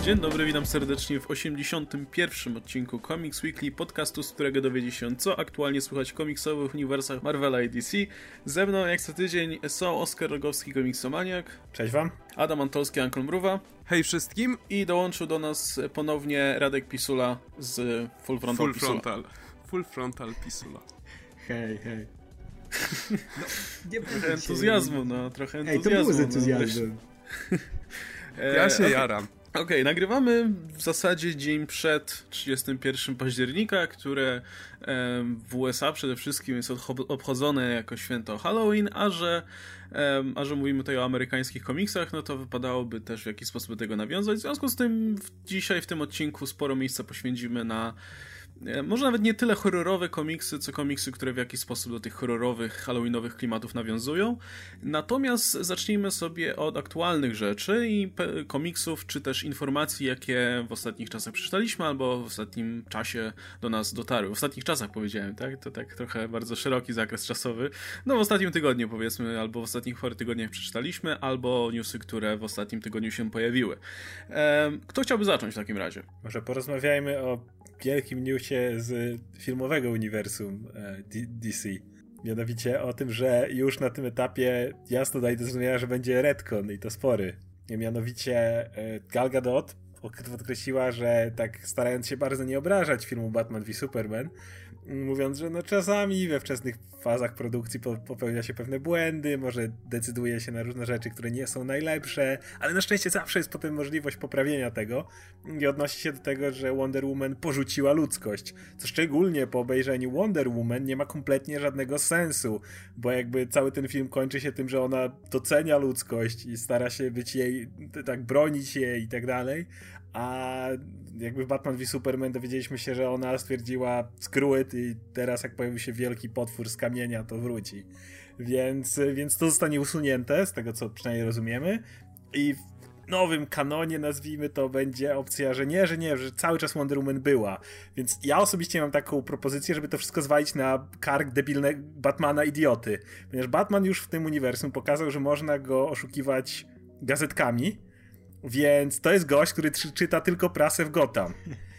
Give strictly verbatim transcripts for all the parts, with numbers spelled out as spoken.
Dzień dobry, witam serdecznie w osiemdziesiątym pierwszym odcinku Comics Weekly, podcastu, z którego dowiecie się, co aktualnie słychać w komiksowych uniwersach Marvela i D C. Ze mną jak co tydzień są Oskar Rogowski, komiksomaniak. Cześć wam. Adam Antolski, Ankle Mruwa. Hej wszystkim. I dołączył do nas ponownie Radek Pisula z Full Frontal Full Pisula. Frontal. Full Frontal Pisula. Hej, hej. No, nie trochę entuzjazmu, no, trochę entuzjazmu. Ej, to było z entuzjazmem. No, ja się okay. jaram. Okej, okay, nagrywamy w zasadzie dzień przed trzydziestego pierwszego października, które w U S A przede wszystkim jest obchodzone jako święto Halloween, a że, a że mówimy tutaj o amerykańskich komiksach, no to wypadałoby też w jakiś sposób do tego nawiązać. W związku z tym dzisiaj w tym odcinku sporo miejsca poświęcimy na może nawet nie tyle horrorowe komiksy, co komiksy, które w jakiś sposób do tych horrorowych, halloweenowych klimatów nawiązują. Natomiast zacznijmy sobie od aktualnych rzeczy i komiksów, czy też informacji, jakie w ostatnich czasach przeczytaliśmy, albo w ostatnim czasie do nas dotarły. W ostatnich czasach powiedziałem, tak? To tak trochę bardzo szeroki zakres czasowy. No w ostatnim tygodniu powiedzmy, albo w ostatnich parę tygodniach przeczytaliśmy, albo newsy, które w ostatnim tygodniu się pojawiły. Kto chciałby zacząć w takim razie? Może porozmawiajmy o wielkim newsie z filmowego uniwersum D C. Mianowicie o tym, że już na tym etapie jasno daje do zrozumienia, że będzie retcon i to spory. Mianowicie Gal Gadot podkreśliła, że tak starając się bardzo nie obrażać filmu Batman v Superman, mówiąc, że no czasami we wczesnych fazach produkcji popełnia się pewne błędy, może decyduje się na różne rzeczy, które nie są najlepsze, ale na szczęście zawsze jest potem możliwość poprawienia tego i odnosi się do tego, że Wonder Woman porzuciła ludzkość, co szczególnie po obejrzeniu Wonder Woman nie ma kompletnie żadnego sensu, bo jakby cały ten film kończy się tym, że ona docenia ludzkość i stara się być jej, tak bronić jej i tak dalej, a jakby w Batman v Superman dowiedzieliśmy się, że ona stwierdziła screw it i teraz jak pojawił się wielki potwór z kamienia, to wróci. Więc, więc to zostanie usunięte, z tego co przynajmniej rozumiemy. I w nowym kanonie, nazwijmy to, będzie opcja, że nie, że nie, że cały czas Wonder Woman była. Więc ja osobiście mam taką propozycję, żeby to wszystko zwalić na kark debilnego Batmana idioty. Ponieważ Batman już w tym uniwersum pokazał, że można go oszukiwać gazetkami. Więc to jest gość, który czyta tylko prasę w Gotham.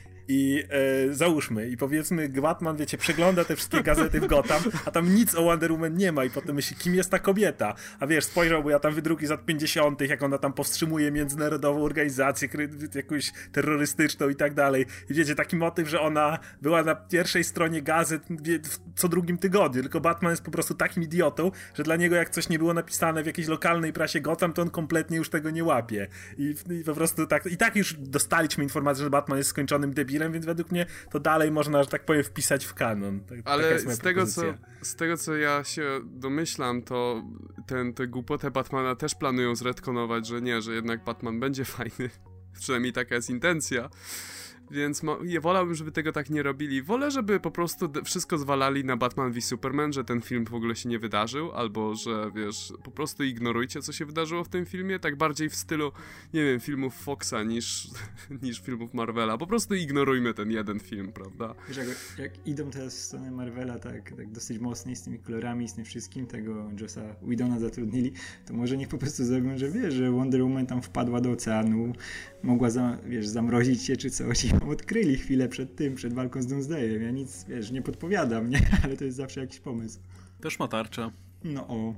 I e, załóżmy, i powiedzmy, Batman, wiecie, przegląda te wszystkie gazety w Gotham, a tam nic o Wonder Woman nie ma i potem myśli, kim jest ta kobieta? A wiesz, spojrzał, bo ja tam wydruki z lat pięćdziesiątych, jak ona tam powstrzymuje międzynarodową organizację, jakąś terrorystyczną i tak dalej. I wiecie, taki motyw, że ona była na pierwszej stronie gazet co drugim tygodniu, tylko Batman jest po prostu takim idiotą, że dla niego jak coś nie było napisane w jakiejś lokalnej prasie Gotham, to on kompletnie już tego nie łapie. I, i po prostu tak, i tak już dostaliśmy informację, że Batman jest skończonym debilem, więc według mnie to dalej można, że tak powiem, wpisać w kanon. Tak, ale z tego, co, z tego, co ja się domyślam, to ten, tę głupotę Batmana też planują zretkonować, że nie, że jednak Batman będzie fajny. Przynajmniej taka jest intencja. Więc mo- ja wolałbym, żeby tego tak nie robili. Wolę, żeby po prostu d- wszystko zwalali na Batman v Superman, że ten film w ogóle się nie wydarzył, albo że, wiesz, po prostu ignorujcie, co się wydarzyło w tym filmie, tak bardziej w stylu, nie wiem, filmów Foxa niż, niż filmów Marvela. Po prostu ignorujmy ten jeden film, prawda? Wiesz, jak, jak idą teraz w stronę Marvela tak, tak dosyć mocniej z tymi kolorami, z tym wszystkim, tego Jossa Whedona zatrudnili, to może niech po prostu zrobią, że wiesz, że Wonder Woman tam wpadła do oceanu, mogła, za, wiesz, zamrozić się czy coś i odkryli chwilę przed tym, przed walką z Doomsdayem. Ja nic, wiesz, nie podpowiadam, nie? Ale to jest zawsze jakiś pomysł. Też ma tarczę. No o.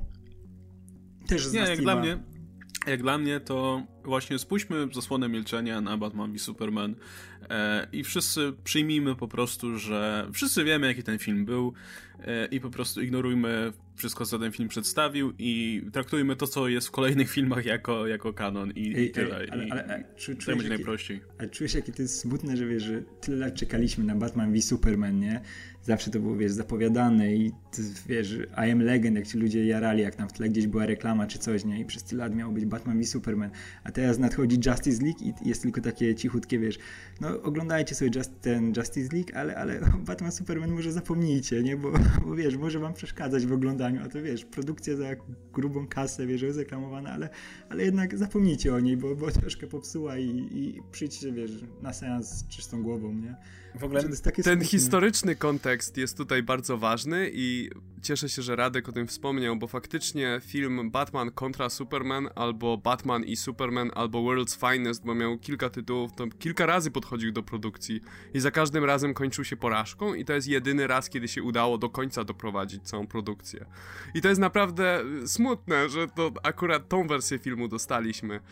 Też z Nie, jak dla ma... mnie, jak dla mnie to właśnie spuśćmy zasłonę milczenia na Batman v Superman e, i wszyscy przyjmijmy po prostu, że wszyscy wiemy, jaki ten film był e, i po prostu ignorujmy wszystko, co ten film przedstawił i traktujmy to, co jest w kolejnych filmach jako, jako kanon i, ej, i tyle. Ej, ale, I, ale, ale, czu, to będzie jaki, najprościej. Ale czujesz, jakie to jest smutne, że wiesz, że tyle lat czekaliśmy na Batman v Superman, nie? Zawsze to było, wiesz, zapowiadane i to, wiesz, I Am Legend, jak ci ludzie jarali, jak tam w tle gdzieś była reklama czy coś, nie? I przez tyle lat miało być Batman v Superman. A teraz nadchodzi Justice League i jest tylko takie cichutkie, wiesz, no oglądajcie sobie just, ten Justice League, ale, ale Batman Superman może zapomnijcie, nie? Bo, bo wiesz, może wam przeszkadzać w oglądaniu zdaniu, a to wiesz, produkcja za grubą kasę, wiesz, jest reklamowana, ale, ale jednak zapomnijcie o niej, bo, bo troszkę popsuła i, i przyjdźcie, wiesz, na seans z czystą głową, nie? W ogóle to jest takie ten smutne. historyczny kontekst jest tutaj bardzo ważny i cieszę się, że Radek o tym wspomniał, bo faktycznie film Batman kontra Superman albo Batman i Superman albo World's Finest, bo miał kilka tytułów, to kilka razy podchodził do produkcji i za każdym razem kończył się porażką i to jest jedyny raz, kiedy się udało do końca doprowadzić całą produkcję. I to jest naprawdę smutne, że to akurat tą wersję filmu dostaliśmy.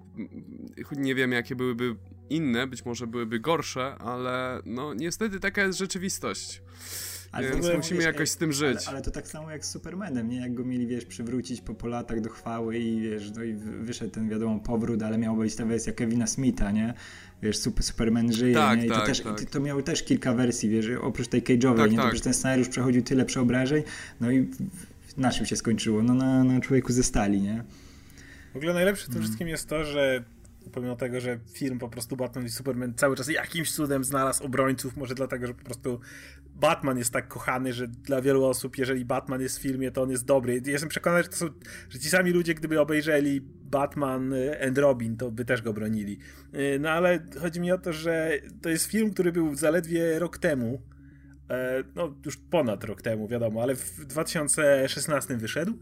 Nie wiem, jakie byłyby inne, być może byłyby gorsze, ale no niestety taka jest rzeczywistość. Ale Więc tak musimy wiesz, jakoś z tym żyć. Ale, ale to tak samo jak z Supermanem, nie? Jak go mieli, wiesz, przywrócić po, po latach do chwały i wiesz, no i wyszedł ten, wiadomo, powrót, ale miała być ta wersja Kevina Smitha, nie? Wiesz, super, Superman żyje, tak, nie? I tak, to, też, tak. to, to miało też kilka wersji, wiesz, oprócz tej cage'owej, tak, nie? Tak. To, że ten scenariusz przechodził tyle przeobrażeń, no i na czym się skończyło? No na, na człowieku ze stali, nie? W ogóle najlepsze w tym wszystkim jest to, że pomimo tego, że film po prostu Batman i Superman cały czas jakimś cudem znalazł obrońców, może dlatego, że po prostu Batman jest tak kochany, że dla wielu osób, jeżeli Batman jest w filmie, to on jest dobry. Jestem przekonany, że, to są, że ci sami ludzie, gdyby obejrzeli Batman and Robin, to by też go bronili. No ale chodzi mi o to, że to jest film, który był zaledwie rok temu, no już ponad rok temu, wiadomo, ale w dwa tysiące szesnastym wyszedł,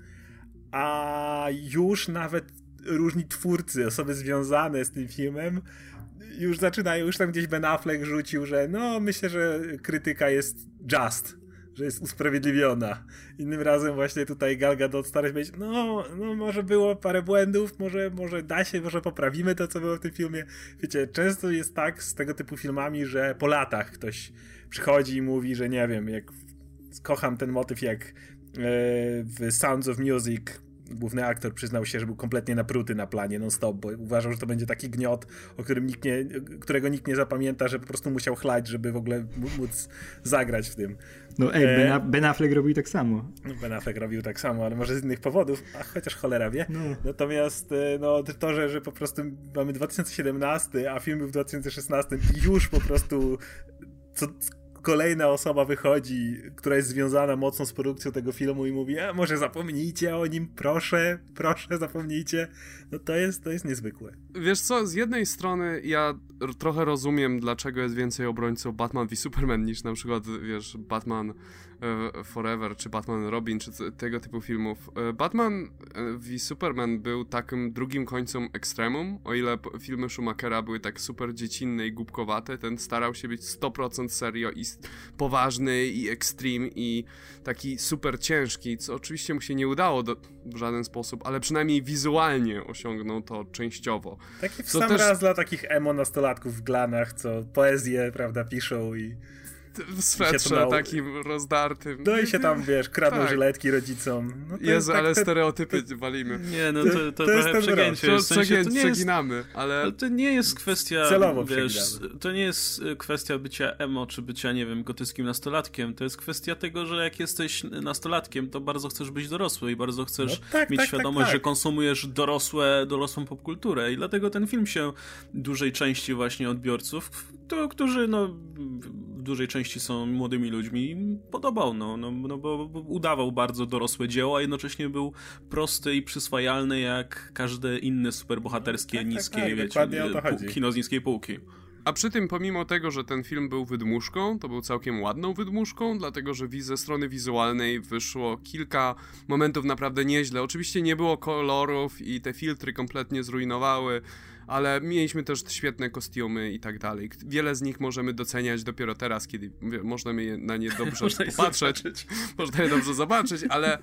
a już nawet różni twórcy, osoby związane z tym filmem już zaczynają, już tam gdzieś Ben Affleck rzucił, że no myślę, że krytyka jest just, że jest usprawiedliwiona. Innym razem właśnie tutaj Gal Gadot stara się powiedzieć, no, no może było parę błędów, może, może da się, może poprawimy to, co było w tym filmie. Wiecie, często jest tak z tego typu filmami, że po latach ktoś przychodzi i mówi, że nie wiem, jak kocham ten motyw, jak w Sounds of Music główny aktor przyznał się, że był kompletnie napruty na planie non-stop, bo uważał, że to będzie taki gniot, o którym nikt nie, którego nikt nie zapamięta, że po prostu musiał chlać, żeby w ogóle móc zagrać w tym. No ej, Ben, A- Ben Affleck robił tak samo. Ben Affleck robił tak samo, ale może z innych powodów, a chociaż cholera wie. No. Natomiast no, to, że, że po prostu mamy dwa tysiące siedemnasty, a film był w dwa tysiące szesnastym i już po prostu co kolejna osoba wychodzi, która jest związana mocno z produkcją tego filmu i mówi, a może zapomnijcie o nim, proszę, proszę zapomnijcie. No to jest, to jest niezwykłe. Wiesz co, z jednej strony ja r- trochę rozumiem, dlaczego jest więcej obrońców Batman v Superman niż na przykład, wiesz, Batman e, Forever, czy Batman Robin, czy c- tego typu filmów. E, Batman v Superman był takim drugim końcem ekstremum, o ile p- filmy Schumachera były tak super dziecinne i głupkowate, ten starał się być sto procent serio i poważny i extreme i taki super ciężki, co oczywiście mu się nie udało do, w żaden sposób, ale przynajmniej wizualnie osiągnął to częściowo. Taki w Co sam też... raz dla takich emo nastolatków w glanach, co poezję, prawda, piszą i w swetrze na... takim rozdartym. No i się tam, wiesz, kradną tak. żyletki rodzicom. No to Jezu, tak, ale to, stereotypy to, walimy. Nie, no to, to, to trochę przegięcie. To, w sensie, przegię... to nie jest, przeginamy, ale... ale to nie jest kwestia, celowo wiesz, to nie jest kwestia bycia emo, czy bycia, nie wiem, gotyckim nastolatkiem. To jest kwestia tego, że jak jesteś nastolatkiem, to bardzo chcesz być dorosły i bardzo chcesz no tak, mieć tak, świadomość, tak, tak. że konsumujesz dorosłe, dorosłą popkulturę i dlatego ten film się dużej części właśnie odbiorców, to, którzy no w dużej części są młodymi ludźmi, podobał, no, no, no bo, bo udawał bardzo dorosłe dzieło, a jednocześnie był prosty i przyswajalny jak każde inne superbohaterskie, tak, tak, niskie, tak, wiecie, pół, kino z niskiej półki. A przy tym, pomimo tego, że ten film był wydmuszką, to był całkiem ładną wydmuszką, dlatego że ze strony wizualnej wyszło kilka momentów naprawdę nieźle. Oczywiście nie było kolorów i te filtry kompletnie zrujnowały, ale mieliśmy też świetne kostiumy i tak dalej. Wiele z nich możemy doceniać dopiero teraz, kiedy możemy na nie dobrze popatrzeć. Można je dobrze zobaczyć, ale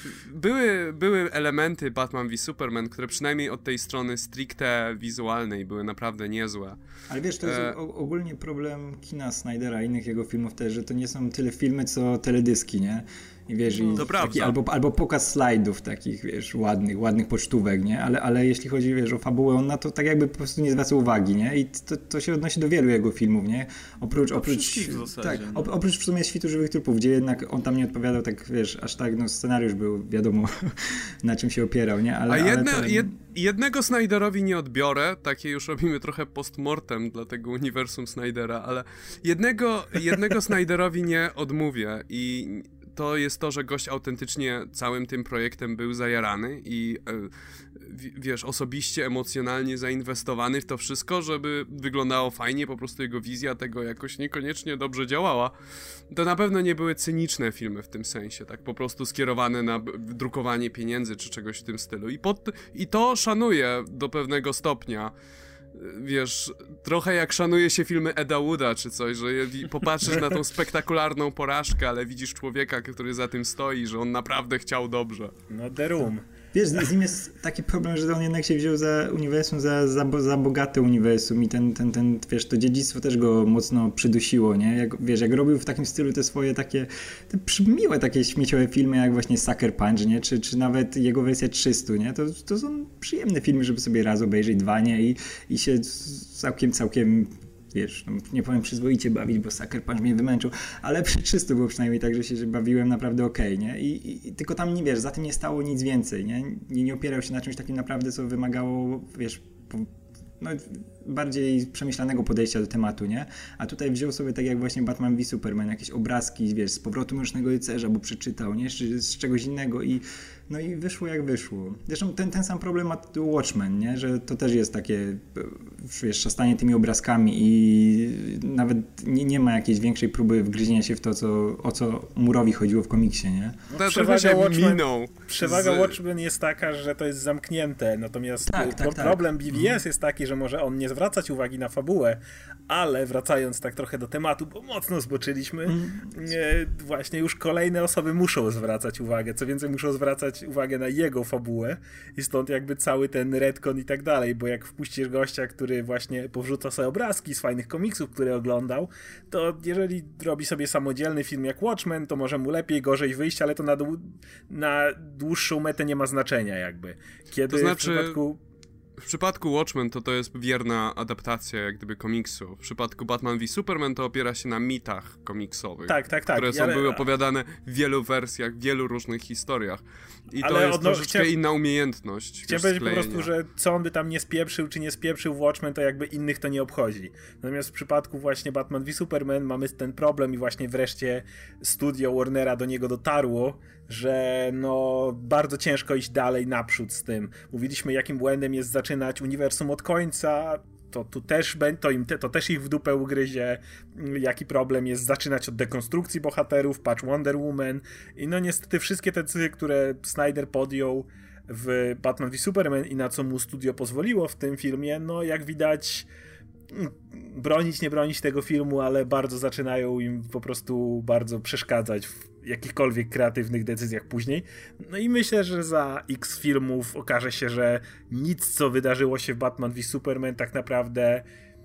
były, były elementy Batman v Superman, które przynajmniej od tej strony stricte wizualnej były naprawdę niezłe. Ale wiesz, to jest e... ogólnie problem kina Snydera i innych jego filmów też, że to nie są tyle filmy, co teledyski, nie? I wiesz, no, i taki, albo, albo pokaz slajdów takich, wiesz, ładnych, ładnych pocztówek, nie? Ale, ale jeśli chodzi, wiesz, o fabułę, on na to tak jakby po prostu nie zwraca uwagi, nie? I to, to się odnosi do wielu jego filmów, nie? Oprócz, oprócz, w zasadzie, tak, no. oprócz w sumie Świtu Żywych Trupów, gdzie jednak on tam nie odpowiadał tak, wiesz, aż tak, no scenariusz był, wiadomo, na czym się opierał, nie? Ale, A jedne, ale to... jed, jednego Snyderowi nie odbiorę, takie już robimy trochę postmortem dla tego uniwersum Snydera, ale jednego, jednego Snyderowi nie odmówię i to jest to, że gość autentycznie całym tym projektem był zajarany i wiesz, osobiście, emocjonalnie zainwestowany w to wszystko, żeby wyglądało fajnie, po prostu jego wizja tego jakoś niekoniecznie dobrze działała. To na pewno nie były cyniczne filmy w tym sensie, tak po prostu skierowane na drukowanie pieniędzy czy czegoś w tym stylu. I, pod, i to szanuję do pewnego stopnia. Wiesz, trochę jak szanuje się filmy Eda Wooda czy coś, że popatrzysz na tą spektakularną porażkę, ale widzisz człowieka, który za tym stoi, że on naprawdę chciał dobrze. No The Room. Wiesz, z nim jest taki problem, że on jednak się wziął za uniwersum, za, za, za bogate uniwersum i ten, ten, ten, wiesz, to dziedzictwo też go mocno przydusiło, nie? Jak, wiesz, jak robił w takim stylu te swoje takie, te miłe takie śmieciowe filmy, jak właśnie Sucker Punch, nie? Czy, czy nawet jego wersja trzysta, nie? To, to są przyjemne filmy, żeby sobie raz obejrzeć, dwa, nie? I, i się całkiem, całkiem... wiesz, no, nie powiem przyzwoicie bawić, bo Sucker Punch mnie wymęczył, ale przy trzystu było przynajmniej tak, że się że bawiłem naprawdę okej, okay, nie? I, i, I tylko tam, nie wiesz, za tym nie stało nic więcej, nie? Nie, nie opierał się na czymś takim naprawdę, co wymagało, wiesz, po, no, bardziej przemyślanego podejścia do tematu, nie? A tutaj wziął sobie tak jak właśnie Batman v Superman, jakieś obrazki, wiesz, z Powrotu Mrocznego Rycerza, bo przeczytał, nie? Czy z czegoś innego i no i wyszło jak wyszło. Zresztą ten, ten sam problem ma Watchmen, nie? Że to też jest takie, wiesz, szastanie tymi obrazkami i nawet nie, nie ma jakiejś większej próby wgryzienia się w to, co, o co Moore'owi chodziło w komiksie, nie? No, przewaga Watchmen, minął przewaga z... Watchmen jest taka, że to jest zamknięte, natomiast tak, tak, problem tak. B V S jest taki, że może on nie zwracać uwagi na fabułę, ale wracając tak trochę do tematu, bo mocno zboczyliśmy, mm. e, właśnie już kolejne osoby muszą zwracać uwagę, co więcej muszą zwracać uwagę na jego fabułę i stąd jakby cały ten retcon i tak dalej, bo jak wpuścisz gościa, który właśnie powrzuca sobie obrazki z fajnych komiksów, które oglądał, to jeżeli robi sobie samodzielny film jak Watchmen, to może mu lepiej, gorzej wyjść, ale to na, dłu- na dłuższą metę nie ma znaczenia jakby. Kiedy to znaczy... w przypadku W przypadku Watchmen to to jest wierna adaptacja jak gdyby komiksu. W przypadku Batman v Superman to opiera się na mitach komiksowych. Tak, tak, tak. Które są, ale... były opowiadane w wielu wersjach, w wielu różnych historiach. I ale to jest odno... troszeczkę chciałem... inna umiejętność. Chciałem powiedzieć po prostu, że co on by tam nie spieprzył, czy nie spieprzył w Watchmen, to jakby innych to nie obchodzi. Natomiast w przypadku właśnie Batman v Superman mamy ten problem i właśnie wreszcie studio Warnera do niego dotarło, że no bardzo ciężko iść dalej naprzód z tym. Mówiliśmy, jakim błędem jest zaczynać uniwersum od końca, to tu też to, im te, to też ich w dupę ugryzie. Jaki problem jest zaczynać od dekonstrukcji bohaterów, patrz Wonder Woman i no niestety wszystkie te decyzje, które Snyder podjął w Batman v Superman i na co mu studio pozwoliło w tym filmie, no jak widać bronić, nie bronić tego filmu, ale bardzo zaczynają im po prostu bardzo przeszkadzać w jakichkolwiek kreatywnych decyzjach później. No i myślę, że za X filmów okaże się, że nic, co wydarzyło się w Batman v Superman tak naprawdę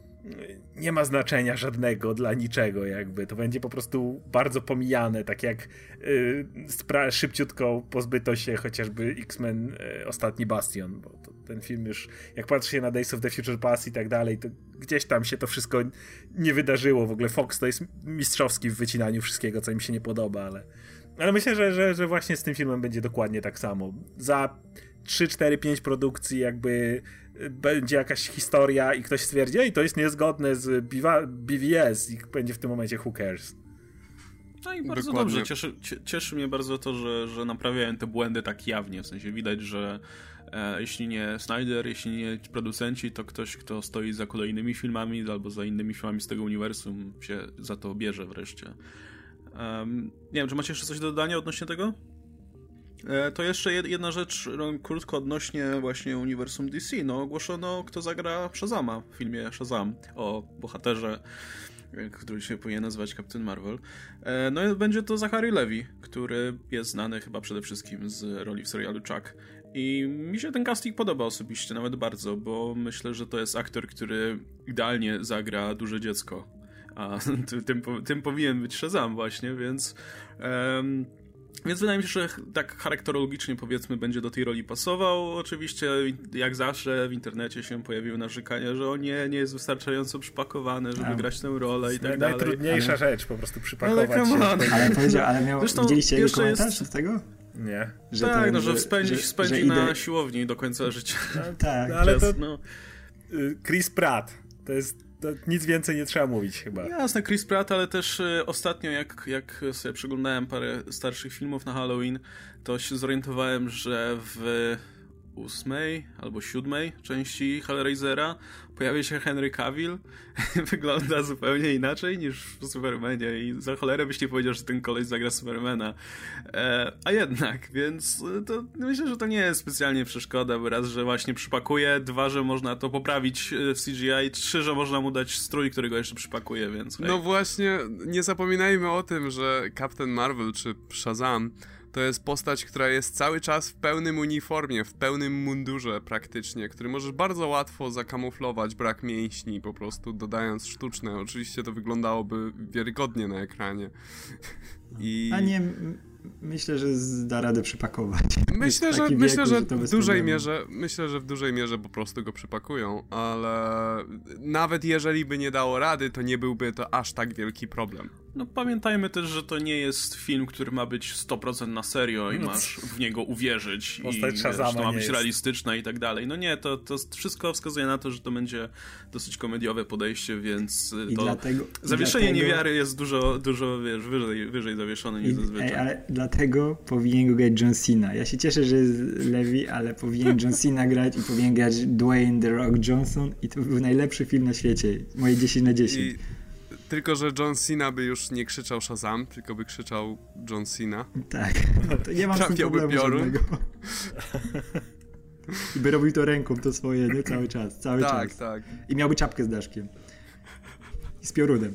nie ma znaczenia żadnego dla niczego jakby. To będzie po prostu bardzo pomijane, tak jak yy, spra- szybciutko pozbyto się chociażby X-Men yy, Ostatni Bastion, bo to, ten film już, jak patrzy się na Days of the Future Past i tak dalej, to gdzieś tam się to wszystko nie wydarzyło. W ogóle Fox to jest mistrzowski w wycinaniu wszystkiego, co im się nie podoba, ale, ale myślę, że, że, że właśnie z tym filmem będzie dokładnie tak samo. Za trzy, cztery, pięć produkcji jakby będzie jakaś historia i ktoś stwierdzi, ej, to jest niezgodne z B V S i będzie w tym momencie who cares. No i bardzo Dokładnie. dobrze. Cieszy, cieszy mnie bardzo to, że, że naprawiają te błędy tak jawnie. W sensie widać, że e, jeśli nie Snyder, jeśli nie producenci, to ktoś, kto stoi za kolejnymi filmami albo za innymi filmami z tego uniwersum się za to bierze wreszcie. Um, nie wiem, czy macie jeszcze coś do dodania odnośnie tego? E, to jeszcze jedna rzecz, no, krótko odnośnie właśnie uniwersum D C. No, ogłoszono, kto zagra Shazama w filmie Shazam o bohaterze, który się powinien nazywać Captain Marvel. No i będzie to Zachary Levi, który jest znany chyba przede wszystkim z roli w serialu Chuck. I mi się ten casting podoba osobiście, nawet bardzo, bo myślę, że to jest aktor, który idealnie zagra duże dziecko. A tym, tym powinien być Shazam właśnie, więc... Um, Więc wydaje mi się, że tak charakterologicznie powiedzmy będzie do tej roli pasował. Oczywiście jak zawsze w internecie się pojawiły narzekania, że on nie, nie jest wystarczająco przypakowany, żeby A, grać tę rolę i tak dalej. Najtrudniejsza ale... rzecz, po prostu przypakować ale się. Ale powiedział, ale miał, Zresztą widzieliście jego komentarz jest... z tego? Nie. Że tak, ten, no, że, że spędzi, że, spędzi że na idę... siłowni do końca życia. No, tak. No, ale Czas, to no. Chris Pratt to jest to nic więcej nie trzeba mówić chyba. Jasne, Chris Pratt, ale też y, ostatnio jak, jak sobie przeglądałem parę starszych filmów na Halloween, to się zorientowałem, że w ósmej albo siódmej części Hellraisera pojawia się Henry Cavill. Wygląda zupełnie inaczej niż w Supermanie i za cholerę byś nie powiedział, że ten koleś zagra Supermana. E, a jednak, więc to myślę, że to nie jest specjalnie przeszkoda, bo raz, że właśnie przypakuje, dwa, że można to poprawić w C G I, trzy, że można mu dać strój, który go jeszcze przypakuje, więc hej. No właśnie, nie zapominajmy o tym, że Captain Marvel czy Shazam to jest postać, która jest cały czas w pełnym uniformie, w pełnym mundurze praktycznie, który możesz bardzo łatwo zakamuflować brak mięśni, po prostu dodając sztuczne. Oczywiście to wyglądałoby wiarygodnie na ekranie. I... A nie, myślę, że da radę przypakować. Myślę, że, wieku, myślę, że, że w dużej mierze, myślę, że w dużej mierze po prostu go przypakują, ale nawet jeżeli by nie dało rady, to nie byłby to aż tak wielki problem. No pamiętajmy też, że to nie jest film, który ma być sto procent na serio i no, masz w niego uwierzyć i wiesz, to ma być jest. realistyczna i tak dalej. No nie, to, to wszystko wskazuje na to, że to będzie dosyć komediowe podejście, więc I to dlatego, zawieszenie i dlatego... niewiary jest dużo, dużo wiesz, wyżej, wyżej zawieszone niż I, zazwyczaj. Ej, ale dlatego powinien go grać John Cena. Ja się cieszę, że jest Levi, ale powinien John Cena grać i powinien grać Dwayne The Rock Johnson i to był najlepszy film na świecie. Moje dziesięć na dziesięć. I... Tylko, że John Cena by już nie krzyczał Shazam, tylko by krzyczał John Cena. Tak, to nie mam z tym problemu piorun. żadnego. I by robił to ręką, to swoje, nie? Cały czas, cały tak, czas. Tak, tak. I miałby czapkę z daszkiem. I z piorunem.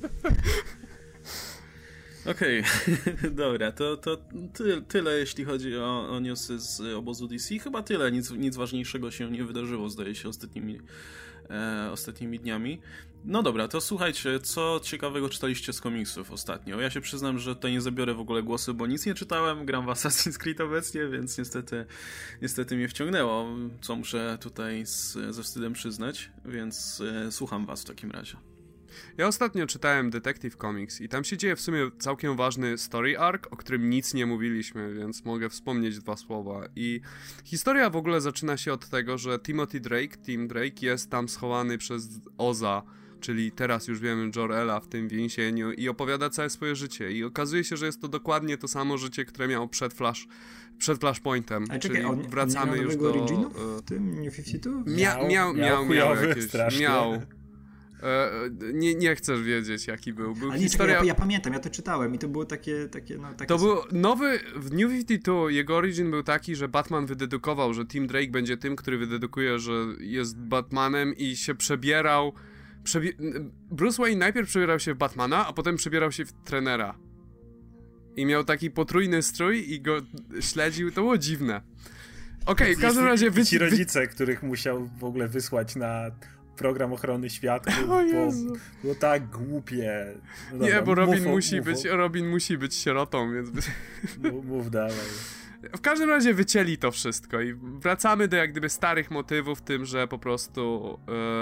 Okej, okay. Dobra, to, to ty, tyle jeśli chodzi o, o newsy z obozu D C. Chyba tyle, nic, nic ważniejszego się nie wydarzyło, zdaje się, ostatnimi, e, ostatnimi dniami. No dobra, to słuchajcie, co ciekawego czytaliście z komiksów ostatnio? Ja się przyznam, że tutaj nie zabiorę w ogóle głosu, bo nic nie czytałem, gram w Assassin's Creed obecnie, więc niestety, niestety mnie wciągnęło, co muszę tutaj z, ze wstydem przyznać, więc e, słucham was w takim razie. Ja ostatnio czytałem Detective Comics i tam się dzieje w sumie całkiem ważny story arc, o którym nic nie mówiliśmy, więc mogę wspomnieć dwa słowa. I historia w ogóle zaczyna się od tego, że Timothy Drake, Tim Drake jest tam schowany przez Oza, czyli teraz już wiemy Jor-Ela w tym więzieniu i opowiada całe swoje życie. I okazuje się, że jest to dokładnie to samo życie, które miał przed Flash, przed Flashpointem. A czekaj, czyli on, wracamy on nie już do... do... w tym New pięćdziesiąt dwa? Mia, miał, miał, miał, miał jakieś... strasznie. Miał. E, nie, nie chcesz wiedzieć, jaki był. był Ale nie, historia... czekaj, ja, ja pamiętam, ja to czytałem i to było takie, takie, no, takie... To był nowy, w New pięćdziesiąt dwa jego origin był taki, że Batman wydedukował, że Tim Drake będzie tym, który wydedukuje, że jest Batmanem i się przebierał... Przebie... Bruce Wayne najpierw przebierał się w Batmana, a potem przebierał się w trenera. I miał taki potrójny strój i go śledził, to było dziwne. Okej, okay, w każdym razie... Wy... Ci rodzice, których musiał w ogóle wysłać na... program ochrony świadków, bo było tak głupie. No dobra, nie, bo Robin, mów, musi mów, być, Robin musi być sierotą, więc... Mów, mów dalej. W każdym razie wycięli to wszystko i wracamy do jak gdyby starych motywów, tym, że po prostu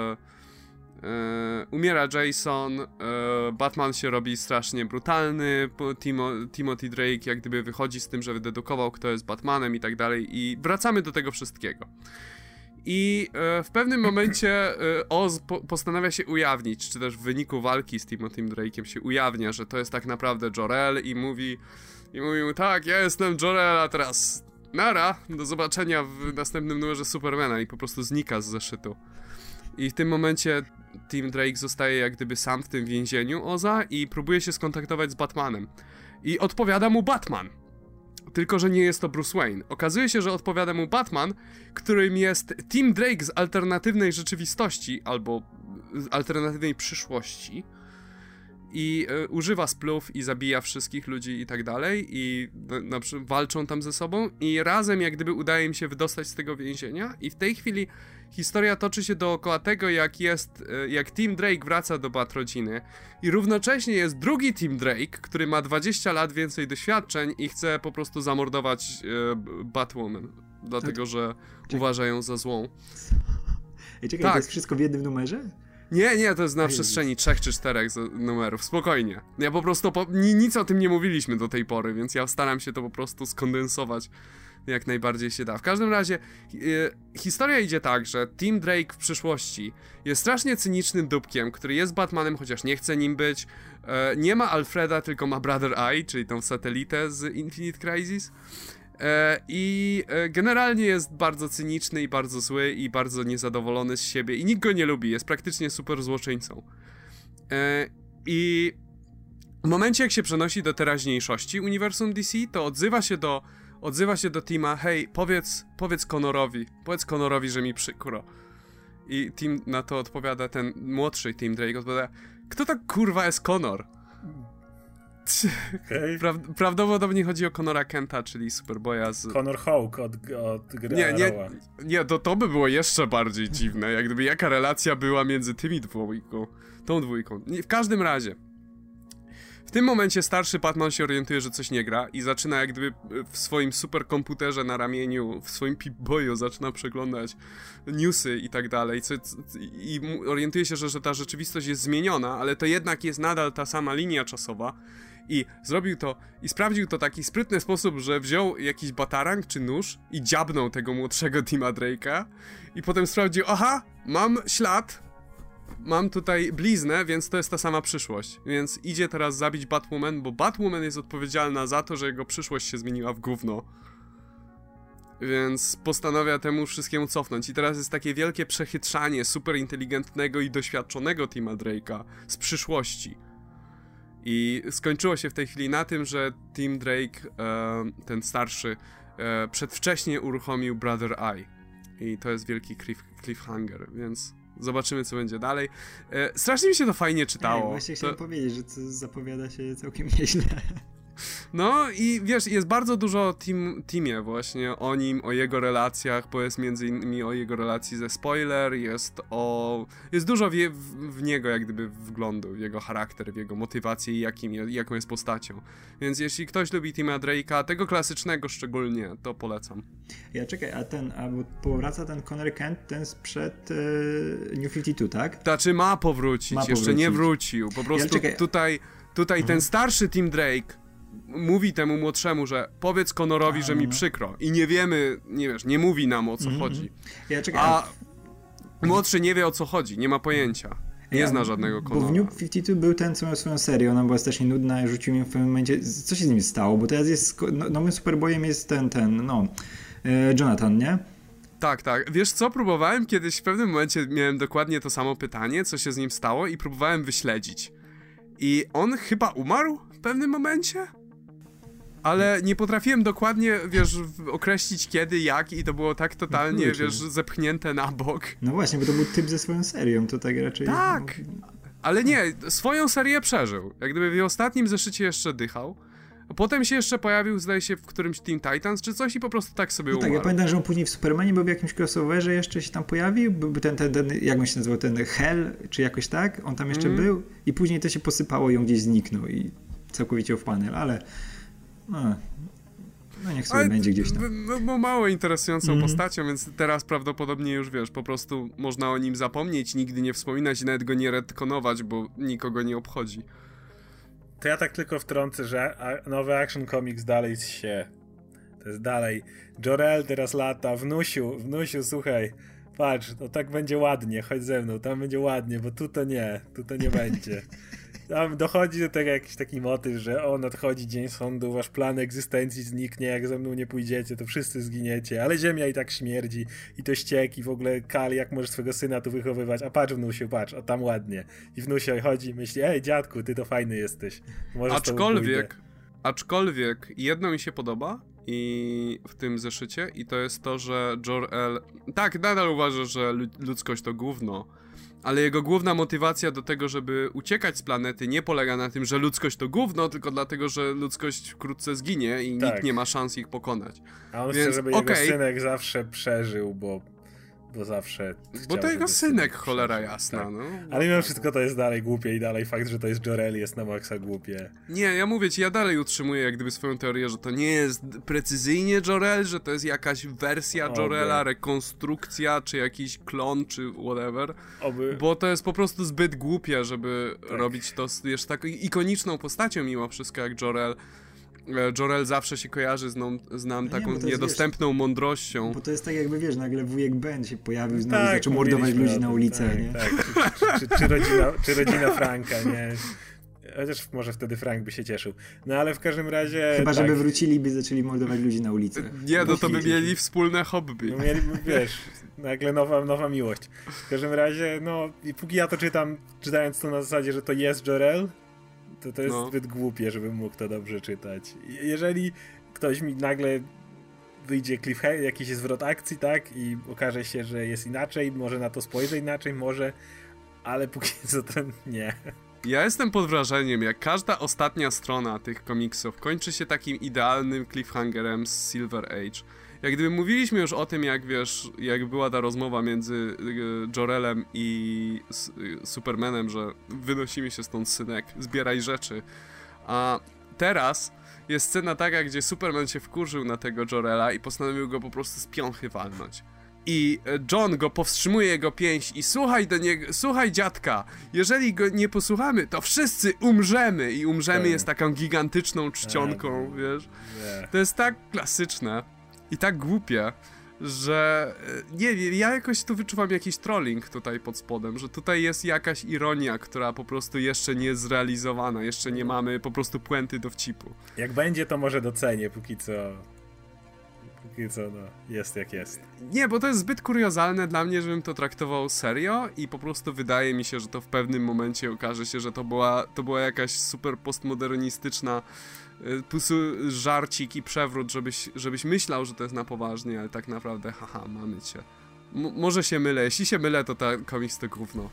e, e, umiera Jason, e, Batman się robi strasznie brutalny, Timo, Timothy Drake jak gdyby wychodzi z tym, że wydedukował, kto jest Batmanem i tak dalej i wracamy do tego wszystkiego. I e, w pewnym momencie e, Oz po, postanawia się ujawnić, czy też w wyniku walki z Timothym Drake'em się ujawnia, że to jest tak naprawdę Jor-El i mówi i mówi mu, tak, ja jestem Jor-El, a teraz nara, do zobaczenia w następnym numerze Supermana i po prostu znika z zeszytu. I w tym momencie Tim Drake zostaje jak gdyby sam w tym więzieniu Oza i próbuje się skontaktować z Batmanem. I odpowiada mu Batman. Tylko że nie jest to Bruce Wayne. Okazuje się, że odpowiada mu Batman, którym jest Tim Drake z alternatywnej rzeczywistości, albo z alternatywnej przyszłości. I y, używa splów i zabija wszystkich ludzi i tak dalej. I na, na, walczą tam ze sobą. I razem jak gdyby udaje im się wydostać z tego więzienia. I w tej chwili historia toczy się dookoła tego, jak jest, y, jak Tim Drake wraca do Bat-rodziny. I równocześnie jest drugi Tim Drake, który ma dwadzieścia lat więcej doświadczeń i chce po prostu zamordować y, Batwoman. Dlatego, że uważa ją za złą. Ej, czekaj, tak. To jest wszystko w jednym numerze? Nie, nie, to jest na przestrzeni trzech czy czterech numerów, spokojnie. Ja po prostu, po, nic o tym nie mówiliśmy do tej pory, więc ja staram się to po prostu skondensować jak najbardziej się da. W każdym razie y, historia idzie tak, że Tim Drake w przyszłości jest strasznie cynicznym dupkiem, który jest Batmanem, chociaż nie chce nim być. E, nie ma Alfreda, tylko ma Brother Eye, czyli tą satelitę z Infinite Crisis. E, I e, generalnie jest bardzo cyniczny i bardzo zły i bardzo niezadowolony z siebie i nikt go nie lubi, jest praktycznie super złoczyńcą. E, I w momencie, jak się przenosi do teraźniejszości uniwersum D C, to odzywa się do odzywa się do Tima: hej, powiedz, powiedz Connorowi, powiedz Connorowi, że mi przykro. I Tim na to odpowiada, ten młodszy Tim Drake odpowiada: kto tak kurwa jest Connor? Okay. Pra prawdopodobnie chodzi o Connora Kenta, czyli Superboya z... Connor Hawke od, od gry Nie, nie, Arrowa. nie, to, to by było jeszcze bardziej dziwne, jak gdyby jaka relacja była między tymi dwójką, tą dwójką. Nie, w każdym razie, w tym momencie starszy Batman się orientuje, że coś nie gra i zaczyna jak gdyby w swoim superkomputerze na ramieniu, w swoim Pip-Boyu zaczyna przeglądać newsy i tak dalej, co, i orientuje się, że, że ta rzeczywistość jest zmieniona, ale to jednak jest nadal ta sama linia czasowa. I zrobił to, i sprawdził to w taki sprytny sposób, że wziął jakiś batarang czy nóż i dziabnął tego młodszego Tima Drake'a i potem sprawdził: aha, mam ślad, mam tutaj bliznę, więc to jest ta sama przyszłość. Więc idzie teraz zabić Batwoman, bo Batwoman jest odpowiedzialna za to, że jego przyszłość się zmieniła w gówno. Więc postanawia temu wszystkiemu cofnąć. I teraz jest takie wielkie przechytrzanie super inteligentnego i doświadczonego Tima Drake'a z przyszłości. I skończyło się w tej chwili na tym, że Tim Drake, e, ten starszy, e, przedwcześnie uruchomił Brother Eye. I to jest wielki cliff, cliffhanger, więc zobaczymy, co będzie dalej. E, strasznie mi się to fajnie czytało. Ej, właśnie to... chciałem powiedzieć, że to zapowiada się całkiem nieźle. No i wiesz, jest bardzo dużo o Tim, Timie właśnie, o nim, o jego relacjach, bo jest między innymi o jego relacji ze Spoiler, jest o... jest dużo w, w, w niego jak gdyby wglądu, w jego charakter, w jego motywację i jakim, jaką jest postacią. Więc jeśli ktoś lubi Tima Drake'a, tego klasycznego szczególnie, to polecam. Ja czekaj, a ten, a bo powraca ten Connor Kent, ten sprzed e, New pięćdziesiąt dwa, tak? Znaczy ma powrócić, ma jeszcze powrócić. nie wrócił, po prostu Ja, tutaj, tutaj mhm. ten starszy Tim Drake mówi temu młodszemu, że powiedz Connorowi, a, że mi no. przykro. I nie wiemy, nie wiesz, nie mówi nam, o co mm-hmm. chodzi. Ja czekaj, a młodszy nie wie, o co chodzi, nie ma pojęcia. Nie ja, zna żadnego Connora. Bo w New pięćdziesiąt dwa był ten, co miał swoją serię, ona była strasznie nudna, rzucił mi w pewnym momencie. Co się z nim stało? Bo teraz jest, no, nowym Superboyem jest ten, ten, no, e, Jonathan, nie? Tak, tak. Wiesz co, próbowałem kiedyś, w pewnym momencie miałem dokładnie to samo pytanie, co się z nim stało i próbowałem wyśledzić. I on chyba umarł w pewnym momencie? Ale nie potrafiłem dokładnie, wiesz, określić kiedy, jak i to było tak totalnie, no, wiesz, zepchnięte na bok. No właśnie, bo to był typ ze swoją serią, to tak raczej... Tak, ale nie, swoją serię przeżył. Jak gdyby w ostatnim zeszycie jeszcze dychał. A potem się jeszcze pojawił, zdaje się, w którymś Teen Titans czy coś i po prostu tak sobie no umarł. Tak, ja pamiętam, że on później w Supermanie był w jakimś crossoverze, jeszcze się tam pojawił, był ten, ten, ten, jak on się nazywał, ten Hell, czy jakoś tak, on tam jeszcze mm. był i później to się posypało i on gdzieś zniknął i całkowicie w panel, ale... No, no niech sobie ale będzie gdzieś tam. No, bo mało interesującą mm. postacią, więc teraz prawdopodobnie już wiesz, po prostu można o nim zapomnieć, nigdy nie wspominać i nawet go nie retkonować, bo nikogo nie obchodzi. To ja tak tylko wtrącę, że nowy Action Comics dalej się. To jest dalej. Jor-El teraz lata, wnusiu, wnusiu, słuchaj, patrz, no tak będzie ładnie, chodź ze mną, tam będzie ładnie, bo tu to nie, tu to nie będzie. Tam dochodzi do tego jakiś taki motyw, że o, nadchodzi dzień sądu, wasz plan egzystencji zniknie, jak ze mną nie pójdziecie, to wszyscy zginiecie, ale ziemia i tak śmierdzi i to ściek i w ogóle Kal, jak możesz swego syna tu wychowywać, a patrz wnusiu, patrz, o tam ładnie. I wnusio chodzi i myśli, ej dziadku, ty to fajny jesteś. Może aczkolwiek, aczkolwiek jedno mi się podoba i w tym zeszycie i to jest to, że Jor-El, tak, nadal uważa, że ludzkość to gówno, ale jego główna motywacja do tego, żeby uciekać z planety nie polega na tym, że ludzkość to gówno, tylko dlatego, że ludzkość wkrótce zginie i tak. nikt nie ma szans ich pokonać. A on Więc, chce, żeby okay. jego synek zawsze przeżył, bo, bo zawsze Bo to jego synek, synek cholera przeżył. jasna, tak. no. Ale mimo wszystko to jest dalej głupie i dalej fakt, że to jest Jor-El jest na maksa głupie. Nie, ja mówię ci, ja dalej utrzymuję jak gdyby swoją teorię, że to nie jest precyzyjnie Jor-El, że to jest jakaś wersja Jor-Ela, rekonstrukcja, czy jakiś klon, czy whatever. Oby. Bo to jest po prostu zbyt głupie, żeby tak. robić to z jeszcze taką ikoniczną postacią mimo wszystko jak Jor-El. Jor-El zawsze się kojarzy z,ną, z nam No taką nie, bo to jest, niedostępną wiesz, mądrością. Bo to jest tak jakby, wiesz, nagle wujek Ben się pojawił, znowu Tak, zaczął mordować mówiliśmy ludzi o na tym, ulicę, tak, nie? Tak, czy, czy, czy, czy, rodzina, czy rodzina Franka, nie? Chociaż może wtedy Frank by się cieszył. No ale w każdym razie... Chyba, tak, żeby wrócili, by zaczęli mordować ludzi na ulicy. Nie, no to by Wiecie. mieli wspólne hobby. No mieliby, wiesz, nagle nowa, nowa miłość. W każdym razie, no i póki ja to czytam, czytając to na zasadzie, że to jest Jor-El, to to jest No. zbyt głupie, żebym mógł to dobrze czytać. Jeżeli ktoś mi nagle wyjdzie cliffhanger, jakiś zwrot akcji, tak, i okaże się, że jest inaczej, może na to spojrzę inaczej, może, ale póki co to nie. Ja jestem pod wrażeniem, jak każda ostatnia strona tych komiksów kończy się takim idealnym cliffhangerem z Silver Age. Jak gdyby mówiliśmy już o tym, jak wiesz, jak była ta rozmowa między y, Jor-Elem i s, y, Supermanem, że wynosimy się stąd, synek, zbieraj rzeczy. A teraz jest scena taka, gdzie Superman się wkurzył na tego Jor-Ela i postanowił go po prostu z piąchy walnąć. I John go powstrzymuje jego pięść i słuchaj do niego, słuchaj dziadka, jeżeli go nie posłuchamy, to wszyscy umrzemy i umrzemy Tak. jest taką gigantyczną czcionką, Tak. wiesz. Nie. To jest tak klasyczne i tak głupie, że e, nie wiem, ja jakoś tu wyczuwam jakiś trolling tutaj pod spodem, że tutaj jest jakaś ironia, która po prostu jeszcze nie jest zrealizowana, jeszcze nie mamy po prostu puenty dowcipu. Jak będzie, to może docenię, póki co... Póki co, no, jest jak jest. Nie, bo to jest zbyt kuriozalne dla mnie, żebym to traktował serio i po prostu wydaje mi się, że to w pewnym momencie okaże się, że to była, to była jakaś super postmodernistyczna y, po prostu żarcik i przewrót, żebyś, żebyś myślał, że to jest na poważnie, ale tak naprawdę haha, mamy cię. M- może się mylę, jeśli się mylę, to ta komiks to gówno.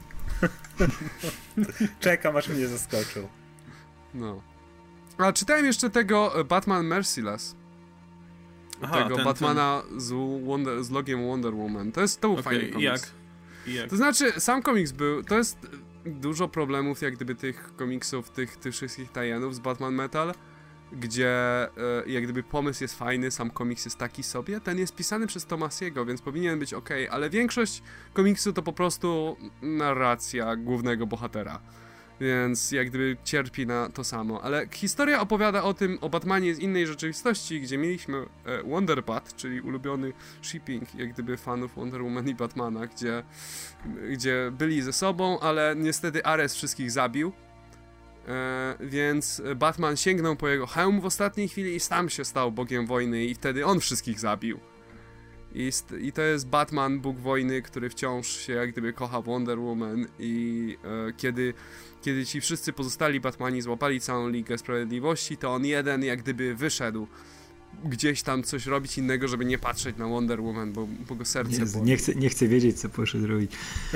Czekam, aż mnie zaskoczył. No. A czytałem jeszcze tego Batman Merciless. Aha, tego ten, Batmana Z, Wonder, z logiem Wonder Woman. To jest, to był ten... fajny Okay, komiks. jak? jak? To znaczy, sam komiks był, to jest dużo problemów jak gdyby tych komiksów, tych, tych wszystkich tie-inów z Batman Metal, gdzie e, jak gdyby pomysł jest fajny, sam komiks jest taki sobie, ten jest pisany przez Tomasiego, więc powinien być ok, ale większość komiksu to po prostu narracja głównego bohatera. Więc jak gdyby cierpi na to samo, ale historia opowiada o tym, o Batmanie z innej rzeczywistości, gdzie mieliśmy e, Wonderbat, czyli ulubiony shipping jak gdyby fanów Wonder Woman i Batmana, gdzie, gdzie byli ze sobą, ale niestety Ares wszystkich zabił, e, więc Batman sięgnął po jego hełm w ostatniej chwili i sam się stał bogiem wojny i wtedy on wszystkich zabił. I, st- I to jest Batman, Bóg wojny, który wciąż się jak gdyby kocha Wonder Woman i e, kiedy, kiedy ci wszyscy pozostali Batmani złapali całą Ligę Sprawiedliwości, to on jeden jak gdyby wyszedł gdzieś tam coś robić innego, żeby nie patrzeć na Wonder Woman, bo, bo go serce Jezu, boli. nie, chcę, nie chcę wiedzieć, co poszedł robić.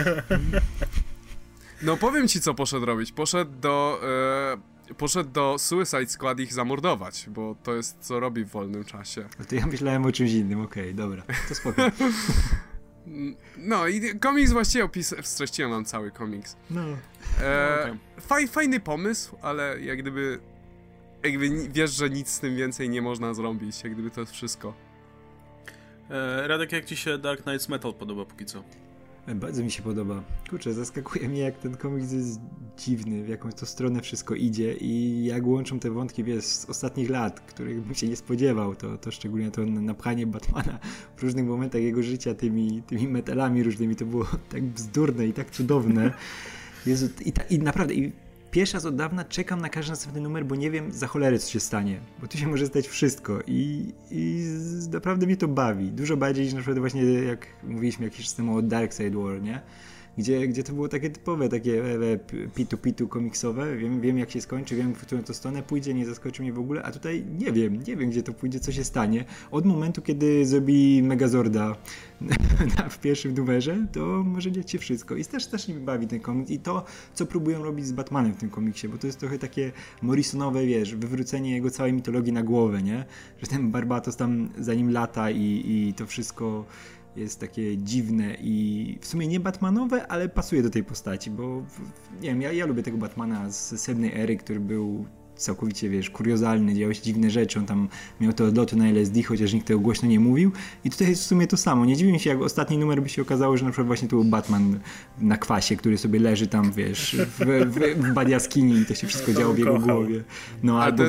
No powiem ci, co poszedł robić. Poszedł do... E, poszedł do Suicide Squad ich zamordować, bo to jest co robi w wolnym czasie. No to ja myślałem o czymś innym, okej, okay, dobra, to spoko. No i komiks właściwie opis... Streściłem wam cały komiks. No. E, Okay. faj, fajny pomysł, ale jak gdyby... Jakby ni- wiesz, że nic z tym więcej nie można zrobić, jak gdyby to jest wszystko. E, Radek, jak ci się Dark Knights Metal podoba póki co? Bardzo mi się podoba. Kurczę, zaskakuje mnie, jak ten komiks jest dziwny, w jakąś to stronę wszystko idzie i jak łączą te wątki, wiesz, z ostatnich lat, których bym się nie spodziewał, to, to szczególnie to napchanie Batmana w różnych momentach jego życia tymi, tymi metalami różnymi, to było tak bzdurne i tak cudowne. Jezu, i, ta, i naprawdę, i pierwszy raz od dawna czekam na każdy następny numer, bo nie wiem za cholerę, co się stanie, bo tu się może stać wszystko i, i z, naprawdę mnie to bawi. Dużo bardziej niż na przykład właśnie, jak mówiliśmy jakiś czas temu o Darkseid War, nie? Gdzie, gdzie to było takie typowe, takie e, pitu-pitu komiksowe, wiem, wiem jak się skończy, wiem w którą to stronę pójdzie, nie zaskoczy mnie w ogóle, a tutaj nie wiem, nie wiem gdzie to pójdzie, co się stanie. Od momentu, kiedy zrobi Megazorda w pierwszym numerze, to może dziać się wszystko i też, też mnie bawi ten komiks i to, co próbują robić z Batmanem w tym komiksie, bo to jest trochę takie Morrisonowe, wiesz, wywrócenie jego całej mitologii na głowę, nie? Że ten Barbatos tam za nim lata i, i to wszystko jest takie dziwne i w sumie nie Batmanowe, ale pasuje do tej postaci, bo nie wiem, ja, ja lubię tego Batmana z srebrnej ery, który był całkowicie, wiesz, kuriozalny, działy się dziwne rzeczy, on tam miał te odloty na L S D, chociaż nikt tego głośno nie mówił i tutaj jest w sumie to samo. Nie dziwię się, jak ostatni numer by się okazało, że na przykład właśnie to był Batman na kwasie, który sobie leży tam, wiesz, w, w, w bad jaskini i to się wszystko działo w jego głowie. No Ale albo to jest, wiesz...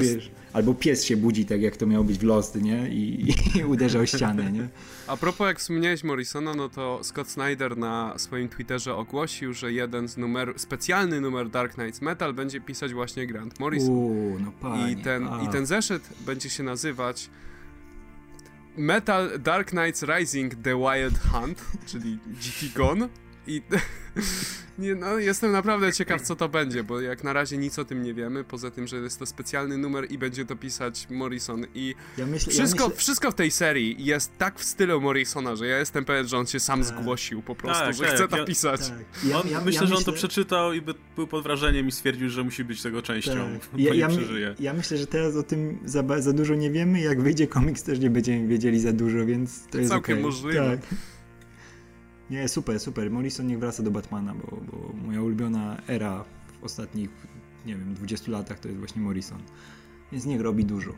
Albo pies się budzi, tak jak to miało być w Lost, nie? I, i uderza o ścianę, nie? A propos, jak wspomniałeś Morrisona, no to Scott Snyder na swoim Twitterze ogłosił, że jeden z numerów, specjalny numer Dark Knights Metal będzie pisać właśnie Grant Morrison. Uuu, no panie, I ten, a. I ten zeszyt będzie się nazywać Metal Dark Knights Rising The Wild Hunt, czyli Dziki Gon. I nie, no, jestem naprawdę ciekaw, co to będzie, bo jak na razie nic o tym nie wiemy, poza tym, że jest to specjalny numer i będzie to pisać Morrison. I ja myślę, wszystko, ja myślę... wszystko w tej serii jest tak w stylu Morrisona, że ja jestem pewien, że on się sam tak. zgłosił po prostu, tak, że tak, chce to ja, pisać. Tak. Ja, on, ja, myślę, ja że on myślę... to przeczytał i by, był pod wrażeniem i stwierdził, że musi być tego częścią, tak. bo ja, nie ja, przeżyje. Ja myślę, że teraz o tym za, za dużo nie wiemy, jak wyjdzie komiks też nie będziemy wiedzieli za dużo, więc to jest całkiem okay. możliwe. Tak. Nie, super, super. Morrison niech wraca do Batmana, bo, bo moja ulubiona era w ostatnich, nie wiem, dwudziestu latach to jest właśnie Morrison. Więc niech robi dużo.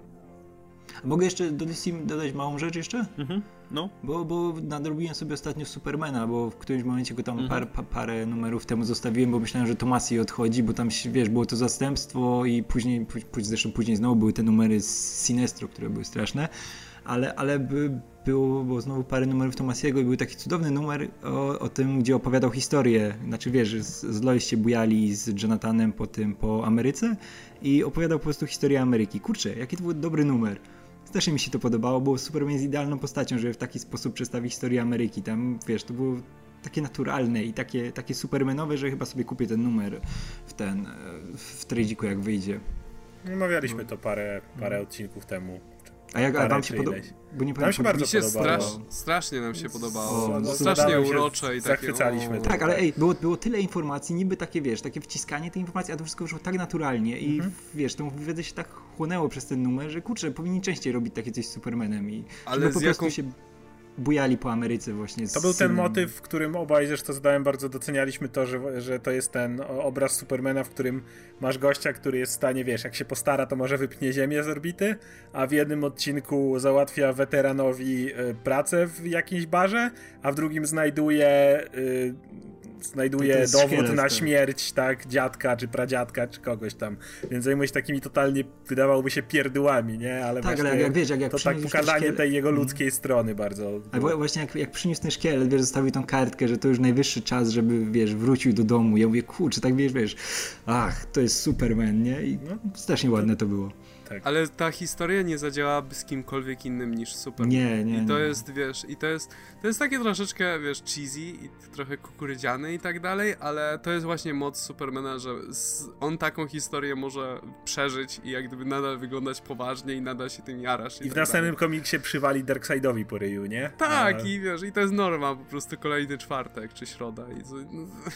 A mogę jeszcze do D C dodać małą rzecz jeszcze? Mhm, no. Bo, bo nadrobiłem sobie ostatnio Supermana, bo w którymś momencie go tam mhm. par, pa, parę numerów temu zostawiłem, bo myślałem, że Tomasi odchodzi, bo tam, wiesz, było to zastępstwo i później, później zresztą później znowu były te numery z Sinestro, które były straszne. Ale, ale by, było, było znowu parę numerów Tomasiego i był taki cudowny numer o, o tym, gdzie opowiadał historię. Znaczy wiesz, z, z Lois się bujali z Jonathanem po tym, po Ameryce i opowiadał po prostu historię Ameryki. Kurczę, jaki to był dobry numer. Strasznie mi się to podobało, bo Superman jest idealną postacią, żeby w taki sposób przedstawić historię Ameryki. Tam, wiesz, to było takie naturalne i takie, takie supermanowe, że chyba sobie kupię ten numer w ten, w tradziku jak wyjdzie. Omawialiśmy to parę, parę odcinków temu. A jak a wam się podoba? Bo nie nam się bardzo mi się podobało. Strasz, strasznie nam się podobało. O, no, strasznie urocze i takie. Zachwycaliśmy. Tak, ale ej, było, było tyle informacji, niby takie, wiesz, takie wciskanie tej informacji, a to wszystko wyszło tak naturalnie i mhm. wiesz, tą wiedzę się tak chłonęło przez ten numer, że kurczę, powinni częściej robić takie coś z Supermanem i ale po prostu jaką... się bujali po Ameryce właśnie. To był ten motyw, w którym obaj zresztą zadałem bardzo docenialiśmy to, że, że to jest ten obraz Supermana, w którym masz gościa, który jest w stanie, wiesz, jak się postara, to może wypnie Ziemię z orbity, a w jednym odcinku załatwia weteranowi y, pracę w jakiejś barze, a w drugim znajduje y, znajduje dowód szkielet, na tak. śmierć, tak, dziadka, czy pradziadka, czy kogoś tam. Więc zajmuje się takimi totalnie, wydawałoby się, pierdółami, nie? Ale tak, właśnie ale jak wiesz, jak, jak to tak pokazanie tej jego ludzkiej hmm. strony bardzo. Ale właśnie jak, jak przyniósł ten szkielet, wiesz, zostawił tą kartkę, że to już najwyższy czas, żeby, wiesz, wrócił do domu. Ja mówię, kurczę, tak wiesz, wiesz, ach, to jest Superman, nie? I no, strasznie ładne to było. Tak. Ale ta historia nie zadziałaby z kimkolwiek innym niż Superman. Nie, nie. I to nie. jest, wiesz, i to jest, to jest takie troszeczkę, wiesz, cheesy i trochę kukurydziane i tak dalej, ale to jest właśnie moc Supermana, że on taką historię może przeżyć i jak gdyby nadal wyglądać poważnie i nadal się tym jarasz. I, I tak w następnym dalej. komiksie przywali Darkseidowi po ryju, nie? Tak, A... i wiesz, i to jest norma, po prostu kolejny czwartek czy środa i co...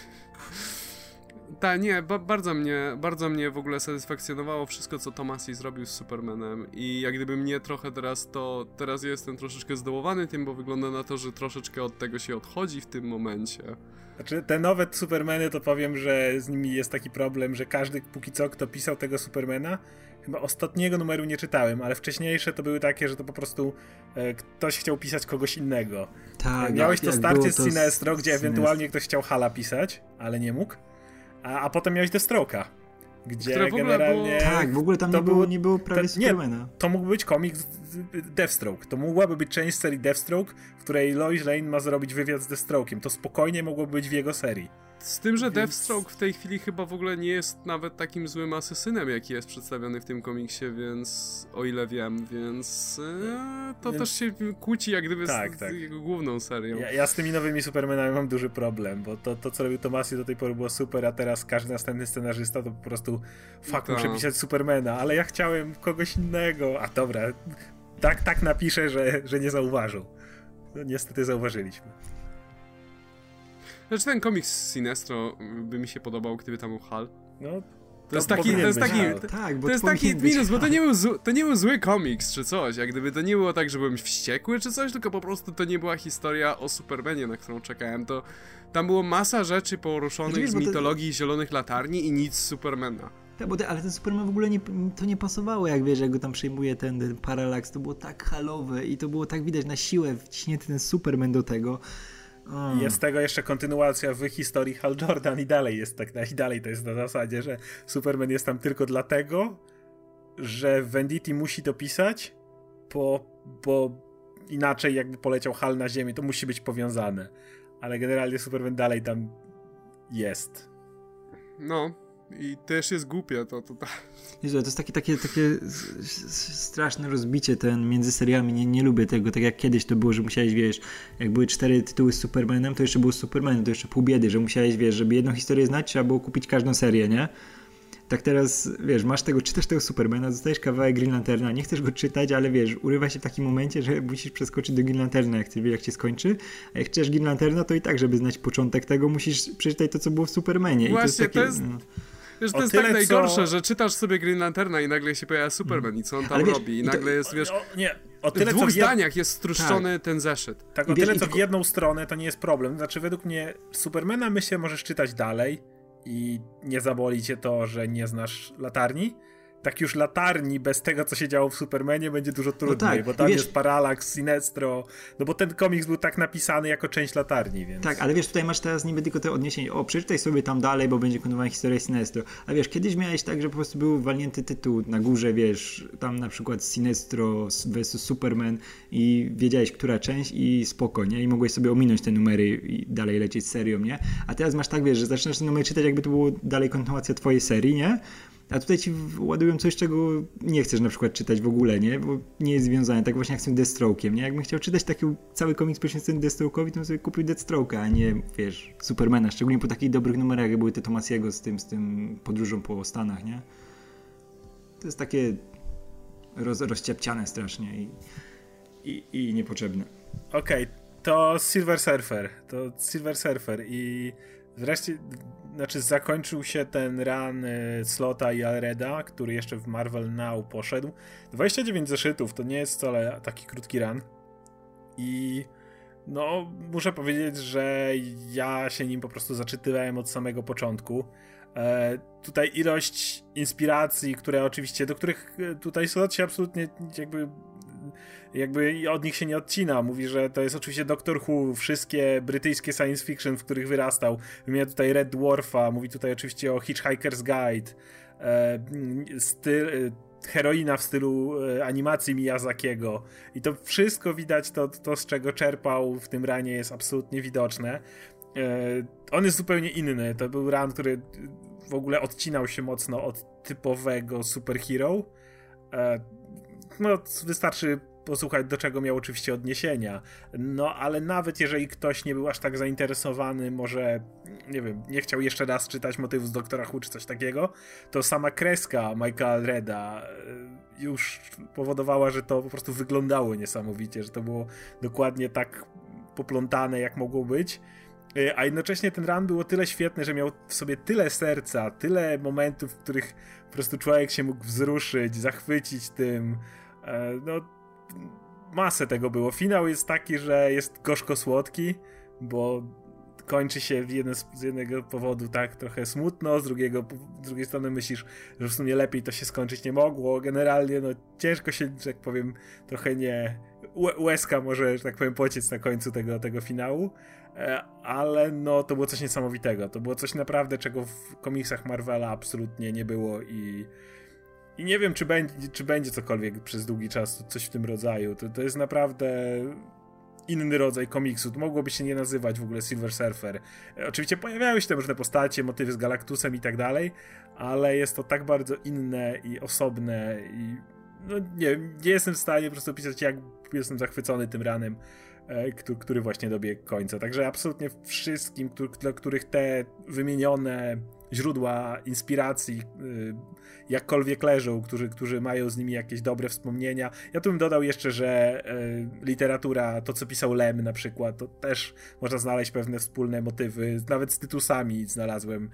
Tak, nie, ba- bardzo mnie, bardzo mnie w ogóle satysfakcjonowało wszystko, co Tomasi zrobił z Supermanem i jak gdyby mnie trochę teraz to, teraz jestem troszeczkę zdołowany tym, bo wygląda na to, że troszeczkę od tego się odchodzi w tym momencie. Znaczy, te nowe Supermany, to powiem, że z nimi jest taki problem, że każdy póki co, kto pisał tego Supermana, chyba ostatniego numeru nie czytałem, ale wcześniejsze to były takie, że to po prostu e, ktoś chciał pisać kogoś innego. Tak, Miałeś to starcie z Sinestro, z... gdzie ewentualnie ktoś chciał Hala pisać, ale nie mógł. A, a potem miałeś Deathstroke'a, gdzie Które w ogóle generalnie... było... Tak, w ogóle tam nie było, nie było prawie ten, Supermana. Nie, to mógł być komiks Deathstroke. To mogłaby być część serii Deathstroke, w której Lois Lane ma zrobić wywiad z Deathstroke'iem. To spokojnie mogłoby być w jego serii. Z tym, że Więc... Deathstroke w tej chwili chyba w ogóle nie jest nawet takim złym asesynem, jaki jest przedstawiony w tym komiksie, więc o ile wiem, więc e, to więc... też się kłóci jak gdyby tak, z, tak. z jego główną serią. Ja, ja z tymi nowymi Supermanami mam duży problem, bo to, to co robił Tomasi do tej pory było super, a teraz każdy następny scenarzysta to po prostu fuck, Ta. muszę pisać Supermana, ale ja chciałem kogoś innego. A dobra, tak, tak napiszę, że, że nie zauważył. No, niestety zauważyliśmy. Znaczy ten komiks z Sinestro by mi się podobał, gdyby tam był Hal. No, to, to jest taki, to jest taki, to, tak, to jest taki minus, bo to nie, był zły, to nie był zły komiks czy coś, jak gdyby to nie było tak, że byłem wściekły czy coś, tylko po prostu to nie była historia o Supermanie, na którą czekałem, to tam było masa rzeczy poruszonych wiesz, z to... mitologii Zielonych Latarni i nic z Supermana. Tak, bo te, ale ten Superman w ogóle nie, to nie pasowało, jak wiesz, jak go tam przejmuje ten, ten Parallax, to było tak halowe i to było tak widać na siłę wciśnięty ten Superman do tego. I jest tego jeszcze kontynuacja w historii Hal Jordan i dalej jest tak, i dalej to jest na zasadzie, że Superman jest tam tylko dlatego, że Venditti musi to pisać, bo, bo inaczej jakby poleciał Hal na ziemię, to musi być powiązane. Ale generalnie Superman dalej tam jest. No, i też jest głupie to tutaj. Jezu, to jest takie, takie, takie straszne rozbicie ten między seriami, nie, nie lubię tego, tak jak kiedyś to było, że musiałeś, wiesz, jak były cztery tytuły z Supermanem, to jeszcze było z Supermanem, to jeszcze pół biedy, że musiałeś, wiesz, żeby jedną historię znać, trzeba było kupić każdą serię, nie? Tak teraz, wiesz, masz tego, czytasz tego Supermana, dostajesz kawałek Green Lanterna, nie chcesz go czytać, ale wiesz, urywa się w takim momencie, że musisz przeskoczyć do Green Lanterna, jak ty wiesz, jak się skończy, a jak czytasz Green Lanterna, to i tak, żeby znać początek tego, musisz przeczytać to, co było w Supermanie. Właśnie, I to jest, takie, to jest... no... Wiesz, to O jest tyle, tak najgorsze, co... że czytasz sobie Green Lanterna i nagle się pojawia Superman i co on tam Ale wiesz, robi i i to- nagle jest, wiesz, O, nie, o tyle, w dwóch co w jed... zdaniach jest struszczony ten zeszyt. Tak, o I wiesz, tyle, i co w tylko- jedną stronę to nie jest problem. Znaczy, według mnie Supermana myślę, możesz czytać dalej i nie zaboli cię to, że nie znasz latarni. Tak już latarni bez tego, co się działo w Supermanie, będzie dużo trudniej, tak, bo i tam wiesz- jest Parallax, Sinestro, no bo ten komiks był tak napisany jako część latarni, więc... Tak, ale wiesz, tutaj masz teraz niby tylko te odniesienie, o, przeczytaj sobie tam dalej, bo będzie kontynuowana historia Sinestro. A wiesz, kiedyś miałeś tak, że po prostu był walnięty tytuł na górze, wiesz, tam na przykład Sinestro versus Superman i wiedziałeś, która część i spoko, nie? I mogłeś sobie ominąć te numery i dalej lecieć z serią, nie? A teraz masz tak, wiesz, że zaczynasz ten numer czytać, jakby to było dalej kontynuacja twojej serii, nie? A tutaj ci ładują coś, czego nie chcesz na przykład czytać w ogóle, nie? Bo nie jest związane, tak właśnie jak z tym Deathstroke'iem, nie? Jakbym chciał czytać taki cały komiks poświęcony Deathstroke'owi, to bym sobie kupił Deathstroke'a, a nie, wiesz, Supermana, szczególnie po takich dobrych numerach, jak były te Tomasiego z tym, z tym podróżą po Stanach, nie? To jest takie roz, rozciapciane strasznie i, i, i niepotrzebne. Okej, okay, to Silver Surfer, to Silver Surfer i wreszcie, znaczy zakończył się ten run y, Slota i Alreda, który jeszcze w Marvel Now poszedł. dwadzieścia dziewięć zeszytów, to nie jest wcale taki krótki run i no muszę powiedzieć, że ja się nim po prostu zaczytywałem od samego początku. E, tutaj ilość inspiracji, które oczywiście, do których tutaj Slot się absolutnie jakby jakby od nich się nie odcina. Mówi, że to jest oczywiście Doctor Who, wszystkie brytyjskie science fiction, w których wyrastał. Wymienia tutaj Red Dwarfa, mówi tutaj oczywiście o Hitchhiker's Guide, e, styl, heroina w stylu animacji Miyazakiego. I to wszystko widać, to, to z czego czerpał w tym ranie jest absolutnie widoczne. E, on jest zupełnie inny. To był run, który w ogóle odcinał się mocno od typowego superhero. E, no, wystarczy posłuchać, do czego miał oczywiście odniesienia. No, ale nawet jeżeli ktoś nie był aż tak zainteresowany, może, nie wiem, nie chciał jeszcze raz czytać motywów z Doktora Who czy coś takiego, to sama kreska Michaela Alreda już powodowała, że to po prostu wyglądało niesamowicie, że to było dokładnie tak poplątane, jak mogło być. A jednocześnie ten run był o tyle świetny, że miał w sobie tyle serca, tyle momentów, w których po prostu człowiek się mógł wzruszyć, zachwycić tym. No, masę tego było. Finał jest taki, że jest gorzko-słodki, bo kończy się w jeden, z jednego powodu tak trochę smutno, z drugiego z drugiej strony myślisz, że w sumie lepiej to się skończyć nie mogło. Generalnie no ciężko się, że tak powiem, trochę nie... łezka może, że tak powiem, pociec na końcu tego, tego finału, ale no to było coś niesamowitego. To było coś naprawdę, czego w komiksach Marvela absolutnie nie było i I nie wiem, czy będzie, czy będzie cokolwiek przez długi czas, coś w tym rodzaju. To, to jest naprawdę inny rodzaj komiksu. To mogłoby się nie nazywać w ogóle Silver Surfer. Oczywiście pojawiały się tam różne postacie, motywy z Galactusem i tak dalej, ale jest to tak bardzo inne i osobne i no nie, nie jestem w stanie po prostu opisać, jak jestem zachwycony tym ranem, który właśnie dobiegł końca. Także absolutnie wszystkim, dla których te wymienione źródła inspiracji jakkolwiek leżą, którzy, którzy mają z nimi jakieś dobre wspomnienia. Ja tu bym dodał jeszcze, że literatura, to co pisał Lem na przykład, to też można znaleźć pewne wspólne motywy. Nawet z Tytusami znalazłem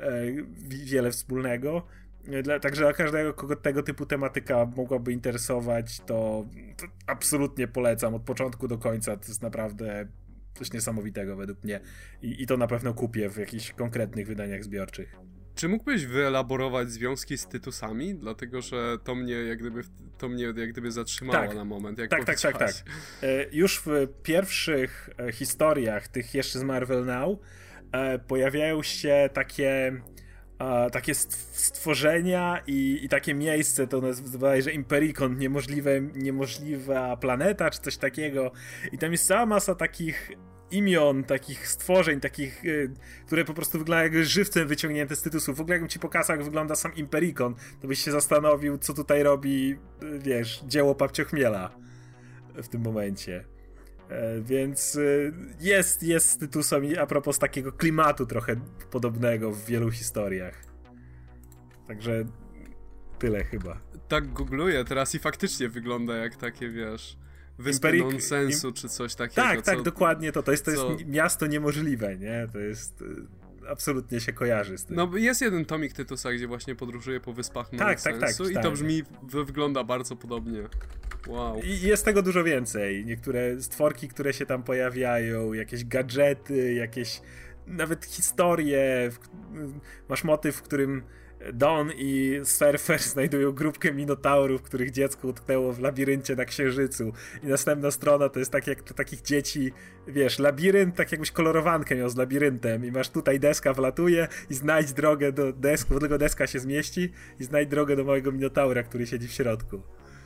wiele wspólnego. Dla, także dla każdego, kogo tego typu tematyka mogłaby interesować, to, to absolutnie polecam od początku do końca. To jest naprawdę coś niesamowitego według mnie i, i to na pewno kupię w jakichś konkretnych wydaniach zbiorczych. Czy mógłbyś wyelaborować związki z Tytusami? Dlatego, że to mnie jak gdyby, to mnie jak gdyby zatrzymało tak, na moment. Jak tak, tak, tak, tak. E, już w pierwszych e, historiach, tych jeszcze z Marvel Now, e, pojawiają się takie a, takie stworzenia i, i takie miejsce, to nazywa że Impericon, niemożliwe, niemożliwa planeta, czy coś takiego. I tam jest cała masa takich imion, takich stworzeń, takich, y, które po prostu wyglądają jak żywcem wyciągnięte z tytusów. W ogóle jakbym ci pokazał, jak wygląda sam Impericon, to byś się zastanowił, co tutaj robi, y, wiesz, dzieło Papciochmiela w tym momencie. E, więc y, jest, jest z tytusem a propos takiego klimatu trochę podobnego w wielu historiach. Także tyle chyba. Tak googluję teraz i faktycznie wygląda jak takie, wiesz... Wyspę Imperik- nonsensu, im... czy coś takiego. Tak, co... tak, dokładnie to. To jest, to jest co... miasto niemożliwe, nie? To jest... Y, absolutnie się kojarzy z tym. No jest jeden tomik Tytusa, gdzie właśnie podróżuje po wyspach tak, nonsensu tak, tak, i to brzmi, wygląda bardzo podobnie. Wow. I jest tego dużo więcej. Niektóre stworki, które się tam pojawiają, jakieś gadżety, jakieś nawet historie. Masz motyw, w którym Don i Surfer znajdują grupkę minotaurów, których dziecko utknęło w labiryncie na Księżycu. I następna strona to jest tak jak do takich dzieci, wiesz, labirynt, tak jakbyś kolorowankę miał z labiryntem i masz tutaj deska wlatuje i znajdź drogę do desku, tylko deska się zmieści i znajdź drogę do małego minotaura, który siedzi w środku.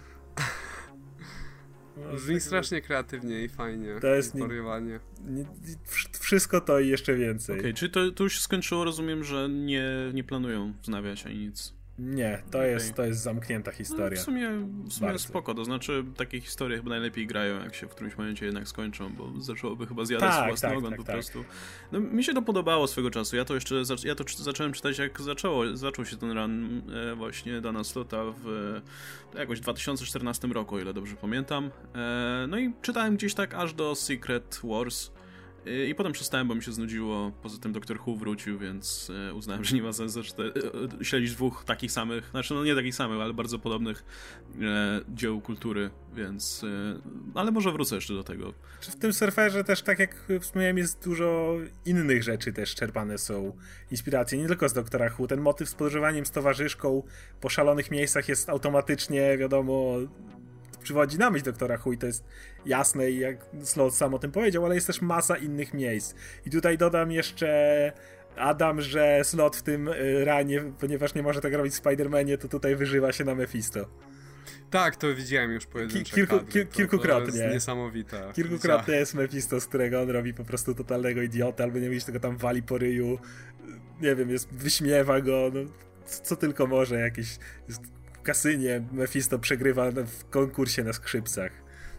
No, brzmi strasznie kreatywnie i fajnie. To jest nie, nie, nie, wszystko to i jeszcze więcej. Okej, okay, czyli to, to już się skończyło, rozumiem, że nie, nie planują wznawiać ani nic. Nie, to, okay. jest, to jest zamknięta historia. No, w sumie, w sumie spoko, to znaczy takie historie chyba najlepiej grają, jak się w którymś momencie jednak skończą, bo zaczęłoby chyba zjadać tak, własny tak, ogon tak, po tak. prostu. No, mi się to podobało swego czasu, ja to jeszcze ja to zacząłem czytać jak zaczęło, zaczął się ten run e, właśnie Dana Slota w e, jakoś dwa tysiące czternastym roku, o ile dobrze pamiętam. E, no i czytałem gdzieś tak aż do Secret Wars. I potem przestałem, bo mi się znudziło. Poza tym Doktor Who wrócił, więc uznałem, że nie ma sensu śledzić dwóch takich samych, znaczy no nie takich samych, ale bardzo podobnych e, dzieł kultury, więc... E, ale może wrócę jeszcze do tego. W tym Surferze też, tak jak wspomniałem, jest dużo innych rzeczy też czerpane są inspiracje, nie tylko z Doktora Who. Ten motyw z podróżowaniem z towarzyszką po szalonych miejscach jest automatycznie, wiadomo... przywodzi na myśl Doktora Who i to jest jasne i jak Slot sam o tym powiedział, ale jest też masa innych miejsc. I tutaj dodam jeszcze Adam, że Slot w tym ranie, ponieważ nie może tak robić w Spider-Manie, to tutaj wyżywa się na Mephisto. Tak, to widziałem już pojedyncze Kilku, kadry. Kil, kilkukrotnie. To jest niesamowite. Kilkukrotnie jest Mephisto, z którego on robi po prostu totalnego idiota, albo nie widzisz, tego tam wali po ryju, nie wiem, jest, wyśmiewa go, no, co tylko może, jakieś... Jest, w kasynie Mephisto przegrywa w konkursie na skrzypcach.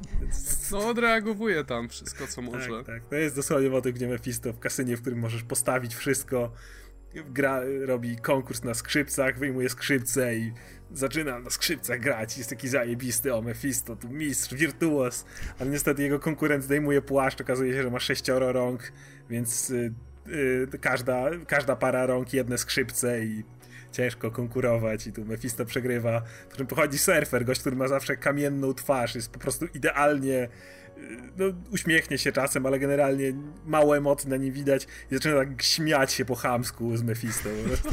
No odreagowuje tam wszystko, co może. Tak, tak. To jest dosłownie motyw, gdzie Mephisto w kasynie, w którym możesz postawić wszystko, gra, robi konkurs na skrzypcach, wyjmuje skrzypce i zaczyna na skrzypcach grać. Jest taki zajebisty, o Mephisto, tu mistrz, wirtuos, ale niestety jego konkurent zdejmuje płaszcz, okazuje się, że ma sześcioro rąk, więc yy, yy, każda, każda para rąk, jedne skrzypce i ciężko konkurować i tu Mephisto przegrywa, po czym pochodzi Surfer, gość, który ma zawsze kamienną twarz, jest po prostu idealnie, no uśmiechnie się czasem, ale generalnie mało emocji na nim widać i zaczyna tak śmiać się po chamsku z Mephisto.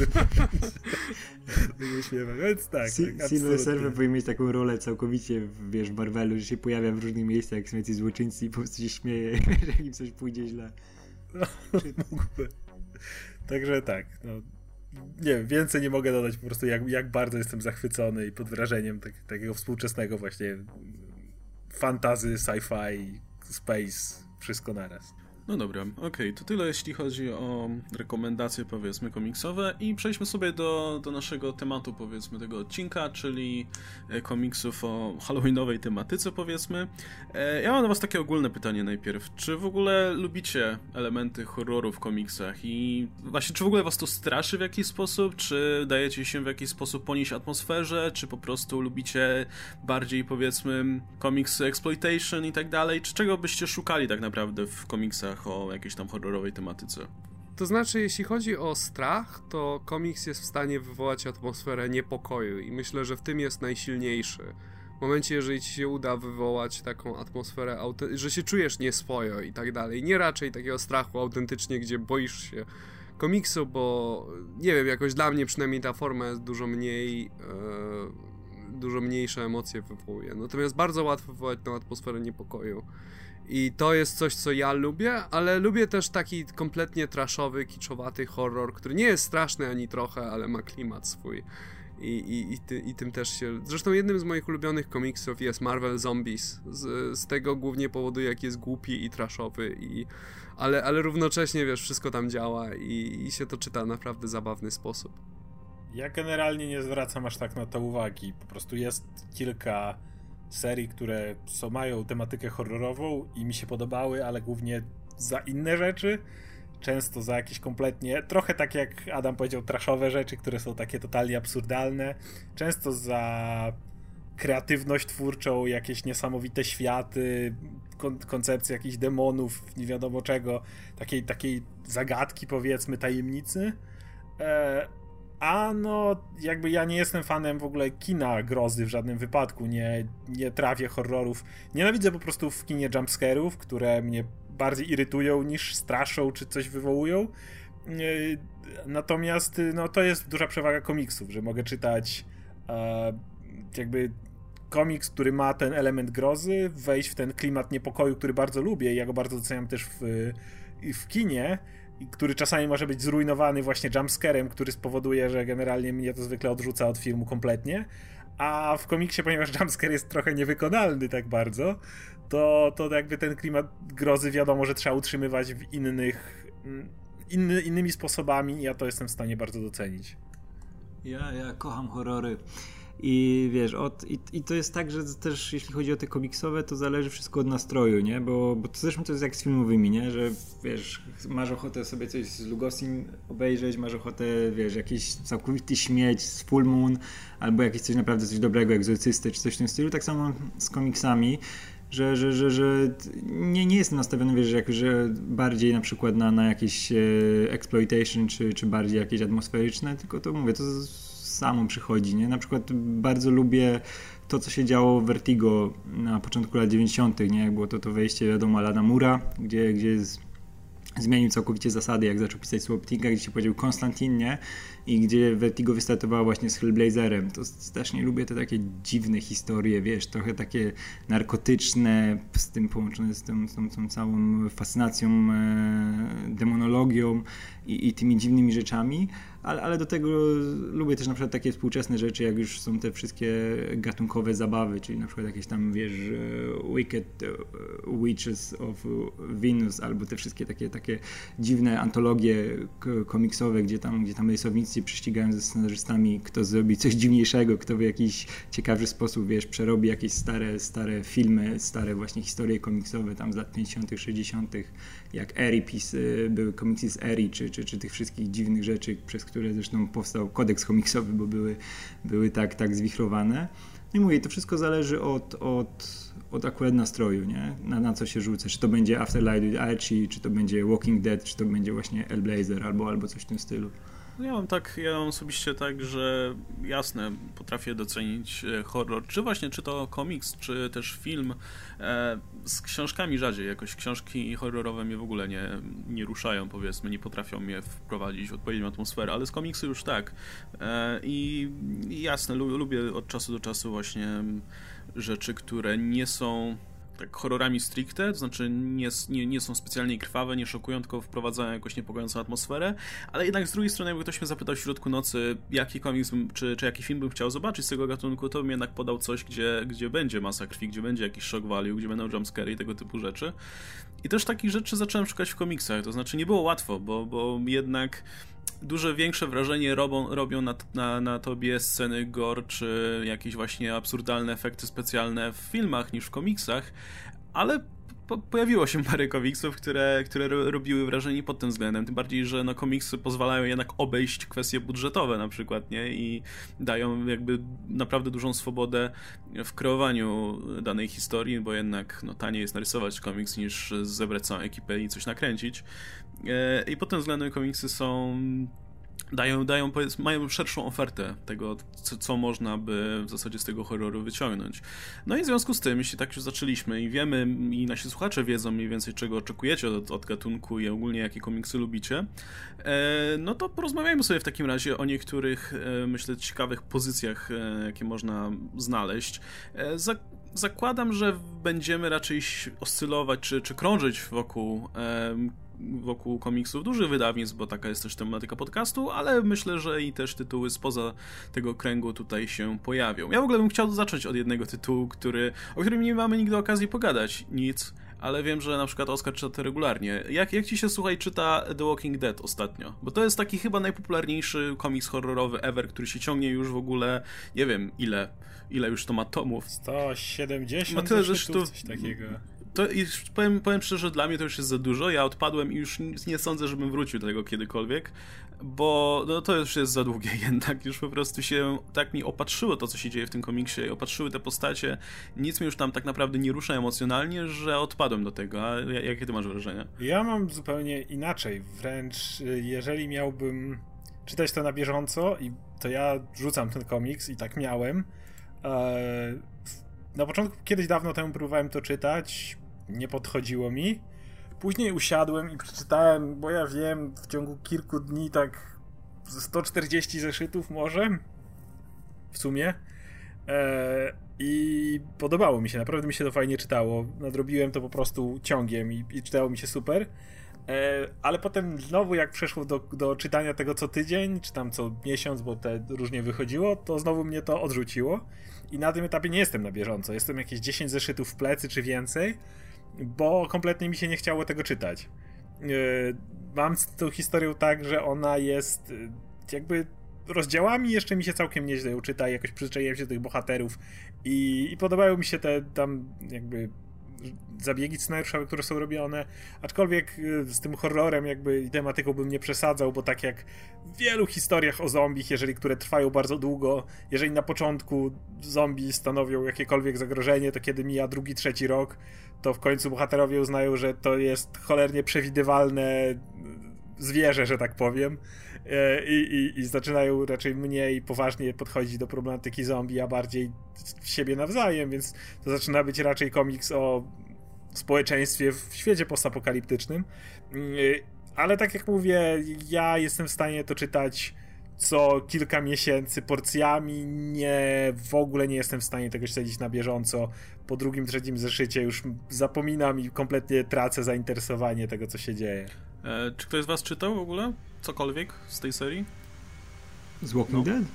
Więc tak, tak Silver Surfer powinien mieć taką rolę całkowicie, wiesz, w Marvelu, że się pojawia w różnych miejscach, jak są jacyś złoczyńcy i po prostu się śmieje, że im coś pójdzie źle. No, mógłby. Także tak, no. Nie wiem, więcej nie mogę dodać, po prostu jak, jak bardzo jestem zachwycony i pod wrażeniem tak, takiego współczesnego właśnie fantasy, sci-fi, space, wszystko naraz. No dobra, okej, okay, to tyle jeśli chodzi o rekomendacje, powiedzmy, komiksowe i przejdźmy sobie do, do naszego tematu, powiedzmy, tego odcinka, czyli komiksów o halloweenowej tematyce, powiedzmy. Ja mam do was takie ogólne pytanie najpierw. Czy w ogóle lubicie elementy horroru w komiksach i właśnie, czy w ogóle was to straszy w jakiś sposób, czy dajecie się w jakiś sposób ponieść atmosferze, czy po prostu lubicie bardziej, powiedzmy, komiksy exploitation i tak dalej, czy czego byście szukali tak naprawdę w komiksach o jakiejś tam horrorowej tematyce? To znaczy, jeśli chodzi o strach, to komiks jest w stanie wywołać atmosferę niepokoju i myślę, że w tym jest najsilniejszy. W momencie, jeżeli ci się uda wywołać taką atmosferę, że się czujesz nieswojo i tak dalej, nie raczej takiego strachu autentycznie, gdzie boisz się komiksu, bo nie wiem, jakoś dla mnie przynajmniej ta forma jest dużo mniej, e, dużo mniejsze emocje wywołuje. Natomiast bardzo łatwo wywołać tą atmosferę niepokoju. I to jest coś, co ja lubię, ale lubię też taki kompletnie trashowy, kiczowaty horror, który nie jest straszny ani trochę, ale ma klimat swój. I, i, i, ty, i tym też się... Zresztą jednym z moich ulubionych komiksów jest Marvel Zombies. Z, z tego głównie powodu, jak jest głupi i trashowy, i, ale, ale równocześnie, wiesz, wszystko tam działa i, i się to czyta w naprawdę zabawny sposób. Ja generalnie nie zwracam aż tak na to uwagi. Po prostu jest kilka serii, które są, mają tematykę horrorową i mi się podobały, ale głównie za inne rzeczy. Często za jakieś kompletnie, trochę tak jak Adam powiedział, trashowe rzeczy, które są takie totalnie absurdalne. Często za kreatywność twórczą, jakieś niesamowite światy, kon- koncepcje jakichś demonów, nie wiadomo czego, takiej, takiej zagadki, powiedzmy, tajemnicy. E- A no, jakby ja nie jestem fanem w ogóle kina grozy w żadnym wypadku, nie, nie trawię horrorów. Nienawidzę po prostu w kinie jumpscare'ów, które mnie bardziej irytują niż straszą czy coś wywołują. Natomiast no, to jest duża przewaga komiksów, że mogę czytać e, jakby komiks, który ma ten element grozy, wejść w ten klimat niepokoju, który bardzo lubię i ja go bardzo doceniam też w, w kinie, który czasami może być zrujnowany właśnie jumpscarem, który spowoduje, że generalnie mnie to zwykle odrzuca od filmu kompletnie, a w komiksie, ponieważ jumpscare jest trochę niewykonalny tak bardzo, to, to jakby ten klimat grozy wiadomo, że trzeba utrzymywać w innych, inny, innymi sposobami i ja to jestem w stanie bardzo docenić. Ja, ja kocham horrory. I wiesz, od, i, i to jest tak, że też jeśli chodzi o te komiksowe, to zależy wszystko od nastroju, nie? Bo, bo to zresztą to jest jak z filmowymi, nie? Że wiesz, masz ochotę sobie coś z Lugosim obejrzeć, masz ochotę, wiesz, jakiś całkowity śmieć z Full Moon, albo jakieś coś naprawdę coś dobrego, Egzorcysty, czy coś w tym stylu. Tak samo z komiksami, że, że, że, że nie, nie jestem nastawiony, wiesz, że, jak, że bardziej na przykład na, na jakieś e, exploitation, czy, czy bardziej jakieś atmosferyczne, tylko to mówię, to samo przychodzi, nie? Na przykład bardzo lubię to, co się działo w Vertigo na początku lat dziewięćdziesiątych, nie? Jak było to, to wejście, wiadomo, Alana Moore'a, gdzie, gdzie z, zmienił całkowicie zasady, jak zaczął pisać Swamp Thinga, gdzie się pojawił Konstantin, nie? I gdzie Vertigo wystartowało właśnie z Hellblazerem. To strasznie lubię te takie dziwne historie, wiesz, trochę takie narkotyczne, z tym połączone z tą, z tą, z tą całą fascynacją, e, demonologią i, i tymi dziwnymi rzeczami, ale, ale do tego lubię też na przykład takie współczesne rzeczy, jak już są te wszystkie gatunkowe zabawy, czyli na przykład jakieś tam, wiesz, Wicked Witches of Venus, albo te wszystkie takie, takie dziwne antologie komiksowe, gdzie tam, gdzie tam rysownicy prześcigają ze scenarzystami, kto zrobi coś dziwniejszego, kto w jakiś ciekawy sposób, wiesz, przerobi jakieś stare, stare filmy, stare właśnie historie komiksowe tam z lat pięćdziesiątych, sześćdziesiątych, jak Eri Pis, były komiksy z Eri, czy, czy, czy tych wszystkich dziwnych rzeczy, przez które zresztą powstał kodeks komiksowy, bo były, były tak, tak zwichrowane. No i mówię, to wszystko zależy od, od, od akurat nastroju, nie? Na, na co się rzucę. Czy to będzie Afterlife with Archie, czy to będzie Walking Dead, czy to będzie właśnie Hellblazer, albo, albo coś w tym stylu. Ja mam tak, ja mam osobiście tak, że jasne, potrafię docenić horror, czy właśnie, czy to komiks, czy też film. E, z książkami rzadziej, jakoś książki horrorowe mnie w ogóle nie, nie ruszają, powiedzmy, nie potrafią mnie wprowadzić w odpowiednią atmosferę, ale z komiksu już tak. E, i, I jasne, lubię od czasu do czasu właśnie rzeczy, które nie są tak horrorami stricte, to znaczy nie, nie, nie są specjalnie krwawe, nie szokują, tylko wprowadzają jakąś niepokojącą atmosferę, ale jednak z drugiej strony, jakby ktoś mnie zapytał w środku nocy, jaki komiks bym, czy, czy jaki film bym chciał zobaczyć z tego gatunku, to bym jednak podał coś, gdzie, gdzie będzie masa krwi, gdzie będzie jakiś shock value, gdzie będą jumpscary i tego typu rzeczy. I też takich rzeczy zacząłem szukać w komiksach, to znaczy nie było łatwo, bo, bo jednak duże, większe wrażenie robią, robią na, na, na tobie sceny gore, czy jakieś właśnie absurdalne efekty specjalne w filmach niż w komiksach, ale po, pojawiło się parę komiksów, które, które robiły wrażenie pod tym względem, tym bardziej, że no, komiksy pozwalają jednak obejść kwestie budżetowe na przykład, nie? I dają jakby naprawdę dużą swobodę w kreowaniu danej historii, bo jednak no, taniej jest narysować komiks niż zebrać całą ekipę i coś nakręcić. I pod tym względem komiksy są... Dają, dają, mają szerszą ofertę tego, co, co można by w zasadzie z tego horroru wyciągnąć. No i w związku z tym, jeśli tak już zaczęliśmy i wiemy, i nasi słuchacze wiedzą mniej więcej, czego oczekujecie od, od gatunku i ogólnie jakie komiksy lubicie, e, no to porozmawiajmy sobie w takim razie o niektórych, e, myślę, ciekawych pozycjach, e, jakie można znaleźć. E, za, zakładam, że będziemy raczej oscylować czy, czy krążyć wokół, e, wokół komiksów dużych wydawnictw, bo taka jest też tematyka podcastu, ale myślę, że i też tytuły spoza tego kręgu tutaj się pojawią. Ja w ogóle bym chciał zacząć od jednego tytułu, który, o którym nie mamy nigdy okazji pogadać, nic, ale wiem, że na przykład Oskar czyta to regularnie. Jak, jak ci się, słuchaj, czyta The Walking Dead ostatnio? Bo to jest taki chyba najpopularniejszy komiks horrorowy ever, który się ciągnie już w ogóle, nie wiem ile, ile już to ma tomów. sto siedemdziesiąt Ma tyle zeszytów, zeszytów, coś takiego. To i powiem, powiem szczerze, że dla mnie to już jest za dużo. Ja odpadłem i już nie sądzę, żebym wrócił do tego kiedykolwiek, bo no, to już jest za długie jednak. Już po prostu się tak mi opatrzyło to, co się dzieje w tym komiksie, opatrzyły te postacie. Nic mnie już tam tak naprawdę nie rusza emocjonalnie, że odpadłem do tego. A jakie ty masz wrażenia? Ja mam zupełnie inaczej. Wręcz jeżeli miałbym czytać to na bieżąco, i to ja rzucam ten komiks i tak miałem. Na początku, kiedyś dawno temu próbowałem to czytać, nie podchodziło mi. Później usiadłem i przeczytałem, bo ja wiem, w ciągu kilku dni tak sto czterdzieści zeszytów może, w sumie. Eee, I podobało mi się, naprawdę mi się to fajnie czytało. Nadrobiłem to po prostu ciągiem i, i czytało mi się super. Eee, ale potem znowu jak przeszło do, do czytania tego co tydzień, czy tam co miesiąc, bo te różnie wychodziło, to znowu mnie to odrzuciło. I na tym etapie nie jestem na bieżąco. Jestem jakieś dziesięć zeszytów w plecy czy więcej, bo kompletnie mi się nie chciało tego czytać. Yy, mam z tą historią tak, że ona jest yy, jakby rozdziałami jeszcze mi się całkiem nieźle ją czyta, jakoś przyzwyczaiłem się do tych bohaterów i, i podobają mi się te tam jakby zabiegi scenariuszowe, które są robione, aczkolwiek z tym horrorem jakby i tematyką bym nie przesadzał, bo tak jak w wielu historiach o zombich, jeżeli które trwają bardzo długo, jeżeli na początku zombie stanowią jakiekolwiek zagrożenie, to kiedy mija drugi, trzeci rok, to w końcu bohaterowie uznają, że to jest cholernie przewidywalne zwierzę, że tak powiem. I, i, i zaczynają raczej mniej poważnie podchodzić do problematyki zombie, a bardziej siebie nawzajem, więc to zaczyna być raczej komiks o społeczeństwie w świecie postapokaliptycznym. Ale tak jak mówię, ja jestem w stanie to czytać co kilka miesięcy porcjami, nie, w ogóle nie jestem w stanie tego śledzić na bieżąco. Po drugim, trzecim zeszycie już zapominam i kompletnie tracę zainteresowanie tego, co się dzieje. E, czy ktoś z was czytał w ogóle cokolwiek z tej serii? Z Walking no. Dead?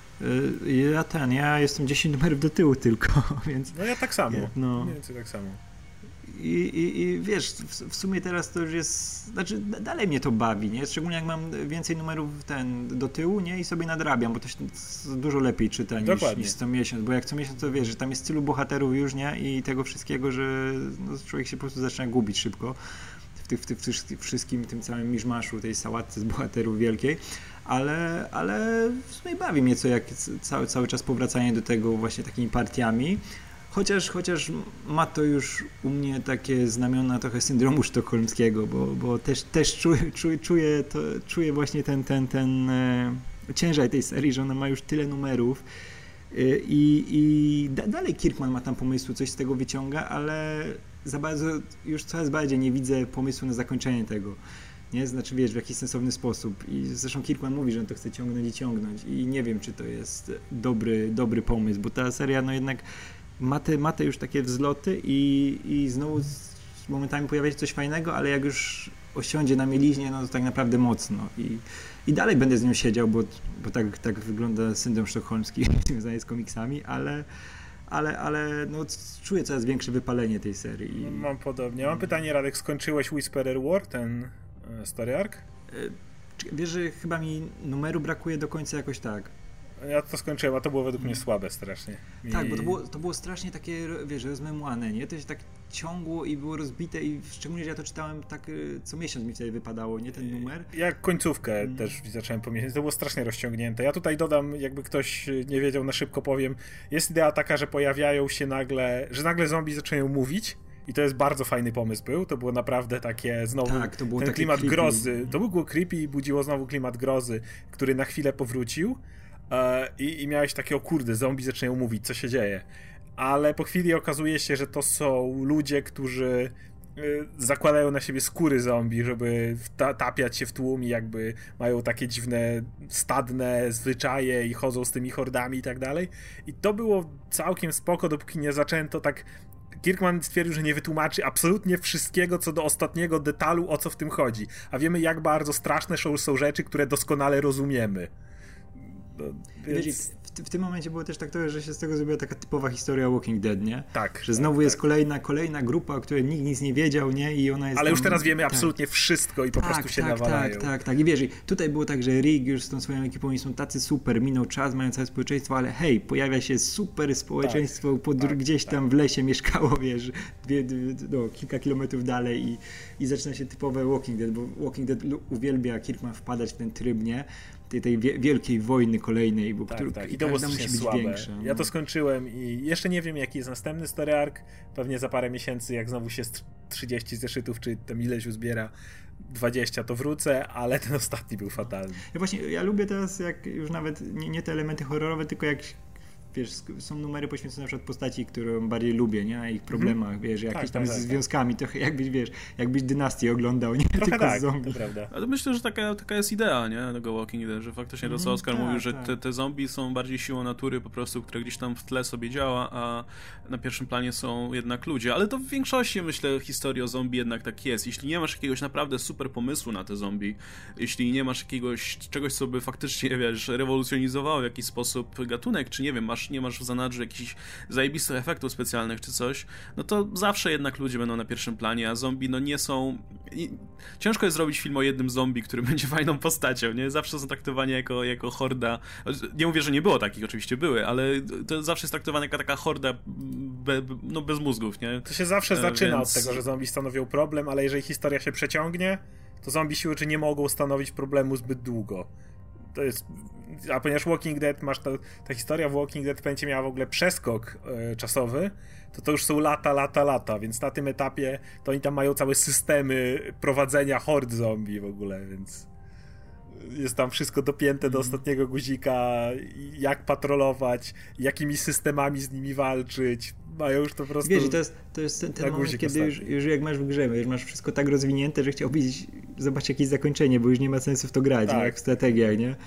Ja ten, ja jestem dziesięć numerów do tyłu tylko, więc... No ja tak samo, no. mniej więcej tak samo. I, i, i wiesz, w, w sumie teraz to już jest, znaczy dalej mnie to bawi, nie? Szczególnie jak mam więcej numerów ten do tyłu, nie? I sobie nadrabiam, bo to się dużo lepiej czyta niż, niż co miesiąc, bo jak co miesiąc to wiesz, że tam jest tylu bohaterów już, nie? I tego wszystkiego, że no, człowiek się po prostu zaczyna gubić szybko w, ty, w, ty, w tym wszystkim, tym całym miszmaszu, tej sałatce z bohaterów wielkiej. Ale, ale w sumie bawi mnie co jak cały, cały czas powracanie do tego właśnie takimi partiami. Chociaż, chociaż ma to już u mnie takie znamiona trochę syndromu sztokholmskiego, bo, bo też, też czuję, czuję, czuję, to, czuję właśnie ten, ten, ten e, ciężar tej serii, że ona ma już tyle numerów e, i, i da, dalej Kirkman ma tam pomysły, coś z tego wyciąga, ale za bardzo, już coraz bardziej nie widzę pomysłu na zakończenie tego. Nie? Znaczy, wiesz, w jakiś sensowny sposób. I zresztą Kirkman mówi, że on to chce ciągnąć i ciągnąć. I nie wiem, czy to jest dobry, dobry pomysł, bo ta seria no jednak ma te, ma te już takie wzloty i, i znowu z momentami pojawia się coś fajnego, ale jak już osiądzie na mieliźnie, no to tak naprawdę mocno. I, i dalej będę z nią siedział, bo, bo tak, tak wygląda syndrom sztokholmski związany z komiksami, ale ale, ale no, czuję coraz większe wypalenie tej serii. I... Mam podobnie. Mam pytanie, Radek, skończyłeś Whisperer War, ten story arc? Wiesz, że chyba mi numeru brakuje do końca jakoś tak. Ja to skończyłem, a to było według mnie słabe strasznie. I... Tak, bo to było, to było strasznie takie, wiesz, rozmemłane, nie? To się tak ciągło i było rozbite i szczególnie, że ja to czytałem tak co miesiąc mi wtedy wypadało, nie? Ten numer. Jak końcówkę mm. też zacząłem pomieścić, to było strasznie rozciągnięte. Ja tutaj dodam, jakby ktoś nie wiedział, na szybko powiem, jest idea taka, że pojawiają się nagle, że nagle zombie zaczynają mówić. I to jest bardzo fajny pomysł był, to było naprawdę takie znowu tak, to było ten takie klimat creepy. grozy, to było creepy i budziło znowu klimat grozy, który na chwilę powrócił e, i, i miałeś takie, o kurde, zombie zaczynają mówić, co się dzieje. Ale po chwili okazuje się, że to są ludzie, którzy zakładają na siebie skóry zombie, żeby tapiać się w tłum i jakby mają takie dziwne stadne zwyczaje i chodzą z tymi hordami i tak dalej. I to było całkiem spoko, dopóki nie zaczęto tak... Kirkman stwierdził, że nie wytłumaczy absolutnie wszystkiego co do ostatniego detalu, o co w tym chodzi. A wiemy, jak bardzo straszne są, są rzeczy, które doskonale rozumiemy. No, więc... Wiecie, w, w tym momencie było też tak to, że się z tego zrobiła taka typowa historia Walking Dead, nie? Tak. Że znowu tak, jest tak. kolejna, kolejna grupa, o której nikt nic nie wiedział, nie? I ona jest Ale tam... już teraz wiemy tak. absolutnie wszystko i po tak, prostu się tak, nawalają. Tak, tak, tak. I wiesz, i tutaj było tak, że Rick już z tą swoją ekipą i są tacy super, minął czas, mają całe społeczeństwo, ale hej, pojawia się super społeczeństwo, tak, pod, tak, gdzieś tam tak. w lesie mieszkało, wiesz, dwie, dwie, no, kilka kilometrów dalej i, i zaczyna się typowe Walking Dead, bo Walking Dead uwielbia Kirkman wpadać w ten tryb, nie? Tej, tej wielkiej wojny kolejnej, bo tak, który, tak. I to było musi być słabe. Większa, no. Ja to skończyłem i jeszcze nie wiem, jaki jest następny story arc. Pewnie za parę miesięcy, jak znowu się trzydzieści zeszytów, czy tam ileś uzbiera, dwadzieścia, to wrócę, ale ten ostatni był fatalny. Ja właśnie, ja lubię teraz, jak już nawet nie, nie te elementy horrorowe, tylko jak wiesz, są numery poświęcone na przykład postaci, którą bardziej lubię, nie? Na ich problemach, mm. wiesz, jakieś tak, tam tak, z związkami, tak. trochę jakbyś, wiesz, jakbyś Dynastię oglądał, nie? Trochę tylko tak, z zombie. to prawda. Ale myślę, że taka, taka jest idea, nie? Tego Walking Dead, że faktycznie to, co Oskar mm, mówił, tak, że tak. te, te zombie są bardziej siłą natury po prostu, które gdzieś tam w tle sobie działa, a na pierwszym planie są jednak ludzie. Ale to w większości, myślę, historii o zombie jednak tak jest. Jeśli nie masz jakiegoś naprawdę super pomysłu na te zombie, jeśli nie masz jakiegoś czegoś, co by faktycznie, wiesz, rewolucjonizowało w jakiś sposób gatunek, czy nie wiem, masz, nie masz w zanadrzu jakichś zajebistych efektów specjalnych czy coś, no to zawsze jednak ludzie będą na pierwszym planie, a zombie no nie są... Ciężko jest zrobić film o jednym zombie, który będzie fajną postacią, nie? Zawsze są traktowani jako, jako horda. Nie mówię, że nie było takich, oczywiście były, ale to zawsze jest traktowane jako taka horda be, no bez mózgów, nie? To się zawsze zaczyna Więc... od tego, że zombie stanowią problem, ale jeżeli historia się przeciągnie, to zombie siły czy nie mogą stanowić problemu zbyt długo. To jest... A ponieważ Walking Dead masz to, ta historia w Walking Dead będzie miała w ogóle przeskok yy, czasowy, to to już są lata, lata, lata, więc na tym etapie to oni tam mają całe systemy prowadzenia hord zombie w ogóle, więc jest tam wszystko dopięte do ostatniego guzika, jak patrolować, jakimi systemami z nimi walczyć. Mają już to po prostu... Wiesz, to jest, to jest ten, ten moment, kiedy już, już jak masz w grze, już masz wszystko tak rozwinięte, że chciałbyś zobaczyć jakieś zakończenie, bo już nie ma sensu w to grać, tak. jak w strategiach, nie?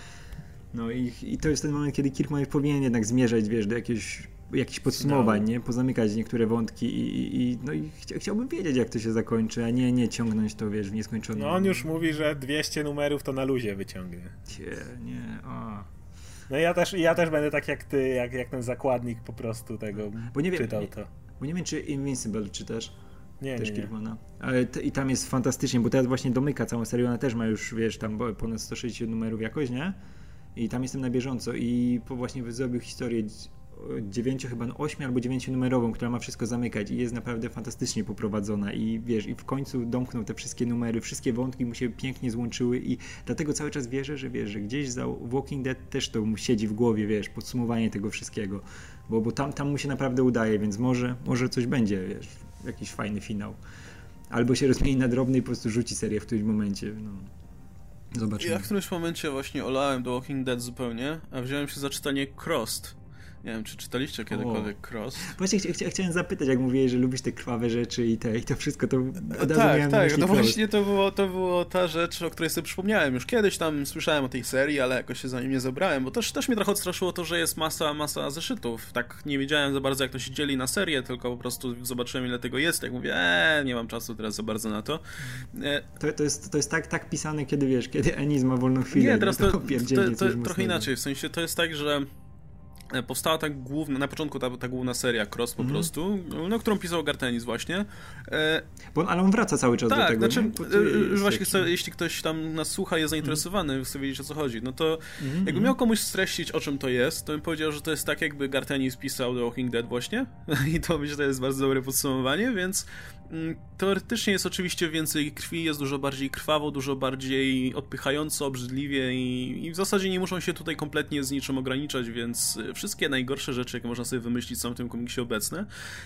No i, i to jest ten moment, kiedy Kirkman powinien jednak zmierzać, wiesz, do jakiegoś, jakichś podsumowań, no. nie? Pozamykać niektóre wątki i, i, no i chcia, chciałbym wiedzieć, jak to się zakończy, a nie, nie ciągnąć to, wiesz, w nieskończoność. No on już mówi, że dwieście numerów to na luzie wyciągnie. Cie, nie, a... No ja też, ja też będę tak jak ty, jak, jak ten zakładnik po prostu tego bo nie czytał wiem, to. Bo nie wiem, czy Invincible czytasz. Nie, też nie, Kirkmana. Ale t- i tam jest fantastycznie, bo teraz właśnie domyka całą serię, ona też ma już, wiesz, tam ponad sto sześćdziesiąt numerów jakoś, nie? I tam jestem na bieżąco i po właśnie zrobił historię dziewięciu, chyba no ośmiu albo dziewięciu numerową, która ma wszystko zamykać i jest naprawdę fantastycznie poprowadzona i wiesz, i w końcu domknął te wszystkie numery, wszystkie wątki mu się pięknie złączyły i dlatego cały czas wierzę, że wiesz, że gdzieś za Walking Dead też to mu siedzi w głowie, wiesz, podsumowanie tego wszystkiego, bo, bo tam, tam mu się naprawdę udaje, więc może, może coś będzie, wiesz, jakiś fajny finał. Albo się rozmieni na drobny i po prostu rzuci serię w którymś momencie, no. Zobaczymy. Ja w którymś momencie właśnie olałem do Walking Dead zupełnie, a wziąłem się za czytanie Crossed. Nie wiem, czy czytaliście kiedykolwiek Crossed? Właśnie ch- ch- chciałem zapytać, jak mówiłeś, że lubisz te krwawe rzeczy i te i to wszystko, to od razu tak, miałem tak, myśli no Crossed. właśnie to było, to było ta rzecz, o której sobie przypomniałem. Już kiedyś tam słyszałem o tej serii, ale jakoś się za nim nie zabrałem, bo też, też mnie trochę odstraszyło to, że jest masa, masa zeszytów. Tak nie wiedziałem za bardzo, jak to się dzieli na serię, tylko po prostu zobaczyłem, ile tego jest. Jak mówię, eee, nie mam czasu teraz za bardzo na to. E... To, to jest, to jest tak, tak pisane, kiedy wiesz, kiedy Ennis ma wolną chwilę. Nie, teraz to, to, to, to trochę mocnego. inaczej, w sensie to jest tak, że powstała ta główna, na początku ta, ta główna seria Cross po mm. prostu, no, którą pisał Garth Ennis właśnie. E, Bo on, ale on wraca cały czas tak, do tego. Znaczy, nie? właśnie chce, jeśli ktoś tam nas słucha, jest zainteresowany, mm. chce wiedzieć, o co chodzi, no to mm. jakby miał komuś streścić, o czym to jest, to bym powiedział, że to jest tak, jakby Garth Ennis pisał The Walking Dead właśnie i to myślę, że to jest bardzo dobre podsumowanie, więc mm, teoretycznie jest oczywiście więcej krwi, jest dużo bardziej krwawo, dużo bardziej odpychająco, obrzydliwie i, i w zasadzie nie muszą się tutaj kompletnie z niczym ograniczać, więc wszystkie najgorsze rzeczy, jakie można sobie wymyślić, są w tym komiksie obecne,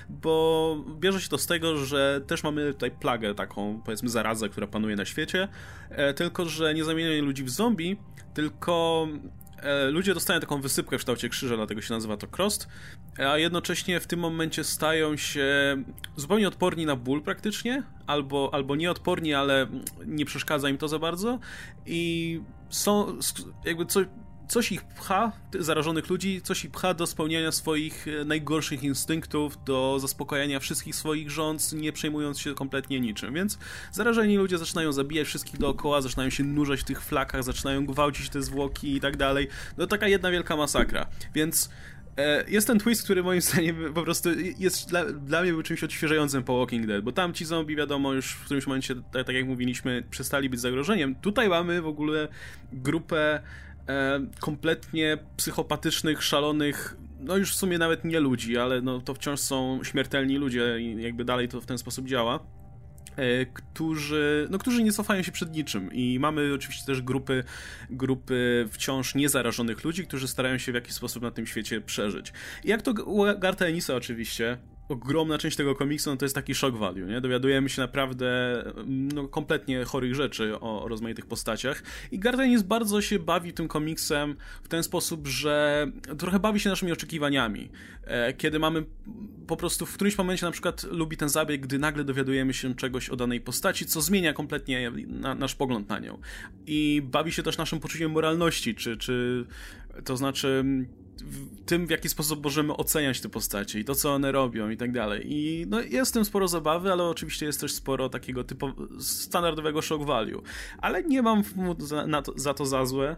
bo bierze się to z tego, że też mamy tutaj plagę taką, powiedzmy zarazę, która panuje na świecie, e, tylko że nie zamienia ludzi w zombie, tylko e, ludzie dostają taką wysypkę w kształcie krzyża, dlatego się nazywa to Crossed, a jednocześnie w tym momencie stają się zupełnie odporni na ból praktycznie, albo, albo nieodporni, ale nie przeszkadza im to za bardzo i są jakby co, coś ich pcha, zarażonych ludzi, coś ich pcha do spełniania swoich najgorszych instynktów, do zaspokojenia wszystkich swoich żądz, nie przejmując się kompletnie niczym, więc zarażeni ludzie zaczynają zabijać wszystkich dookoła, zaczynają się nurzać w tych flakach, zaczynają gwałcić te zwłoki i tak dalej. No taka jedna wielka masakra, więc e, jest ten twist, który moim zdaniem po prostu jest dla, dla mnie był czymś odświeżającym po Walking Dead, bo tam ci zombie, wiadomo, już w którymś momencie, tak, tak jak mówiliśmy, przestali być zagrożeniem. Tutaj mamy w ogóle grupę E, kompletnie psychopatycznych, szalonych, no już w sumie nawet nie ludzi, ale no to wciąż są śmiertelni ludzie i jakby dalej to w ten sposób działa, e, którzy, no którzy nie cofają się przed niczym i mamy oczywiście też grupy, grupy wciąż niezarażonych ludzi, którzy starają się w jakiś sposób na tym świecie przeżyć. I jak to u Gartha Ennisa oczywiście, ogromna część tego komiksu, no to jest taki shock value, nie? Dowiadujemy się naprawdę no, kompletnie chorych rzeczy o, o rozmaitych postaciach i Garth Ennis bardzo się bawi tym komiksem w ten sposób, że trochę bawi się naszymi oczekiwaniami. E, kiedy mamy po prostu w którymś momencie na przykład lubi ten zabieg, gdy nagle dowiadujemy się czegoś o danej postaci, co zmienia kompletnie na, nasz pogląd na nią. I bawi się też naszym poczuciem moralności, czy, czy to znaczy tym, w jaki sposób możemy oceniać te postacie i to, co one robią i tak dalej. I no, jest w tym sporo zabawy, ale oczywiście jest też sporo takiego typu standardowego shock value. Ale nie mam mu za, na to, za to za złe,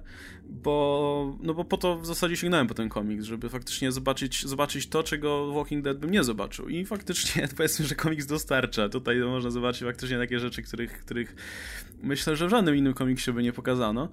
bo, no bo po to w zasadzie sięgnąłem po ten komiks, żeby faktycznie zobaczyć, zobaczyć to, czego Walking Dead bym nie zobaczył. I faktycznie powiedzmy, że komiks dostarcza. Tutaj można zobaczyć faktycznie takie rzeczy, których, których myślę, że w żadnym innym komiksie by nie pokazano.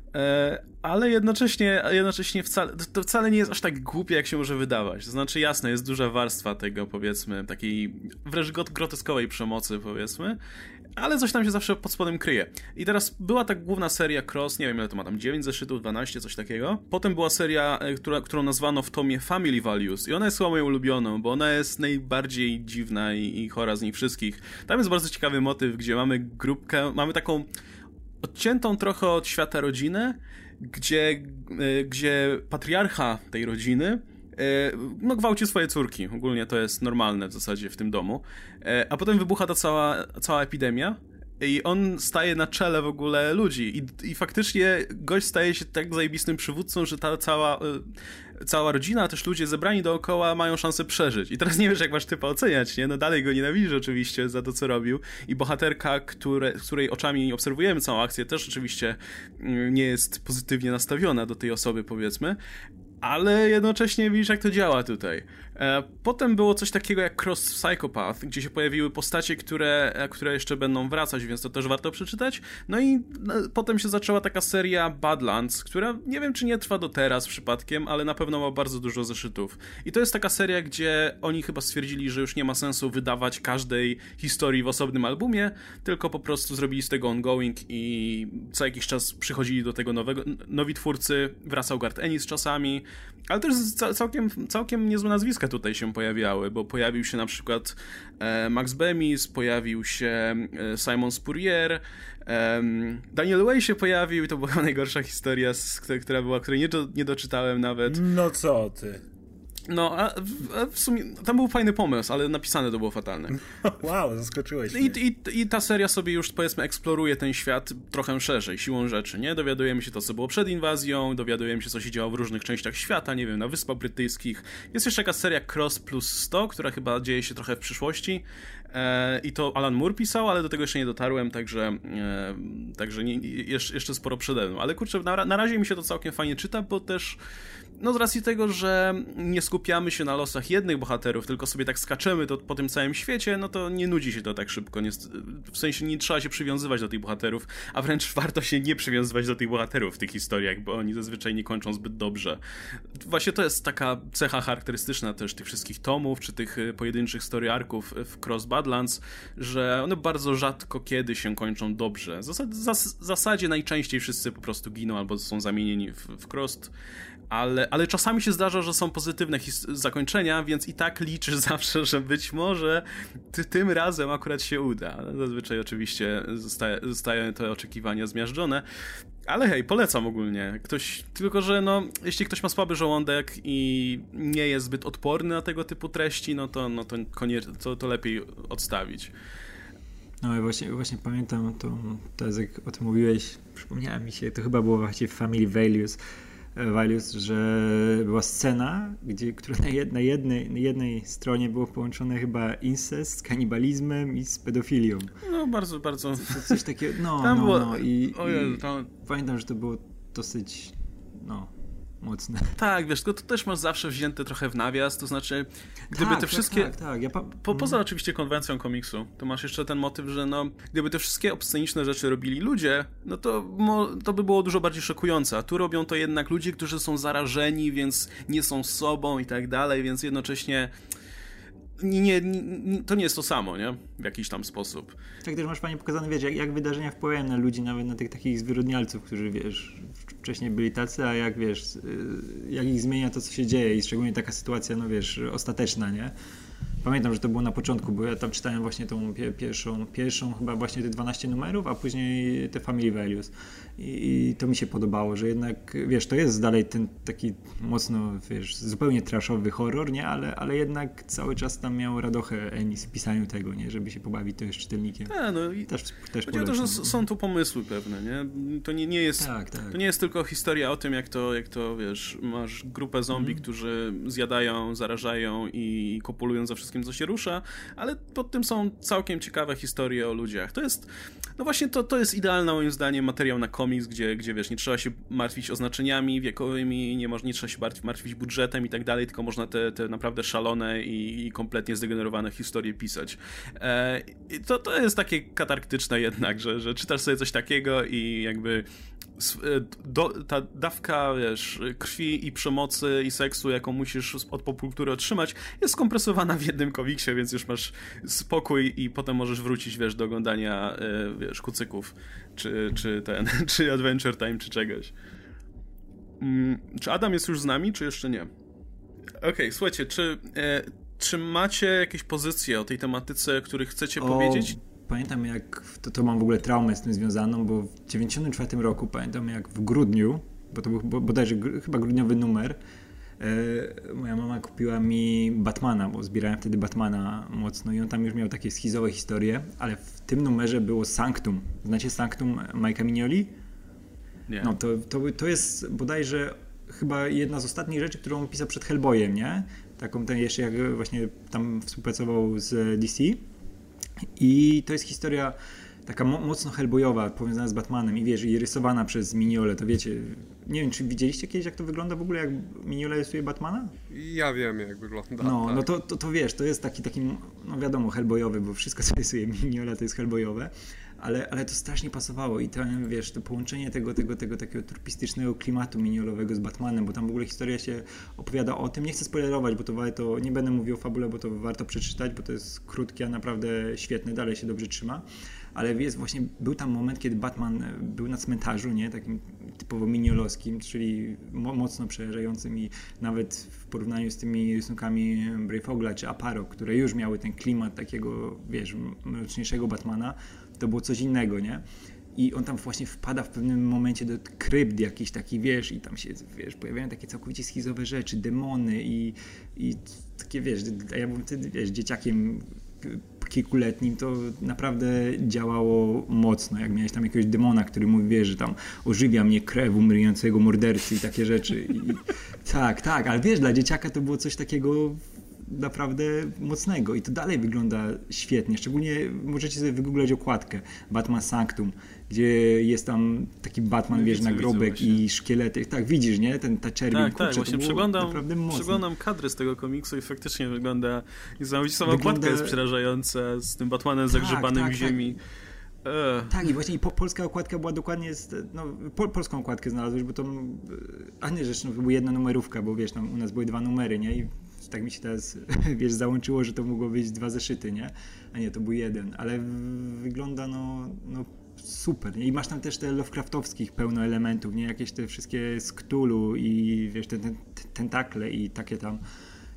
Ale jednocześnie, jednocześnie wcale, to wcale nie jest aż tak głupie, jak się może wydawać. To znaczy, jasne, jest duża warstwa tego, powiedzmy, takiej wręcz groteskowej przemocy, powiedzmy, ale coś tam się zawsze pod spodem kryje. I teraz była ta główna seria Cross, nie wiem ile to ma tam, dziewięć zeszytów, dwanaście, coś takiego. Potem była seria, która, którą nazwano w tomie Family Values i ona jest chyba moją ulubioną, bo ona jest najbardziej dziwna i, i chora z nich wszystkich. Tam jest bardzo ciekawy motyw, gdzie mamy grupkę, mamy taką odciętą trochę od świata rodzinę, gdzie, gdzie patriarcha tej rodziny no, gwałci swoje córki. Ogólnie to jest normalne w zasadzie w tym domu. A potem wybucha ta cała, cała epidemia i on staje na czele w ogóle ludzi. I, i faktycznie gość staje się tak zajebistym przywódcą, że ta cała, cała rodzina, a też ludzie zebrani dookoła mają szansę przeżyć. I teraz nie wiesz, jak masz typa oceniać, nie? No dalej go nienawidzisz oczywiście za to, co robił. I bohaterka, które, której oczami obserwujemy całą akcję, też oczywiście nie jest pozytywnie nastawiona do tej osoby, powiedzmy. Ale jednocześnie widzisz, jak to działa tutaj. E, potem było coś takiego jak Cross Psychopath, gdzie się pojawiły postacie, które, które jeszcze będą wracać, więc to też warto przeczytać. No i no, potem się zaczęła taka seria Badlands, która nie wiem, czy nie trwa do teraz przypadkiem, ale na pewno ma bardzo dużo zeszytów. I to jest taka seria, gdzie oni chyba stwierdzili, że już nie ma sensu wydawać każdej historii w osobnym albumie, tylko po prostu zrobili z tego ongoing i co jakiś czas przychodzili do tego nowego, nowi twórcy, wracał Garth Ennis czasami, ale też całkiem, całkiem niezłe nazwiska tutaj się pojawiały, bo pojawił się na przykład e, Max Bemis, pojawił się e, Simon Spurrier, e, Daniel Way się pojawił i to była najgorsza historia, z, która była, której nie, do, nie doczytałem nawet. No co ty? No, a w, a w sumie tam był fajny pomysł, ale napisane to było fatalne. Wow, zaskoczyłeś mnie. I, i, I ta seria sobie już, powiedzmy, eksploruje ten świat trochę szerzej, siłą rzeczy, nie? Dowiadujemy się to, co było przed inwazją, dowiadujemy się, co się działo w różnych częściach świata, nie wiem, na Wyspach Brytyjskich. Jest jeszcze taka seria Cross plus sto, która chyba dzieje się trochę w przyszłości. E, I to Alan Moore pisał, ale do tego jeszcze nie dotarłem, także, e, także nie, jeszcze, jeszcze sporo przede mną. Ale kurczę, na, na razie mi się to całkiem fajnie czyta, bo też no z racji tego, że nie skupiamy się na losach jednych bohaterów, tylko sobie tak skaczemy to, po tym całym świecie, no to nie nudzi się to tak szybko. Nie, w sensie nie trzeba się przywiązywać do tych bohaterów, a wręcz warto się nie przywiązywać do tych bohaterów w tych historiach, bo oni zazwyczaj nie kończą zbyt dobrze. Właśnie to jest taka cecha charakterystyczna też tych wszystkich tomów, czy tych pojedynczych story arków w Cross Badlands, że one bardzo rzadko kiedy się kończą dobrze. W zasadzie najczęściej wszyscy po prostu giną albo są zamienieni w, w Crossed. Ale, ale czasami się zdarza, że są pozytywne his- zakończenia, więc i tak liczysz zawsze, że być może ty, tym razem akurat się uda. Zazwyczaj oczywiście zostaje, zostają te oczekiwania zmiażdżone. Ale hej, polecam ogólnie. Ktoś, tylko że no, jeśli ktoś ma słaby żołądek i nie jest zbyt odporny na tego typu treści, no to, no to, koniecznie, to, to lepiej odstawić. No i właśnie, właśnie pamiętam to, teraz jak o tym mówiłeś, przypomniała mi się, to chyba było właśnie w Family Values, Values, że była scena, gdzie, która na, jed, na, jednej, na jednej stronie było połączone chyba incest z kanibalizmem i z pedofilią. No bardzo, bardzo. Co, coś takiego, no, tam no, było, no. I, ojej, i tam... pamiętam, że to było dosyć, no, mocne. Tak, wiesz, tylko to też masz zawsze wzięte trochę w nawias, to znaczy, gdyby tak, te wszystkie... Tak, tak, tak. Ja pa... po, poza oczywiście konwencją komiksu, to masz jeszcze ten motyw, że no, gdyby te wszystkie obsceniczne rzeczy robili ludzie, no to, mo, to by było dużo bardziej szokujące, a tu robią to jednak ludzie, którzy są zarażeni, więc nie są sobą i tak dalej, więc jednocześnie... Nie, nie, nie, to nie jest to samo, nie? W jakiś tam sposób. Tak też masz fajnie pokazane, wiesz, jak, jak wydarzenia wpływają na ludzi, nawet na tych takich zwyrodnialców, którzy, wiesz, wcześniej byli tacy, a jak, wiesz, jak ich zmienia to, co się dzieje i szczególnie taka sytuacja, no wiesz, ostateczna, nie? Pamiętam, że to było na początku, bo ja tam czytałem właśnie tą pie- pierwszą, pierwszą chyba właśnie te dwanaście numerów, a później te Family Values. I, I to mi się podobało, że jednak, wiesz, to jest dalej ten taki mocno, wiesz, zupełnie trashowy horror, nie? Ale, ale jednak cały czas tam miał radochę Ennis w pisaniu tego, nie? Żeby się pobawić też czytelnikiem. A, no i też, też chodzi o to, że są tu pomysły pewne, nie? To nie, nie jest tak, tak. To nie jest tylko historia o tym, jak to, jak to wiesz, masz grupę zombie, mm. którzy zjadają, zarażają i kopulują za wszystkim, co się rusza, ale pod tym są całkiem ciekawe historie o ludziach. To jest, no właśnie to, to jest idealny moim zdaniem materiał na komiks, gdzie, gdzie wiesz, nie trzeba się martwić oznaczeniami wiekowymi, nie, można, nie trzeba się martwić budżetem i tak dalej, tylko można te, te naprawdę szalone i, i kompletnie zdegenerowane historie pisać. E, i to, to jest takie katarktyczne jednak, że, że czytasz sobie coś takiego i jakby Do, ta dawka, wiesz, krwi i przemocy i seksu, jaką musisz od popkultury otrzymać, jest skompresowana w jednym komiksie, więc już masz spokój i potem możesz wrócić, wiesz, do oglądania, wiesz, kucyków, czy, czy ten, czy Adventure Time, czy czegoś. Hmm, czy Adam jest już z nami, czy jeszcze nie? Okej, okay, słuchajcie, czy, e, czy macie jakieś pozycje o tej tematyce, o których chcecie o... powiedzieć? Pamiętam jak, to, to mam w ogóle traumę z tym związaną, bo w dziewięćdziesiątym czwartym roku pamiętam jak w grudniu, bo to był bodajże gr, chyba grudniowy numer, e, moja mama kupiła mi Batmana, bo zbierałem wtedy Batmana mocno i on tam już miał takie schizowe historie, ale w tym numerze było Sanctum. Znacie Sanctum Mike'a Mignoli? Nie. No to, to, to jest bodajże chyba jedna z ostatnich rzeczy, którą pisał przed Hellboyem, nie? Taką ten jeszcze jak właśnie tam współpracował z D C. I to jest historia taka mo- mocno hellboyowa, powiązana z Batmanem i wiesz, i rysowana przez Mignole, to wiecie, nie wiem, czy widzieliście kiedyś, jak to wygląda w ogóle, jak Mignole rysuje Batmana? Ja wiem, jak wygląda. No, tak. no to, to, to wiesz, to jest taki, taki, no wiadomo, hellboyowy, bo wszystko, co rysuje Mignola, to jest hellboyowe, ale, ale to strasznie pasowało i to, wiesz, to połączenie tego, tego, tego takiego turpistycznego klimatu miniolowego z Batmanem, bo tam w ogóle historia się opowiada o tym, nie chcę spoilerować, bo to warto, nie będę mówił o fabule, bo to warto przeczytać, bo to jest krótkie, a naprawdę świetne, dalej się dobrze trzyma, ale jest właśnie, był tam moment, kiedy Batman był na cmentarzu, nie, takim typowo miniolowskim, czyli mo- mocno przerażającym i nawet w porównaniu z tymi rysunkami Brave czy Aparo, które już miały ten klimat takiego, wiesz, mroczniejszego Batmana, to było coś innego, nie? I on tam właśnie wpada w pewnym momencie do krypt jakiś taki, wiesz, i tam się, wiesz, pojawiają takie całkowicie schizowe rzeczy, demony i, i takie, wiesz, a ja byłem wtedy, wiesz, dzieciakiem kilkuletnim, to naprawdę działało mocno, jak miałeś tam jakiegoś demona, który mówi, wiesz, że tam ożywia mnie krew umierającego mordercy i takie rzeczy. I, tak, tak, ale wiesz, dla dzieciaka to było coś takiego naprawdę mocnego i to dalej wygląda świetnie, szczególnie możecie sobie wygooglać okładkę Batman Sanctum, gdzie jest tam taki Batman, no, wiesz, widzę, nagrobek i szkielety, tak, widzisz, nie? Ten, ta czerwień, tak, kurczę, tak, właśnie przeglądam, przeglądam kadry z tego komiksu i faktycznie wygląda, niesamowicie sama wygląda... okładka jest przerażająca z tym Batmanem tak, zagrzebanym tak, w ziemi. Tak. tak, i właśnie i po, polska okładka była dokładnie, z, no, po, polską okładkę znalazłeś, bo to, a nie, rzecz, no, to była jedna numerówka, bo wiesz, tam u nas były dwa numery, nie? I tak mi się teraz, wiesz, załączyło, że to mogło być dwa zeszyty, nie? A nie, to był jeden, ale wygląda no, no super, nie? I masz tam też te Lovecraftowskich pełno elementów, nie? Jakieś te wszystkie z Cthulhu i wiesz, te, te tentakle i takie tam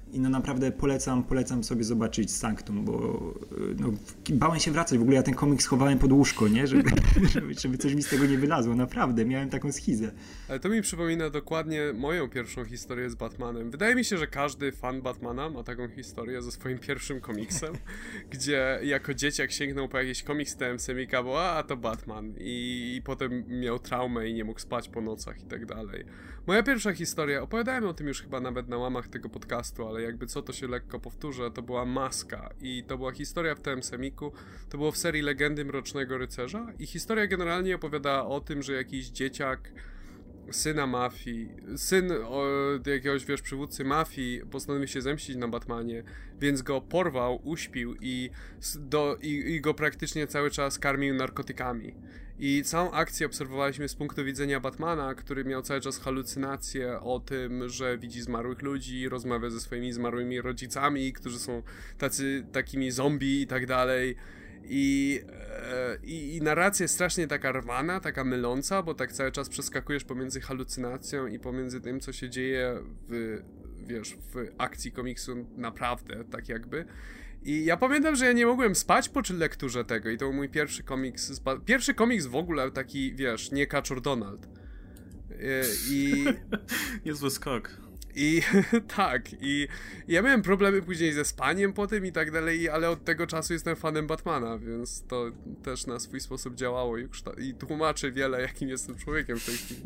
I no naprawdę polecam, polecam sobie zobaczyć Sanctum, bo no, bałem się wracać. W ogóle ja ten komiks schowałem pod łóżko, nie? Żeby, żeby, żeby coś mi z tego nie wylazło. Naprawdę, miałem taką schizę. Ale to mi przypomina dokładnie moją pierwszą historię z Batmanem. Wydaje mi się, że każdy fan Batmana ma taką historię ze swoim pierwszym komiksem, gdzie jako dzieciak sięgnął po jakiś komiks T M Semika, bo a to Batman. I, I potem miał traumę i nie mógł spać po nocach i tak dalej. Moja pierwsza historia, opowiadałem o tym już chyba nawet na łamach tego podcastu, ale jakby co, to się lekko powtórzę, to była Maska i to była historia w T M Semiku, to było w serii Legendy Mrocznego Rycerza i historia generalnie opowiada o tym, że jakiś dzieciak syna mafii, syn o, jakiegoś, wiesz, przywódcy mafii postanowił się zemścić na Batmanie, więc go porwał, uśpił i, do, i, i go praktycznie cały czas karmił narkotykami. I całą akcję obserwowaliśmy z punktu widzenia Batmana, który miał cały czas halucynacje o tym, że widzi zmarłych ludzi, rozmawia ze swoimi zmarłymi rodzicami, którzy są tacy, takimi zombie i tak dalej. I, e, i, I narracja jest strasznie taka rwana, taka myląca, bo tak cały czas przeskakujesz pomiędzy halucynacją i pomiędzy tym, co się dzieje w, wiesz, w akcji komiksu naprawdę, tak jakby. I ja pamiętam, że ja nie mogłem spać po lekturze tego i to był mój pierwszy komiks, z ba- pierwszy komiks w ogóle taki, wiesz, nie Kaczor Donald. I... Niezły skok. I tak, i ja miałem problemy później ze spaniem po tym i tak dalej, ale od tego czasu jestem fanem Batmana, więc to też na swój sposób działało i, kszta- i tłumaczy wiele, jakim jestem człowiekiem w tej chwili.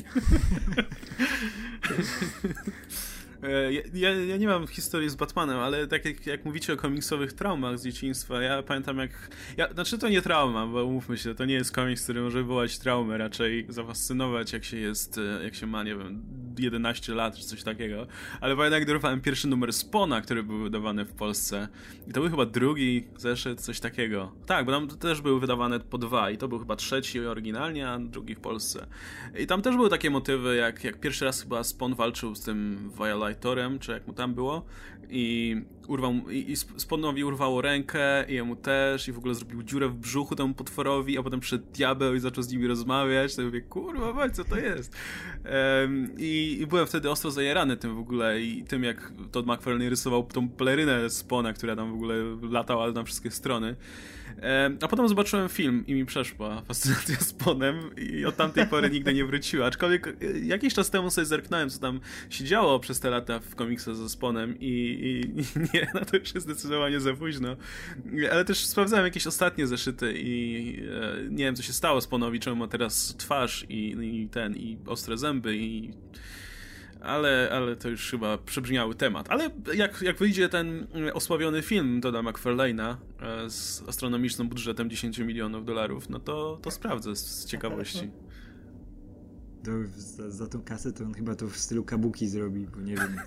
Ja, ja, ja nie mam historii z Batmanem, ale tak jak, jak mówicie o komiksowych traumach z dzieciństwa, ja pamiętam jak... Ja, znaczy to nie trauma, bo umówmy się, to nie jest komiks, który może wywołać traumę, raczej zafascynować jak się jest, jak się ma, nie wiem, jedenaście lat czy coś takiego. Ale pamiętam jak dorwałem pierwszy numer Spona, który był wydawany w Polsce. I to był chyba drugi zeszyt, coś takiego. Tak, bo tam też były wydawane po dwa i to był chyba trzeci oryginalnie, a drugi w Polsce. I tam też były takie motywy, jak, jak pierwszy raz chyba Spawn walczył z tym Violatorem, czy jak mu tam było, i urwał, i, i Spawnowi urwało rękę, i jemu też, i w ogóle zrobił dziurę w brzuchu temu potworowi, a potem przyszedł diabeł i zaczął z nimi rozmawiać, to ja mówię, kurwa, weź, co to jest? Um, i, I byłem wtedy ostro zajarany tym w ogóle i tym, jak Todd McFarlane rysował tą pelerynę Spawna, która tam w ogóle latała na wszystkie strony. Um, a potem zobaczyłem film i mi przeszła fascynacja Spawnem i od tamtej pory nigdy nie wróciła. Aczkolwiek jakiś czas temu sobie zerknąłem, co tam się działo przez te lata w komiksach ze Spawnem i, i, i nie, no to już jest zdecydowanie za późno. Ale też sprawdzałem jakieś ostatnie zeszyty i e, nie wiem, co się stało Spawnowi, czemu ma teraz twarz i, i ten, i ostre zęby i... Ale, ale to już chyba przebrzmiały temat. Ale jak, jak wyjdzie ten osławiony film Todda McFarlane'a z astronomicznym budżetem dziesięć milionów dolarów, no to, to sprawdzę z, z ciekawości. To za, za tą kasę to on chyba to w stylu kabuki zrobi, bo nie wiem.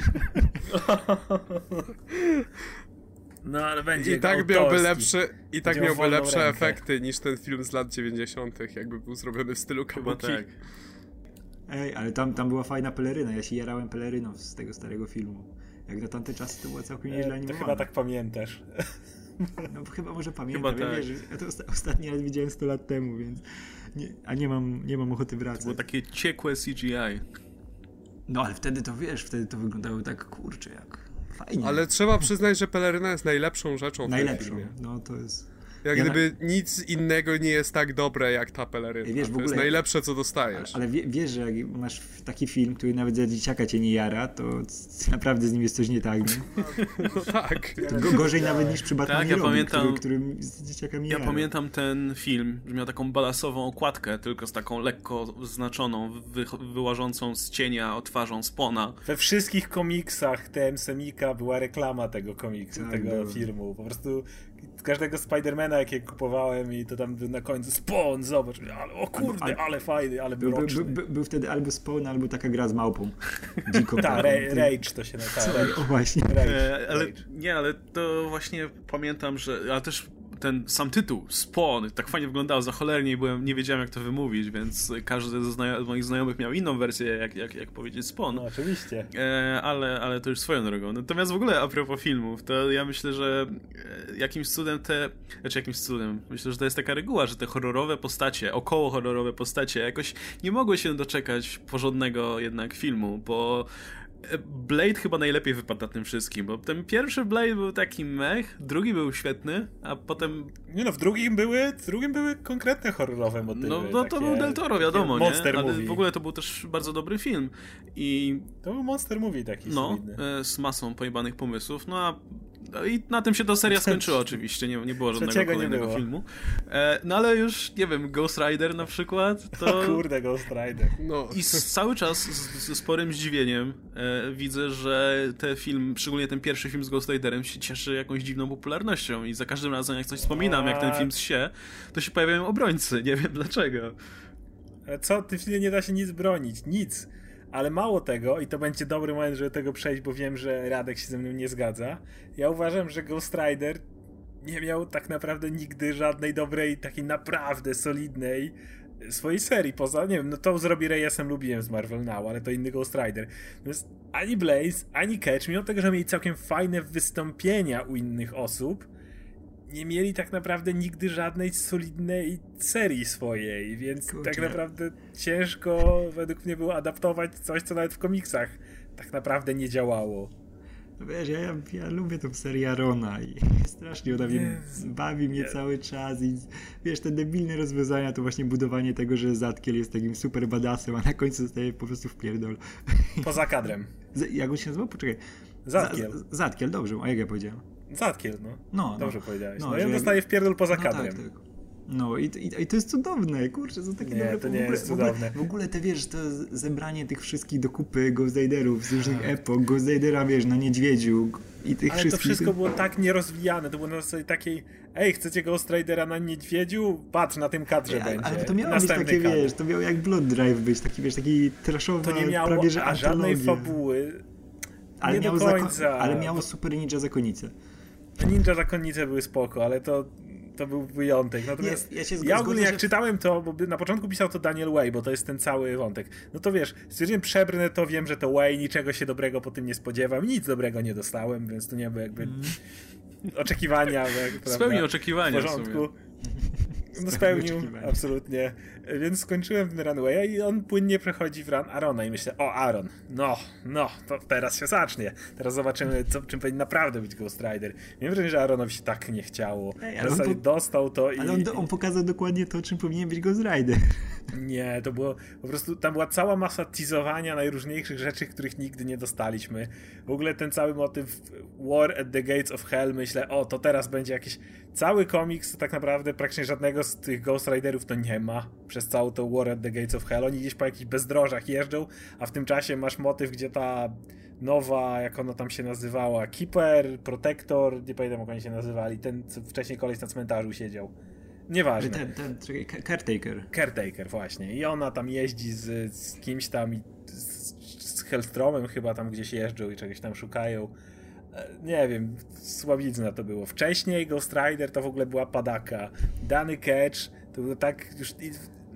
No ale będzie I tak miałby lepsze, i tak miał miałby lepsze rękę. efekty niż ten film z lat dziewięćdziesiątych, jakby był zrobiony w stylu kabuki. Tak. Ej, ale tam, tam była fajna peleryna, ja się jarałem peleryną z tego starego filmu. Jak na tamte czasy to była całkiem nieźle To animowana. chyba tak pamiętasz. No chyba może pamiętam, Chyba ja tak. wiesz, ja to osta- ostatni raz widziałem sto lat temu, więc nie, a nie mam, nie mam ochoty To wracać. było takie ciekłe C G I. No ale wtedy to wiesz, wtedy to wyglądało tak kurczę jak fajnie. Ale trzeba przyznać, że peleryna jest najlepszą rzeczą w tym najlepszą, filmie. no to jest... Jak Ja gdyby na... nic innego nie jest tak dobre jak ta peleryna. Ej, wiesz, w to jest ogóle- najlepsze, co dostajesz. Ale, ale wie, wiesz, że jak masz taki film, który nawet za dzieciaka cię nie jara, to c- naprawdę z nim jest coś nie tak, nie? No tak. To go, gorzej nawet niż przy Batmanie Tak, ja Robin, pamiętam- który, który z dzieciakami Ja jara. pamiętam ten film, że miał taką balasową okładkę, tylko z taką lekko znaczoną, wy, wyłażącą z cienia twarzą Spawna. We wszystkich komiksach T M Semika była reklama tego komiksu, Tak, tego było. filmu. Po prostu każdego Spidermana, jakiego kupowałem i to tam na końcu Spawn, zobacz, ale o kurde, Ale- ale fajny, ale Był, był, mroczny. był, był wtedy albo Spawn, albo taka gra z małpą. Dziką Ta, taką. ra- Rage to się nazywa. O właśnie. E, ale nie, ale to właśnie pamiętam, że... Ale też ten sam tytuł, Spawn, tak fajnie wyglądał za cholernie i byłem, nie wiedziałem jak to wymówić, więc każdy ze zna- z moich znajomych miał inną wersję, jak, jak, jak powiedzieć Spawn. No oczywiście. E, ale, ale to już swoją drogą. Natomiast w ogóle a propos filmów, to ja myślę, że e, jakimś cudem te... Znaczy jakimś cudem, myślę, że to jest taka reguła, że te horrorowe postacie, około horrorowe postacie jakoś nie mogły się doczekać porządnego jednak filmu, bo Blade chyba najlepiej wypadł na tym wszystkim, bo ten pierwszy Blade był taki mech, drugi był świetny, a potem... Nie no, w drugim były, w drugim były konkretne horrorowe motywy. No, no to był Del Toro, wiadomo, nie? Monster Ale movie. w ogóle to był też bardzo dobry film. I... To był monster movie taki No, solidny. z masą pojebanych pomysłów, no a no i na tym się ta seria skończyła oczywiście, nie, nie było żadnego Trzeciego nie kolejnego było. filmu. E, no ale już, nie wiem, Ghost Rider na przykład, to... O kurde, Ghost Rider. No. I z, cały czas z, ze sporym zdziwieniem e, widzę, że ten film, szczególnie ten pierwszy film z Ghost Riderem się cieszy jakąś dziwną popularnością i za każdym razem jak coś wspominam, jak ten film się, to się pojawiają obrońcy, nie wiem dlaczego. Ale co, w tym filmie nie da się nic bronić, nic. Ale mało tego, i to będzie dobry moment, żeby tego przejść, bo wiem, że Radek się ze mną nie zgadza. Ja uważam, że Ghost Rider nie miał tak naprawdę nigdy żadnej dobrej, takiej naprawdę solidnej swojej serii. Poza, nie wiem, no to z Robbie Reyesem lubiłem z Marvel Now, ale to inny Ghost Rider. Natomiast ani Blaze, ani Catch, mimo tego, że mieli całkiem fajne wystąpienia u innych osób, nie mieli tak naprawdę nigdy żadnej solidnej serii swojej, więc Kurczę. tak naprawdę ciężko według mnie było adaptować coś, co nawet w komiksach tak naprawdę nie działało. No wiesz, ja, ja, ja lubię tą serię Arona i strasznie ona mnie Jezu. bawi mnie Nie. cały czas i wiesz, te debilne rozwiązania to właśnie budowanie tego, że Zadkiel jest takim super badassem, a na końcu zostaje po prostu w pierdol. Poza kadrem. Z, jak on się nazywa? Poczekaj. Zadkiel. Z, Zadkiel, dobrze, a jak ja powiedziałem? Zadkiel, no. No, Dobrze no. powiedziałeś. No, No, i on że- dostaje w pierdol poza No kadrem. tak, tak. No i, i, i to jest cudowne, kurczę, to takie Nie, dobre. to nie w ogóle, jest w ogóle, cudowne. W ogóle te, wiesz, to zebranie tych wszystkich do kupy Ghost Riderów z różnych Tak. epok, Ghost Ridera, wiesz, na Niedźwiedziu i tych Ale to wszystkich... wszystko było tak nierozwijane, to było na zasadzie takiej, ej, chcecie Ghost Ridera na Niedźwiedziu? Patrz, na tym kadrze ale, będzie. ale to miało być Następny takie, kadr. wiesz, to miało jak Blood Drive być, taki, wiesz, taki trashowy, To nie miało prawie, że a żadnej antologia. fabuły. Ale nie miało do zako- końca. ale miało Super Ninja Zakonnice. Ninja Zakonnice były spoko, ale to, to był wyjątek. Natomiast Nie, ja się ja zgodzę, ogólnie jak że- czytałem to, bo by- na początku pisał to Daniel Way, bo to jest ten cały wątek. No to wiesz, stwierdziłem, przebrnę to, wiem, że to Way, niczego się dobrego po tym nie spodziewam, nic dobrego nie dostałem, więc tu nie było jakby Mm. oczekiwania. Jak, Spełnił prawda, oczekiwania w w porządku. sumie. No Spełnił spełnił, oczekiwania. absolutnie. Więc skończyłem ten Runwaya i on płynnie przechodzi w run Arona i myślę, o Aaron, no, no, to teraz się zacznie. Teraz zobaczymy, co, czym powinien naprawdę być Ghost Rider. Miałem wrażenie, że Aaronowi się tak nie chciało. Ej, W ale on zasadzie po- dostał to i... Ale on, on pokazał dokładnie to, czym powinien być Ghost Rider. Nie, to było po prostu, tam była cała masa teasowania najróżniejszych rzeczy, których nigdy nie dostaliśmy. W ogóle ten cały motyw War at the Gates of Hell, myślę, o, to teraz będzie jakiś cały komiks, to tak naprawdę praktycznie żadnego z tych Ghost Riderów to nie ma, przez całą to War at the Gates of Hell. Oni gdzieś po jakichś bezdrożach jeżdżą, a w tym czasie masz motyw, gdzie ta nowa, jak ona tam się nazywała, Keeper, Protector, nie pamiętam jak oni się nazywali, ten, co wcześniej koleś na cmentarzu siedział. Nieważne. Ten, ten, czekaj, Ca- Caretaker. Caretaker, właśnie. I ona tam jeździ z, z kimś tam i z, z Hellstromem chyba tam gdzieś jeżdżą i czegoś tam szukają. E, Nie wiem, słabizna to było. Wcześniej Ghost Rider to w ogóle była padaka. Dany Catch to było tak już... i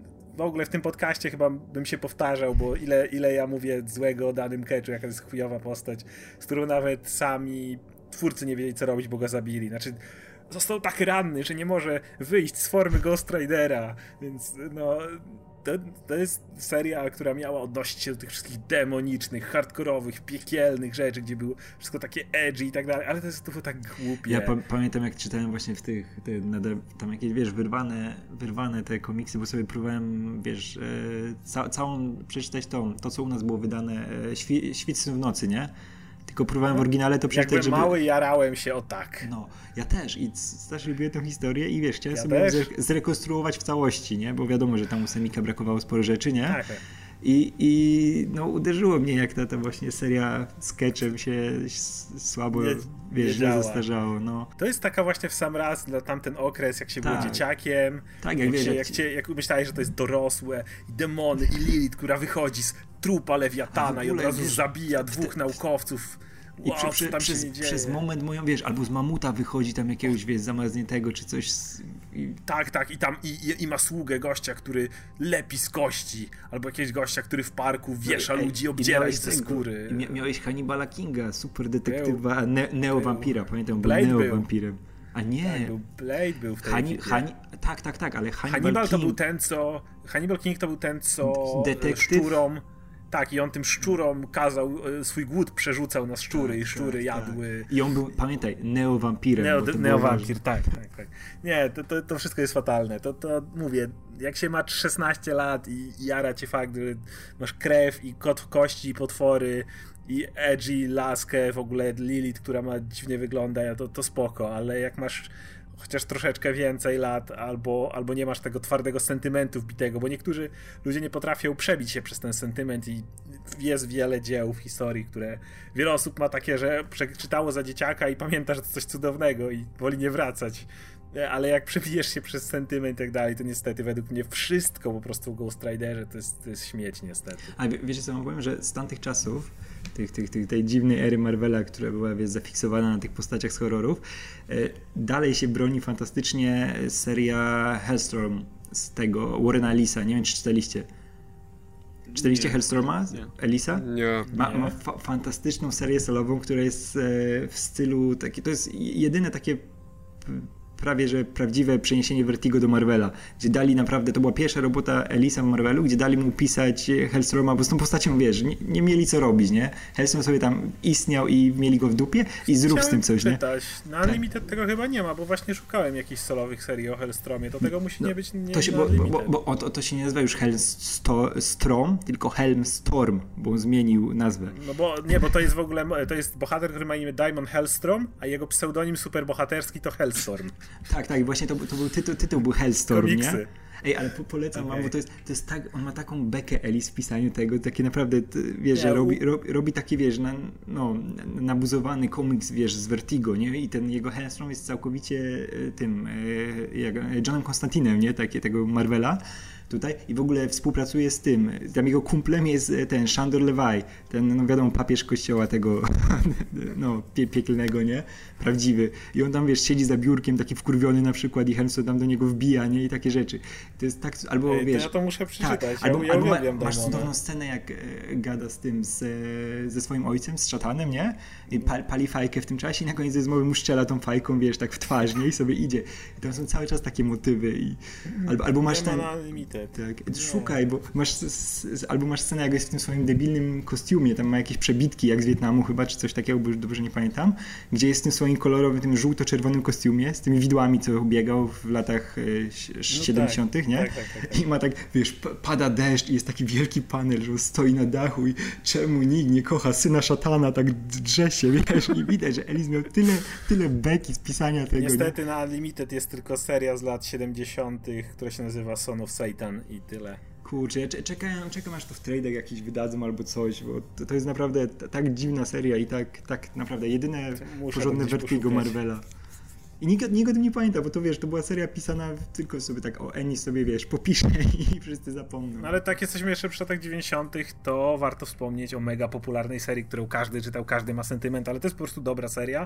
w ogóle w tym podcaście chyba bym się powtarzał, bo ile, ile ja mówię złego o danym Catchu, jaka jest chujowa postać, z którą nawet sami twórcy nie wiedzieli co robić, bo go zabili. Znaczy... Został tak ranny, że nie może wyjść z formy Ghost Ridera, więc no to, to jest seria, która miała odnosić się do tych wszystkich demonicznych, hardkorowych, piekielnych rzeczy, gdzie było wszystko takie edgy i tak dalej, ale to jest to było tak głupie. Ja pa- pamiętam jak czytałem właśnie w tych, te, nade, tam jakieś, wiesz, wyrwane, wyrwane te komiksy, bo sobie próbowałem, wiesz, e, ca- całą przeczytać to, to co u nas było wydane, e, świ- Świt w nocy, nie? Tylko próbowałem w oryginale to przeczytać, Jakby żeby... mały jarałem się o tak. No, ja też i strasznie lubię tę historię i wiesz, chciałem Ja sobie też. ją zre- zrekonstruować w całości, nie? Bo wiadomo, że tam u Semika brakowało sporo rzeczy, nie? Tak. I, I no uderzyło mnie, jak ta, ta właśnie seria sketchem się s- słabo, Nie- wiesz, nie źle działa. zestarzało, no. To jest taka właśnie w sam raz dla tamten okres, jak się było Tak. dzieciakiem, Tak, jak jak, wiesz, się, jak jak, ci- cię, jak myślałeś, że to jest dorosłe, i demony, i Lilith, która wychodzi z trupa A Lewiatana w i od ogóle, razu wiesz, zabija te- dwóch te- naukowców. I Wow, przy, co przy, tam przez, się nie dzieje? przez moment moją, wiesz, albo z mamuta wychodzi tam jakiegoś, wiesz, zamarzniętego, czy coś z, i, Tak, tak, i tam i, i, i ma sługę gościa, który lepi z kości, albo jakiegoś gościa, który w parku wiesza Ej, ludzi, i obdziera miałeś ich ze tego- skóry. i mia- Miałeś Hannibala Kinga, super detektywa, ne, neowampira, pamiętam, był Blade był. neowampirem. A nie, Tak, był, Blade był w tej Hani, ekipie. Hani, tak, tak, tak, ale Hannibal, Hannibal to King, był ten, co... Hannibal King to był ten, co Detektyw. szczurom Tak, i on tym szczurom kazał, swój głód przerzucał na szczury tak, i szczury tak, jadły. Tak. I on był, pamiętaj, neowampirem. Neo, neowampir, tak, tak, tak. Nie, to, to, to wszystko jest fatalne. To, to mówię, jak się ma szesnaście lat i jara cię fakt, że masz krew i kot w kości i potwory i edgy laskę, w ogóle Lilith, która ma dziwnie wygląda, to, to spoko, ale jak masz chociaż troszeczkę więcej lat, albo, albo nie masz tego twardego sentymentu wbitego, bo niektórzy ludzie nie potrafią przebić się przez ten sentyment i jest wiele dzieł w historii, które wiele osób ma takie, że przeczytało za dzieciaka i pamięta, że to coś cudownego i woli nie wracać. Ale jak przebijesz się przez sentyment i tak dalej, to niestety według mnie wszystko po prostu w Ghost Riderze to jest, to jest śmieć niestety. A wiecie co wam powiem, że z tamtych czasów, tych, tych, tych, tej dziwnej ery Marvela, która była wiesz, zafiksowana na tych postaciach z horrorów, dalej się broni fantastycznie seria Hellstorm z tego Warrena Ellisa. Nie wiem, czy czytaliście. Czytaliście nie, Hellstorma? Nie. Ellisa? Nie. Ma, ma fa- fantastyczną serię solową, która jest w stylu taki, to jest jedyne takie prawie że prawdziwe przeniesienie Vertigo do Marvela, gdzie dali naprawdę, to była pierwsza robota Ellisa w Marvelu, gdzie dali mu pisać Hellstorma, bo z tą postacią, wiesz, nie, nie mieli co robić, nie? Hellstorm sobie tam istniał i mieli go w dupie i zrób Chciałem z tym coś, czytać. nie? Na Unlimited tak. tego chyba nie ma, bo właśnie szukałem jakichś solowych serii o Hellstromie, to tego musi no, nie być nie to się, bo, bo, bo, bo to, to się nie nazywa już Hellstrom, tylko Helmstorm, bo on zmienił nazwę. No bo, nie, bo to jest w ogóle, to jest bohater, który ma imię Diamond Hellstrom, a jego pseudonim superbohaterski to Hellstorm. Tak, tak, właśnie to, to był tytuł, tytuł był Hellstorm, Komiksy. nie? Ej, ale po, polecam okay. wam, bo to jest, to jest tak, on ma taką bekę Ellis w pisaniu tego, takie naprawdę, wiesz, że robi, robi, robi taki, wiesz, na, no, nabuzowany komiks, wiesz, z Vertigo, nie? I ten jego Hellstrom jest całkowicie tym, jak Johnem Constantinem, nie? Takie, tego Marvela tutaj i w ogóle współpracuje z tym, tam jego kumplem jest ten Shandor Levi, ten, no wiadomo, papież kościoła tego, no, pie, piekielnego, nie? Prawdziwy. I on tam, wiesz, siedzi za biurkiem, taki wkurwiony na przykład i Hemsworth tam do niego wbija, nie? I takie rzeczy. To jest tak, albo Ej, wiesz... To ja to muszę przeczytać, tak, ja, albo, ja albo uwielbiam ma, masz Diamona. cudowną scenę, jak e, gada z tym, z, e, ze swoim ojcem, z szatanem, nie? I pal, pali fajkę w tym czasie i na koniec rozmowy mu strzela tą fajką, wiesz, tak w twarz, nie? I sobie idzie. I tam są cały czas takie motywy i... Albo, albo masz ten... Tak, szukaj, bo masz, albo masz scenę, jak jest w tym swoim debilnym kostiumie, tam ma jakieś przebitki, jak z Wietnamu chyba, czy coś takiego, bo już dobrze nie pamiętam, gdzie jest w tym swoim kolorowym, tym żółto-czerwonym kostiumie, z tymi widłami, co biegał w latach no siedemdziesiątych, nie? Tak, tak, tak, tak. I ma tak, wiesz, pada deszcz i jest taki wielki panel, że on stoi na dachu i czemu nikt nie kocha syna szatana, tak drze się, wiesz, i widać, że Ellis miał tyle, tyle beki z pisania tego. Niestety nie? na Unlimited jest tylko seria z lat siedemdziesiątych, która się nazywa Son of Satan i tyle. Kurczę, ja czekam, czekam aż to w trade'ach jakiś wydadzą albo coś, bo to, to jest naprawdę t- tak dziwna seria i tak, tak naprawdę jedyne porządne Vertigo Marvela. I nikt, nikt o tym nie pamięta, bo to wiesz, to była seria pisana tylko sobie tak, o Ennis sobie wiesz, popisze i wszyscy zapomną. No ale tak jesteśmy jeszcze przy latach dziewięćdziesiątych, to warto wspomnieć o mega popularnej serii, którą każdy czytał, każdy ma sentyment, ale to jest po prostu dobra seria.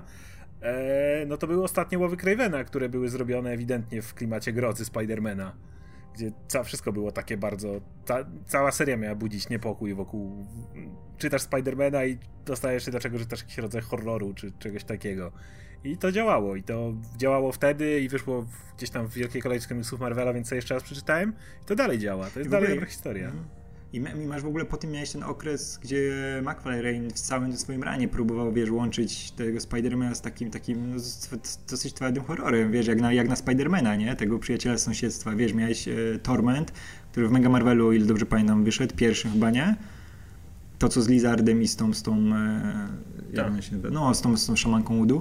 Eee, no to były ostatnie Łowy Cravena, które były zrobione ewidentnie w klimacie grozy Spidermana, gdzie ca- wszystko było takie bardzo... Ta, cała seria miała budzić niepokój wokół... Czytasz Spidermana i dostajesz się, dlaczego czytasz jakiś rodzaj horroru, czy czegoś takiego. I to działało. I to działało wtedy i wyszło w, gdzieś tam w wielkiej kolejce komiksów Marvela, więc sobie jeszcze raz przeczytałem. I to dalej działa. To jest dalej dobra historia. I masz w ogóle, po tym miałeś ten okres, gdzie McFarlane w całym swoim ranie próbował, wiesz, łączyć tego Spidermana z takim, takim no, dosyć twardym horrorem, wiesz, jak na, jak na Spidermana, nie? Tego przyjaciela z sąsiedztwa, wiesz, miałeś e, Torment, który w Mega Marvelu, o ile dobrze pamiętam, wyszedł, pierwszy chyba, nie? To, co z Lizardem i z tą, z tą e, jak ona się nazywa? No, z tą, z tą szamanką Udu.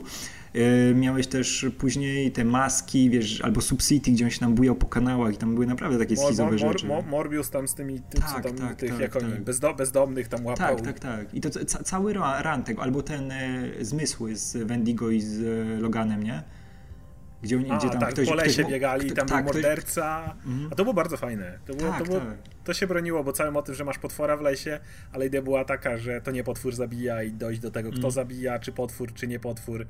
E, miałeś też później te maski, wiesz, albo Subcity, gdzie on się tam bujał po kanałach i tam były naprawdę takie schizowe mor, mor, rzeczy. Mor, Morbius tam z tymi, tym, tak, co tam, tak, tych, tak, jak tak. oni, bezdo, bezdomnych tam łapał. Tak, tak, tak. I to ca- cały run tego, albo ten e, Zmysły z Wendigo i z e, Loganem, nie? Gdzie, oni, A, gdzie tam tak, ktoś, po lesie ktoś, biegali, kto, tam tak, był ktoś... morderca. Mhm. A to było bardzo fajne. To, było, tak, to, było, tak. to się broniło, bo cały motyw, że masz potwora w lesie, ale idea była taka, że to nie potwór zabija i dojść do tego, kto mhm. zabija, czy potwór, czy nie potwór.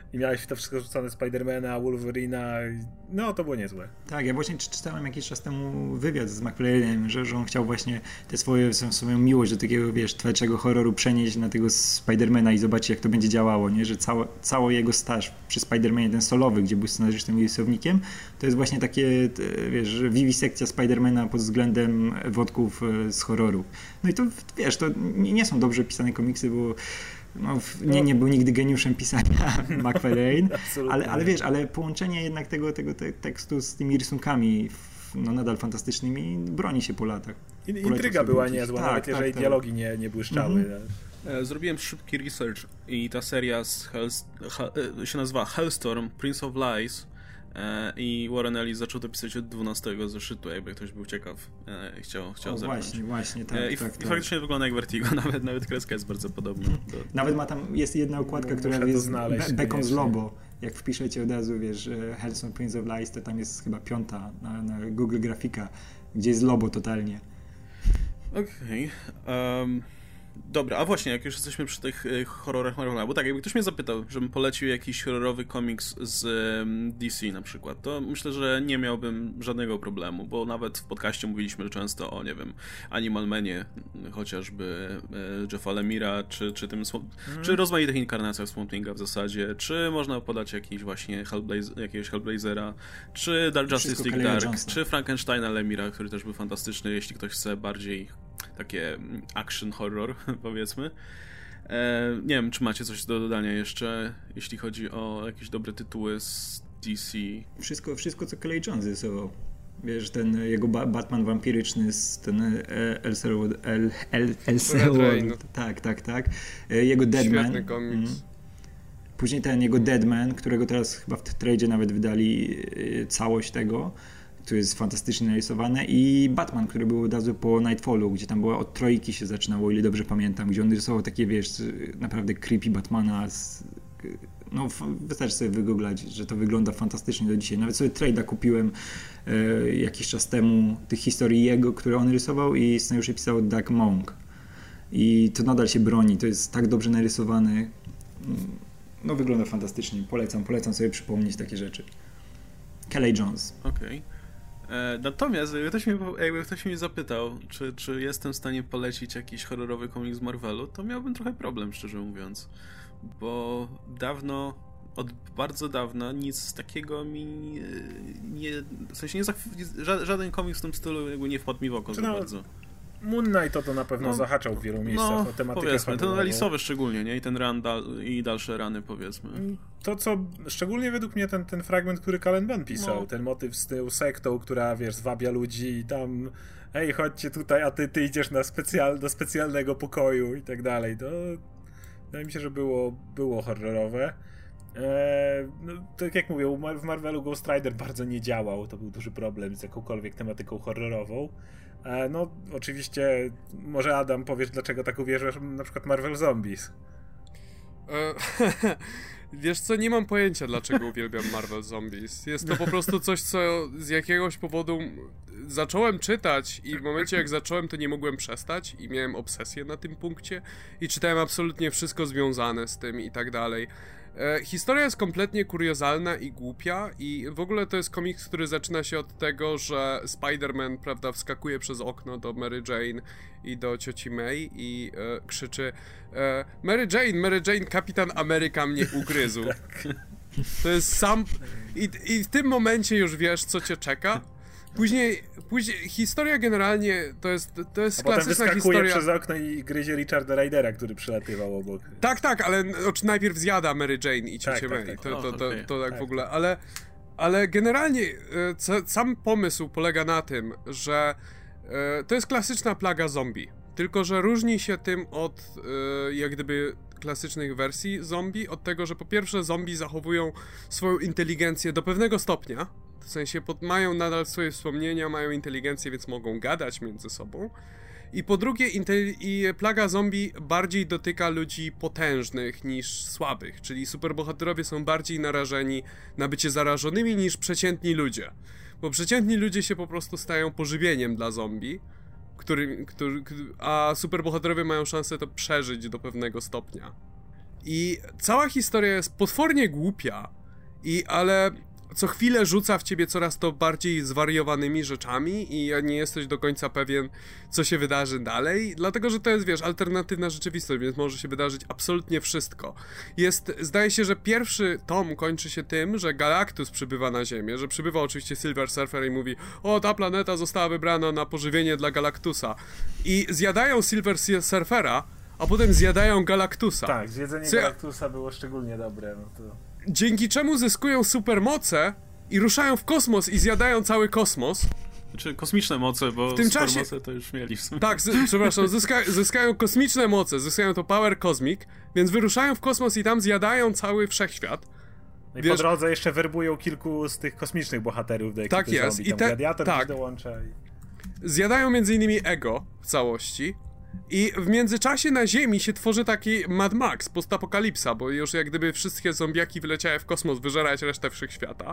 i miałeś w to wszystko rzucone Spidermana, Wolverina, no to było niezłe. Tak, ja właśnie czytałem jakiś czas temu wywiad z McFarlane'em, że, że on chciał właśnie tę swoje, swoją miłość do takiego, wiesz, twardszego horroru przenieść na tego Spidermana i zobaczyć, jak to będzie działało, nie? Że cało, cały jego staż przy Spidermanie, ten solowy, gdzie był scenarzystą i rysownikiem, to jest właśnie takie, wiesz, wiwisekcja Spidermana pod względem wątków z horroru. No i to, wiesz, to nie, nie są dobrze pisane komiksy, bo no, nie, nie był nigdy geniuszem pisania McFarlane, ale, ale wiesz, ale połączenie jednak tego, tego te, tekstu z tymi rysunkami no, nadal fantastycznymi broni się po latach. Intryga była niezła, tak, nawet tak, jeżeli tak. dialogi nie, nie błyszczały. Mm-hmm. Zrobiłem szybki research i ta seria z Hell, Hell, się nazywa Hellstorm, Prince of Lies i Warren Ellis zaczął to pisać od dwunastego zeszytu, jakby ktoś był ciekaw i chciał, chciał o, zacząć. Właśnie, właśnie, tak. I, tak, i tak. faktycznie wygląda jak Vertigo, nawet, nawet kreska jest bardzo podobna. Do... Nawet ma tam, jest jedna okładka, no, która jest znaleźć, Beacon z Lobo. Jak wpiszecie od razu, wiesz, Hellstorm Prince of Lies, to tam jest chyba piąta na, na Google Grafika, gdzie jest Lobo totalnie. Okej. Okay. Um... Dobra, a właśnie, jak już jesteśmy przy tych y, horrorach Marvela, bo tak, jakby ktoś mnie zapytał, żebym polecił jakiś horrorowy komiks z y, D C na przykład, to myślę, że nie miałbym żadnego problemu, bo nawet w podcaście mówiliśmy często o, nie wiem, Animal Manie, chociażby y, Jeffa Lemira, czy, czy tym, mm. czy rozmaitych inkarnacjach Swamp Thinga w zasadzie, czy można podać jakiś właśnie Hellblazer, jakiegoś Hellblazera, czy Dark Justice League Dark, Jonesa. Czy Frankensteina Lemira, który też był fantastyczny, jeśli ktoś chce bardziej takie action horror, powiedzmy. E, nie wiem, czy macie coś do dodania jeszcze, jeśli chodzi o jakieś dobre tytuły z D C? Wszystko, wszystko co Kelly Jones rysował. Wiesz, ten jego ba- Batman wampiryczny, ten Elseworld. Tak, tak, tak. Jego Deadman. Świetny komiks. Mm. Później ten jego Deadman, którego teraz chyba w tradzie nawet wydali całość tego, który jest fantastycznie narysowane, i Batman, który był od razu po Nightfallu, gdzie tam była od trójki się zaczynało, o ile dobrze pamiętam, gdzie on rysował takie, wiesz, naprawdę creepy Batmana z... No, wystarczy sobie wygooglać, że to wygląda fantastycznie do dzisiaj. Nawet sobie trade'a kupiłem e, jakiś czas temu tych historii jego, które on rysował, i scenariusze pisał Doug Monk. I to nadal się broni, to jest tak dobrze narysowany. No, wygląda fantastycznie. Polecam, polecam sobie przypomnieć takie rzeczy. Kelly Jones. Okej. Okay. Natomiast jakby ktoś, mnie, jakby ktoś mnie zapytał, czy, czy jestem w stanie polecić jakiś horrorowy komiks z Marvelu, to miałbym trochę problem, szczerze mówiąc. Bo dawno, od bardzo dawna nic takiego mi nie... W sensie nie żaden komiks w tym stylu jakby nie wpadł mi w oko za bardzo. Moon Knight to, to na pewno no, zahaczał w wielu miejscach no, o tematykę powiedzmy, ten Elisowy szczególnie, nie? I ten run dal, i dalsze rany, powiedzmy. To, co szczególnie według mnie ten, ten fragment, który Cullen Bunn pisał, no. Ten motyw z tą sektą, która, wiesz, zwabia ludzi i tam hej, chodźcie tutaj, a ty, ty idziesz na specjal, do specjalnego pokoju i tak dalej. To wydaje mi się, że było, było horrorowe. Eee, no, tak jak mówię, w Marvelu Ghost Rider bardzo nie działał, to był duży problem z jakąkolwiek tematyką horrorową. Eee, no, oczywiście, może Adam powiesz, dlaczego tak uwierzyłeś, na przykład Marvel Zombies. Eee, wiesz co, nie mam pojęcia, dlaczego uwielbiam Marvel Zombies. Jest to po prostu coś, co z jakiegoś powodu zacząłem czytać i w momencie jak zacząłem, to nie mogłem przestać i miałem obsesję na tym punkcie i czytałem absolutnie wszystko związane z tym i tak dalej. E, historia jest kompletnie kuriozalna i głupia i w ogóle to jest komiks, który zaczyna się od tego, że Spider-Man, prawda, wskakuje przez okno do Mary Jane i do cioci May i e, krzyczy e, Mary Jane, Mary Jane, Kapitan Ameryka mnie ugryzł. To jest sam... I, I w tym momencie już wiesz, co cię czeka. Później, później historia generalnie to jest, to jest a klasyczna potem wyskakuje historia. przez okno i gryzie Richarda Rydera, który przylatywał obok. Tak, tak, ale najpierw zjada Mary Jane i ciocię tak, May. tak, tak. To, to, O, to, okay. to tak tak. w ogóle, ale, ale generalnie sam pomysł polega na tym, że to jest klasyczna plaga zombie. Tylko że różni się tym od jak gdyby klasycznych wersji zombie, od tego, że po pierwsze zombie zachowują swoją inteligencję do pewnego stopnia. W sensie pod, mają nadal swoje wspomnienia, mają inteligencję, więc mogą gadać między sobą. I po drugie, inte- i plaga zombie bardziej dotyka ludzi potężnych niż słabych, czyli superbohaterowie są bardziej narażeni na bycie zarażonymi niż przeciętni ludzie. Bo przeciętni ludzie się po prostu stają pożywieniem dla zombie, który, który, a superbohaterowie mają szansę to przeżyć do pewnego stopnia. I cała historia jest potwornie głupia, i ale co chwilę rzuca w ciebie coraz to bardziej zwariowanymi rzeczami i nie jesteś do końca pewien, co się wydarzy dalej, dlatego, że to jest, wiesz, alternatywna rzeczywistość, więc może się wydarzyć absolutnie wszystko. Jest, zdaje się, że pierwszy tom kończy się tym, że Galactus przybywa na Ziemię, że przybywa oczywiście Silver Surfer i mówi: o, ta planeta została wybrana na pożywienie dla Galactusa. I zjadają Silver Surfera, a potem zjadają Galactusa. Tak, zjedzenie Co ja... Galactusa było szczególnie dobre, no to... Dzięki czemu zyskują supermoce i ruszają w kosmos i zjadają cały kosmos. Znaczy kosmiczne moce, bo w tym supermoce czasie... to już mieli w sumie. Tak, z, przepraszam, zyska, zyskają kosmiczne moce, zyskają to Power Cosmic, więc wyruszają w kosmos i tam zjadają cały wszechświat. No i Wiesz, po drodze jeszcze werbują kilku z tych kosmicznych bohaterów do ekipy tak jest. zombie. I Tam te... Gladiator tak. też dołącza. I... Zjadają między innymi Ego w całości. I w międzyczasie na Ziemi się tworzy taki Mad Max, postapokalipsa, bo już jak gdyby wszystkie zombiaki wyleciały w kosmos wyżerać resztę wszechświata.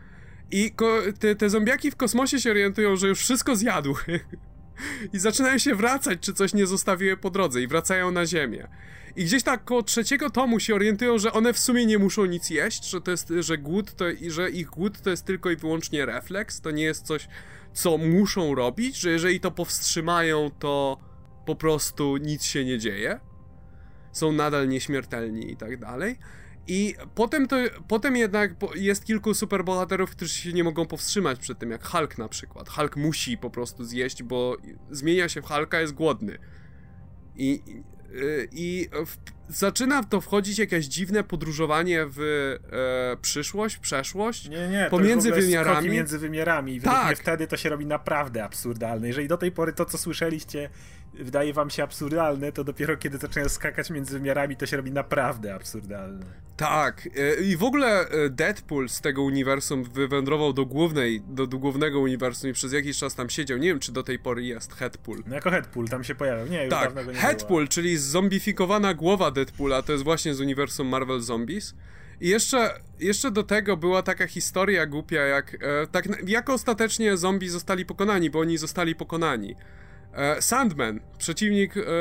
I te, te zombiaki w kosmosie się orientują, że już wszystko zjadły. I zaczynają się wracać, czy coś nie zostawiły po drodze, i wracają na Ziemię. I gdzieś tak koło trzeciego tomu się orientują, że one w sumie nie muszą nic jeść, że to jest, że głód to, że ich głód to jest tylko i wyłącznie refleks, to nie jest coś, co muszą robić, że jeżeli to powstrzymają, to po prostu nic się nie dzieje. Są nadal nieśmiertelni i tak dalej. I potem to, potem jednak jest kilku superbohaterów, którzy się nie mogą powstrzymać przed tym, jak Hulk na przykład. Hulk musi po prostu zjeść, bo zmienia się w Hulka, jest głodny. I, i, i w, zaczyna w to wchodzić jakieś dziwne podróżowanie w e, przyszłość, przeszłość, nie, nie, pomiędzy to jest wymiarami. między wymiarami. I według tak. mnie wtedy to się robi naprawdę absurdalne. Jeżeli do tej pory to, co słyszeliście, wydaje wam się absurdalne, to dopiero kiedy zaczynają skakać między wymiarami, to się robi naprawdę absurdalne. Tak. I w ogóle Deadpool z tego uniwersum wywędrował do głównej, do, do głównego uniwersum i przez jakiś czas tam siedział. Nie wiem, czy do tej pory jest Headpool. No jako Headpool tam się pojawiał. Nie, już tak. dawno go nie Headpool, było. czyli zombifikowana głowa Deadpoola, to jest właśnie z uniwersum Marvel Zombies. I jeszcze, jeszcze do tego była taka historia głupia, jak, e, tak, jak ostatecznie zombie zostali pokonani, bo oni zostali pokonani. E, Sandman, przeciwnik, e,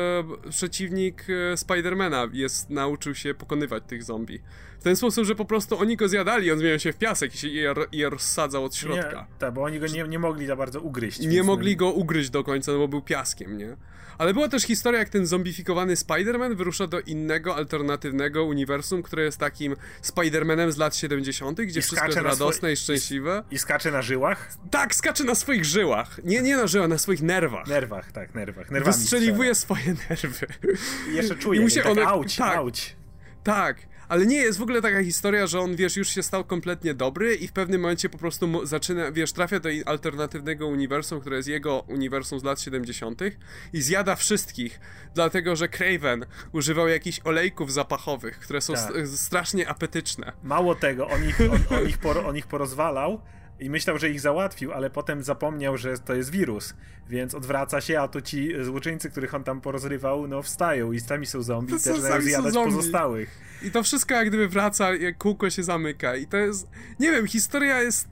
przeciwnik e, Spidermana, jest, nauczył się pokonywać tych zombie. W ten sposób, że po prostu oni go zjadali, on zmieniał się w piasek i się je, je rozsadzał od środka. Nie, tak, bo oni go nie, nie mogli za bardzo ugryźć. Nie mogli go ugryźć do końca, no bo był piaskiem, nie? Ale była też historia, jak ten zombifikowany Spider-Man wyrusza do innego, alternatywnego uniwersum, które jest takim Spider-Manem z lat siedemdziesiątych, gdzie I wszystko jest radosne swoi... i szczęśliwe. I, I skacze na żyłach? Tak, skacze na swoich żyłach. Nie, nie na żyłach, na swoich nerwach. Nerwach, tak, nerwach. Nerwami wystrzeliwuje swoje nerwy. I jeszcze czuje, I mu się tak, one... auć, tak, auć. Tak. Ale nie, jest w ogóle taka historia, że on, wiesz, już się stał kompletnie dobry i w pewnym momencie po prostu zaczyna, wiesz, trafia do alternatywnego uniwersum, które jest jego uniwersum z lat siedemdziesiątych i zjada wszystkich, dlatego, że Kraven używał jakichś olejków zapachowych, które są tak. st- strasznie apetyczne. Mało tego, on ich, on, on, ich por, on ich porozwalał i myślał, że ich załatwił, ale potem zapomniał, że to jest wirus, więc odwraca się, a to ci złoczyńcy, których on tam porozrywał, no wstają i sami są zombie i też zaczynają zjadać pozostałych. I to wszystko jak gdyby wraca, jak kółko się zamyka i to jest, nie wiem, historia jest,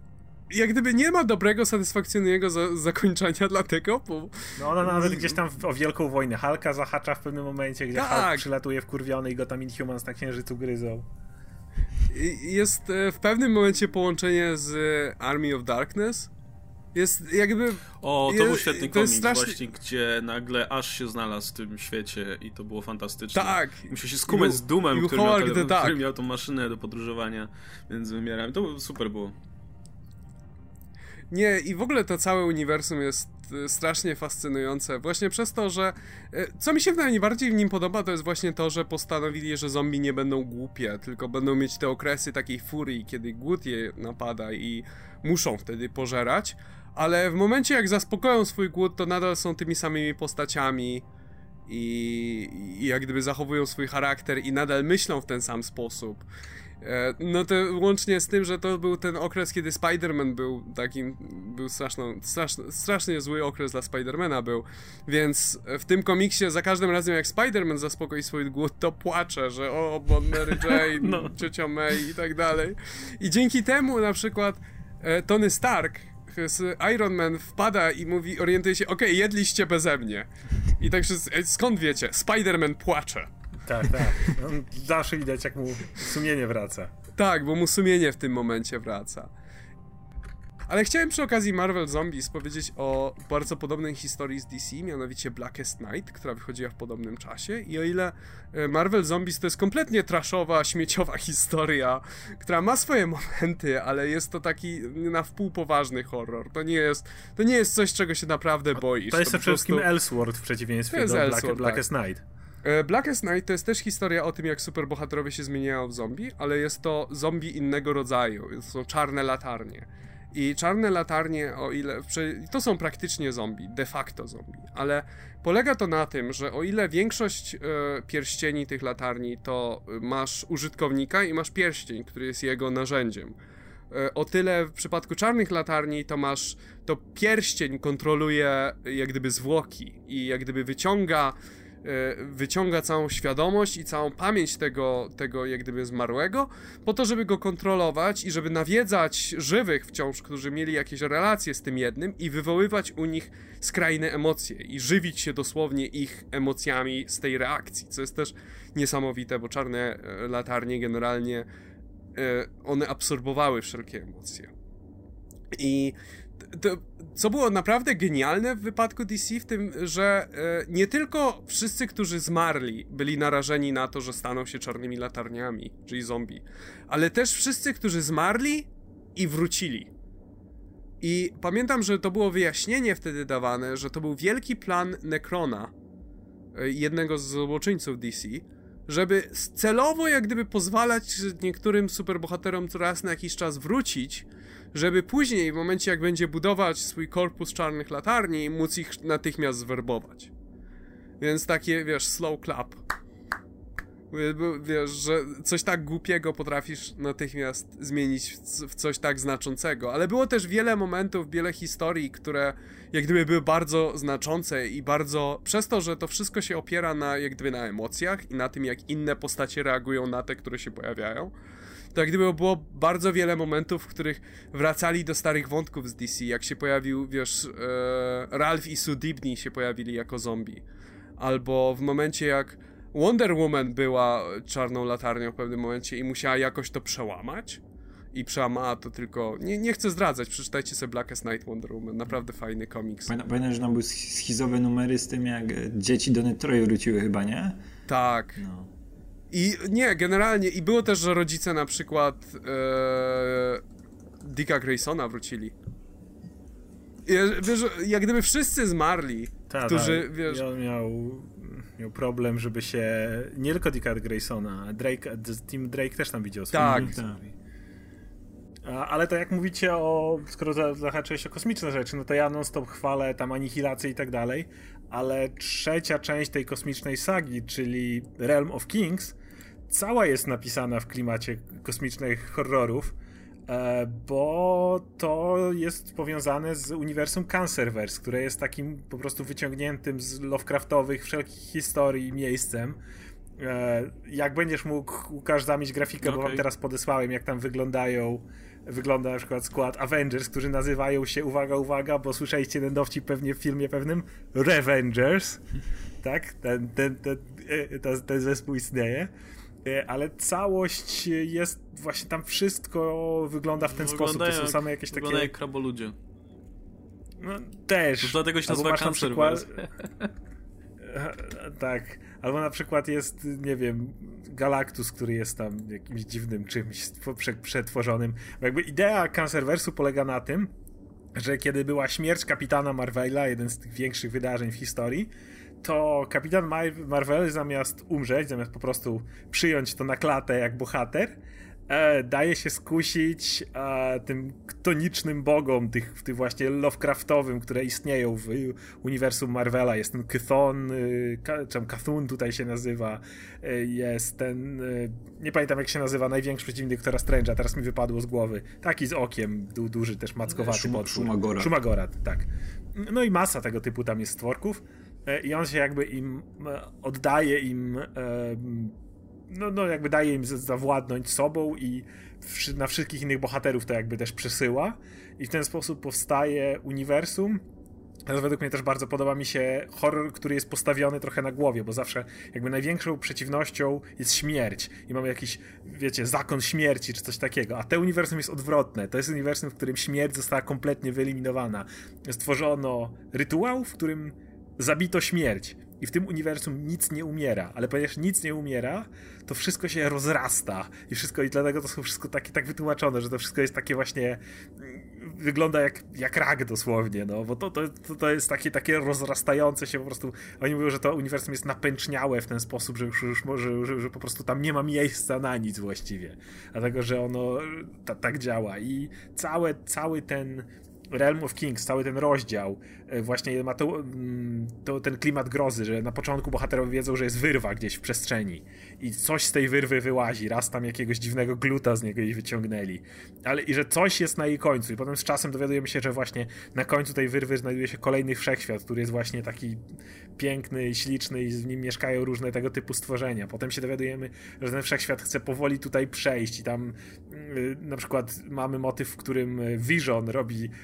jak gdyby nie ma dobrego, satysfakcjonującego za- zakończenia dlatego, bo... No ona nawet gdzieś tam w, o Wielką Wojnę Hulka zahacza w pewnym momencie, gdzie tak. Hulk przylatuje wkurwiony i go tam Inhumans na Księżycu gryzą. Jest w pewnym momencie połączenie z Army of Darkness. Jest jakby... O, to jest, był świetny to komiks strasznie... właśnie, gdzie nagle Ash się znalazł w tym świecie i to było fantastyczne. Tak. Musiał się skumać z Doomem, który miał, tele... tak. który miał tą maszynę do podróżowania między wymiarami. To super było. Nie, i w ogóle to całe uniwersum jest strasznie fascynujące. Właśnie przez to, że... Co mi się najbardziej w nim podoba, to jest właśnie to, że postanowili, że zombie nie będą głupie, tylko będą mieć te okresy takiej furii, kiedy głód je napada i muszą wtedy pożerać. Ale w momencie, jak zaspokoją swój głód, to nadal są tymi samymi postaciami i, i jak gdyby zachowują swój charakter i nadal myślą w ten sam sposób. No to łącznie z tym, że to był ten okres, kiedy Spider-Man był takim, był straszną, straszny, strasznie zły okres dla Spider-Mana był, więc w tym komiksie za każdym razem jak Spider-Man zaspokoi swój głód, to płacze, że o, bo Mary Jane, no. Ciocia May i tak dalej. I dzięki temu na przykład e, Tony Stark z Iron Man wpada i mówi, orientuje się, okej, okay, jedliście beze mnie. I tak wszyscy, skąd wiecie? Spider-Man płacze. Tak, tak. On zawsze widać, jak mu sumienie wraca. Tak, bo mu sumienie w tym momencie wraca. Ale chciałem przy okazji Marvel Zombies powiedzieć o bardzo podobnej historii z D C, mianowicie Blackest Night, która wychodziła w podobnym czasie. I o ile Marvel Zombies to jest kompletnie trashowa, śmieciowa historia, która ma swoje momenty, ale jest to taki na wpół poważny horror. To nie jest, to nie jest coś, czego się naprawdę boisz. To jest to przede wszystkim prostu... Elseworld w przeciwieństwie do Black, Blackest tak. Night. Blackest Night to jest też historia o tym, jak superbohaterowie się zmieniają w zombie, ale jest to zombie innego rodzaju. To są czarne latarnie. I czarne latarnie, o ile... to są praktycznie zombie, de facto zombie, ale polega to na tym, że o ile większość e, pierścieni tych latarni to masz użytkownika i masz pierścień, który jest jego narzędziem. E, o tyle w przypadku czarnych latarni to masz... to pierścień kontroluje jak gdyby zwłoki i jak gdyby wyciąga wyciąga całą świadomość i całą pamięć tego, tego jak gdyby zmarłego, po to, żeby go kontrolować i żeby nawiedzać żywych wciąż, którzy mieli jakieś relacje z tym jednym i wywoływać u nich skrajne emocje i żywić się dosłownie ich emocjami z tej reakcji, co jest też niesamowite, bo czarne latarnie generalnie one absorbowały wszelkie emocje. I to, co było naprawdę genialne w wypadku D C w tym, że e, nie tylko wszyscy, którzy zmarli, byli narażeni na to, że staną się czarnymi latarniami, czyli zombie, ale też wszyscy, którzy zmarli i wrócili. I pamiętam, że to było wyjaśnienie wtedy dawane, że to był wielki plan Necrona, e, jednego z złoczyńców D C, żeby celowo jak gdyby pozwalać niektórym superbohaterom co raz na jakiś czas wrócić, żeby później, w momencie jak będzie budować swój korpus czarnych latarni, móc ich natychmiast zwerbować. Więc takie, wiesz, slow clap. Wiesz, że coś tak głupiego potrafisz natychmiast zmienić w coś tak znaczącego. Ale było też wiele momentów, wiele historii, które jak gdyby były bardzo znaczące i bardzo... Przez to, że to wszystko się opiera na, jak gdyby na emocjach i na tym, jak inne postacie reagują na te, które się pojawiają, to jak gdyby było bardzo wiele momentów, w których wracali do starych wątków z D C, jak się pojawił, wiesz, e, Ralph i Sue Dibny się pojawili jako zombie. Albo w momencie jak Wonder Woman była czarną latarnią w pewnym momencie i musiała jakoś to przełamać. I przełamała to tylko... Nie, nie chcę zdradzać, przeczytajcie sobie Blackest Night Wonder Woman, naprawdę fajny komiks. Pamiętam, że tam były schizowe numery z tym, jak dzieci do Troje wróciły chyba, nie? Tak. No. I nie, generalnie, i było też, że rodzice na przykład e, Dicka Graysona wrócili. I, wiesz, jak gdyby wszyscy zmarli, ta, którzy, ta, wiesz... On miał, miał problem, żeby się... Nie tylko Dicka Graysona, Drake, Team Drake też tam widział. Tak. Ale to jak mówicie o... Skoro zahaczyłeś o kosmiczne rzeczy, no to ja non-stop chwalę tam anihilację i tak dalej, ale trzecia część tej kosmicznej sagi, czyli Realm of Kings, cała jest napisana w klimacie kosmicznych horrorów, bo to jest powiązane z uniwersum Cancerverse, które jest takim po prostu wyciągniętym z Lovecraftowych wszelkich historii miejscem. Jak będziesz mógł, Łukasz, zamieć grafikę, okay. Bo wam teraz podesłałem, jak tam wyglądają wygląda na przykład skład Avengers, którzy nazywają się, uwaga, uwaga, bo słyszeliście ten dowcip pewnie w filmie pewnym, Revengers, tak? Ten, ten, ten, ten, ten zespół istnieje, ale całość jest, właśnie tam wszystko wygląda w ten sposób, to są jak, same jakieś takie... Wygląda jak kraboludzie. No też. To dlatego się nazywa Cancerverse. Tak, albo na przykład jest, nie wiem, Galactus, który jest tam jakimś dziwnym czymś przetworzonym. Bo jakby idea Cancerverse'u polega na tym, że kiedy była śmierć kapitana Marvela, jeden z tych większych wydarzeń w historii, to kapitan Marvel zamiast umrzeć, zamiast po prostu przyjąć to na klatę jak bohater, e, daje się skusić e, tym ktonicznym bogom, tych, tych właśnie Lovecraftowym, które istnieją w uniwersum Marvela. Jest ten Chthon, y, czy Cthulhu tutaj się nazywa, y, jest ten, y, nie pamiętam jak się nazywa, największy przeciwnik doktora Strange'a, teraz mi wypadło z głowy. Taki z okiem, du, duży też mackowaty Szum, potwór. Shumagorat. Shumagorat, tak. No i masa tego typu tam jest stworków. I on się jakby im oddaje im, no, no jakby daje im zawładnąć sobą i na wszystkich innych bohaterów to jakby też przesyła i w ten sposób powstaje uniwersum, Natomiast według mnie też bardzo podoba mi się horror, który jest postawiony trochę na głowie, bo zawsze jakby największą przeciwnością jest śmierć i mamy jakiś, wiecie, zakon śmierci czy coś takiego, a te uniwersum jest odwrotne. To jest uniwersum, w którym śmierć została kompletnie wyeliminowana. Stworzono rytuał, w którym zabito śmierć. I w tym uniwersum nic nie umiera, ale ponieważ nic nie umiera, to wszystko się rozrasta i wszystko, i dlatego to są wszystko takie tak wytłumaczone, że to wszystko jest takie właśnie, wygląda jak, jak rak dosłownie, no, bo to, to, to jest takie, takie rozrastające się po prostu, oni mówią, że to uniwersum jest napęczniałe w ten sposób, że już, już może, że, że po prostu tam nie ma miejsca na nic właściwie, dlatego, że ono ta, tak działa i całe, cały ten Realm of Kings, cały ten rozdział właśnie ma to, to, ten klimat grozy, że na początku bohaterowie wiedzą, że jest wyrwa gdzieś w przestrzeni i coś z tej wyrwy wyłazi, raz tam jakiegoś dziwnego gluta z niego i wyciągnęli, ale i że coś jest na jej końcu i potem z czasem dowiadujemy się, że właśnie na końcu tej wyrwy znajduje się kolejny wszechświat, który jest właśnie taki piękny, śliczny i w nim mieszkają różne tego typu stworzenia. Potem się dowiadujemy, że ten wszechświat chce powoli tutaj przejść i tam yy, na przykład mamy motyw, w którym Vision robi yy,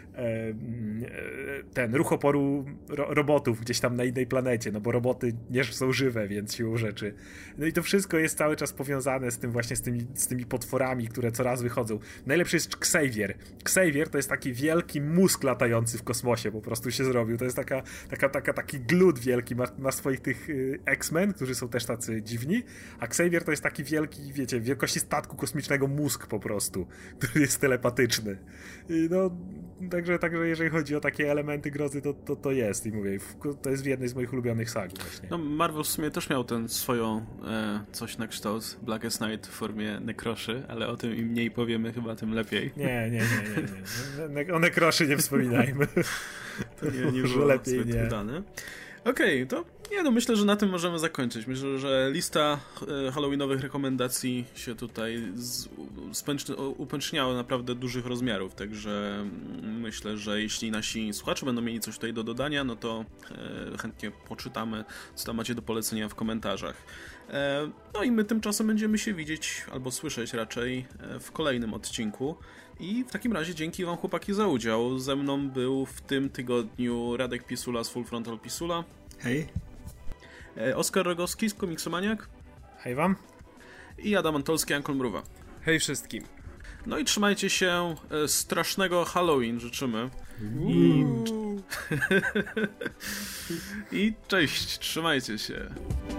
ten ruch oporu ro- robotów gdzieś tam na innej planecie, no bo roboty nie są żywe, więc siłą rzeczy. No i to wszystko jest cały czas powiązane z tym właśnie, z tymi, z tymi potworami, które coraz wychodzą. Najlepszy jest Xavier. Xavier to jest taki wielki mózg latający w kosmosie, po prostu się zrobił. To jest taka, taka, taka, taki glut wielki, ma, ma swoich tych y, X-Men, którzy są też tacy dziwni, a Xavier to jest taki wielki, wiecie, wielkości statku kosmicznego mózg po prostu, który jest telepatyczny. I no, także, także jeżeli chodzi o takie elementy grozy, to, to, to jest i mówię, to jest jednej z moich ulubionych sag właśnie. No Marvel w sumie też miał ten swoją e, coś na kształt Blackest Night w formie nekroszy, ale o tym im mniej powiemy chyba, tym lepiej. Nie, nie, nie, nie, nie. O nekroszy nie wspominajmy. To nie, nie było lepiej zbyt nie. udane. Okej, okay, to nie, no myślę, że na tym możemy zakończyć. Myślę, że lista e, halloweenowych rekomendacji się tutaj z, spęcz, upęczniała naprawdę dużych rozmiarów, także myślę, że jeśli nasi słuchacze będą mieli coś tutaj do dodania, no to e, chętnie poczytamy, co tam macie do polecenia w komentarzach. E, no i my tymczasem będziemy się widzieć, albo słyszeć raczej e, w kolejnym odcinku. I w takim razie dzięki wam, chłopaki, za udział. Ze mną był w tym tygodniu Radek Pisula z Full Frontal Pisula. Hej. Oskar Rogowski z Komiksomaniak. Hej wam. I Adam Antolski, Ankol Mruwa. Hej wszystkim. No i trzymajcie się. Strasznego Halloween życzymy. I... I cześć, trzymajcie się.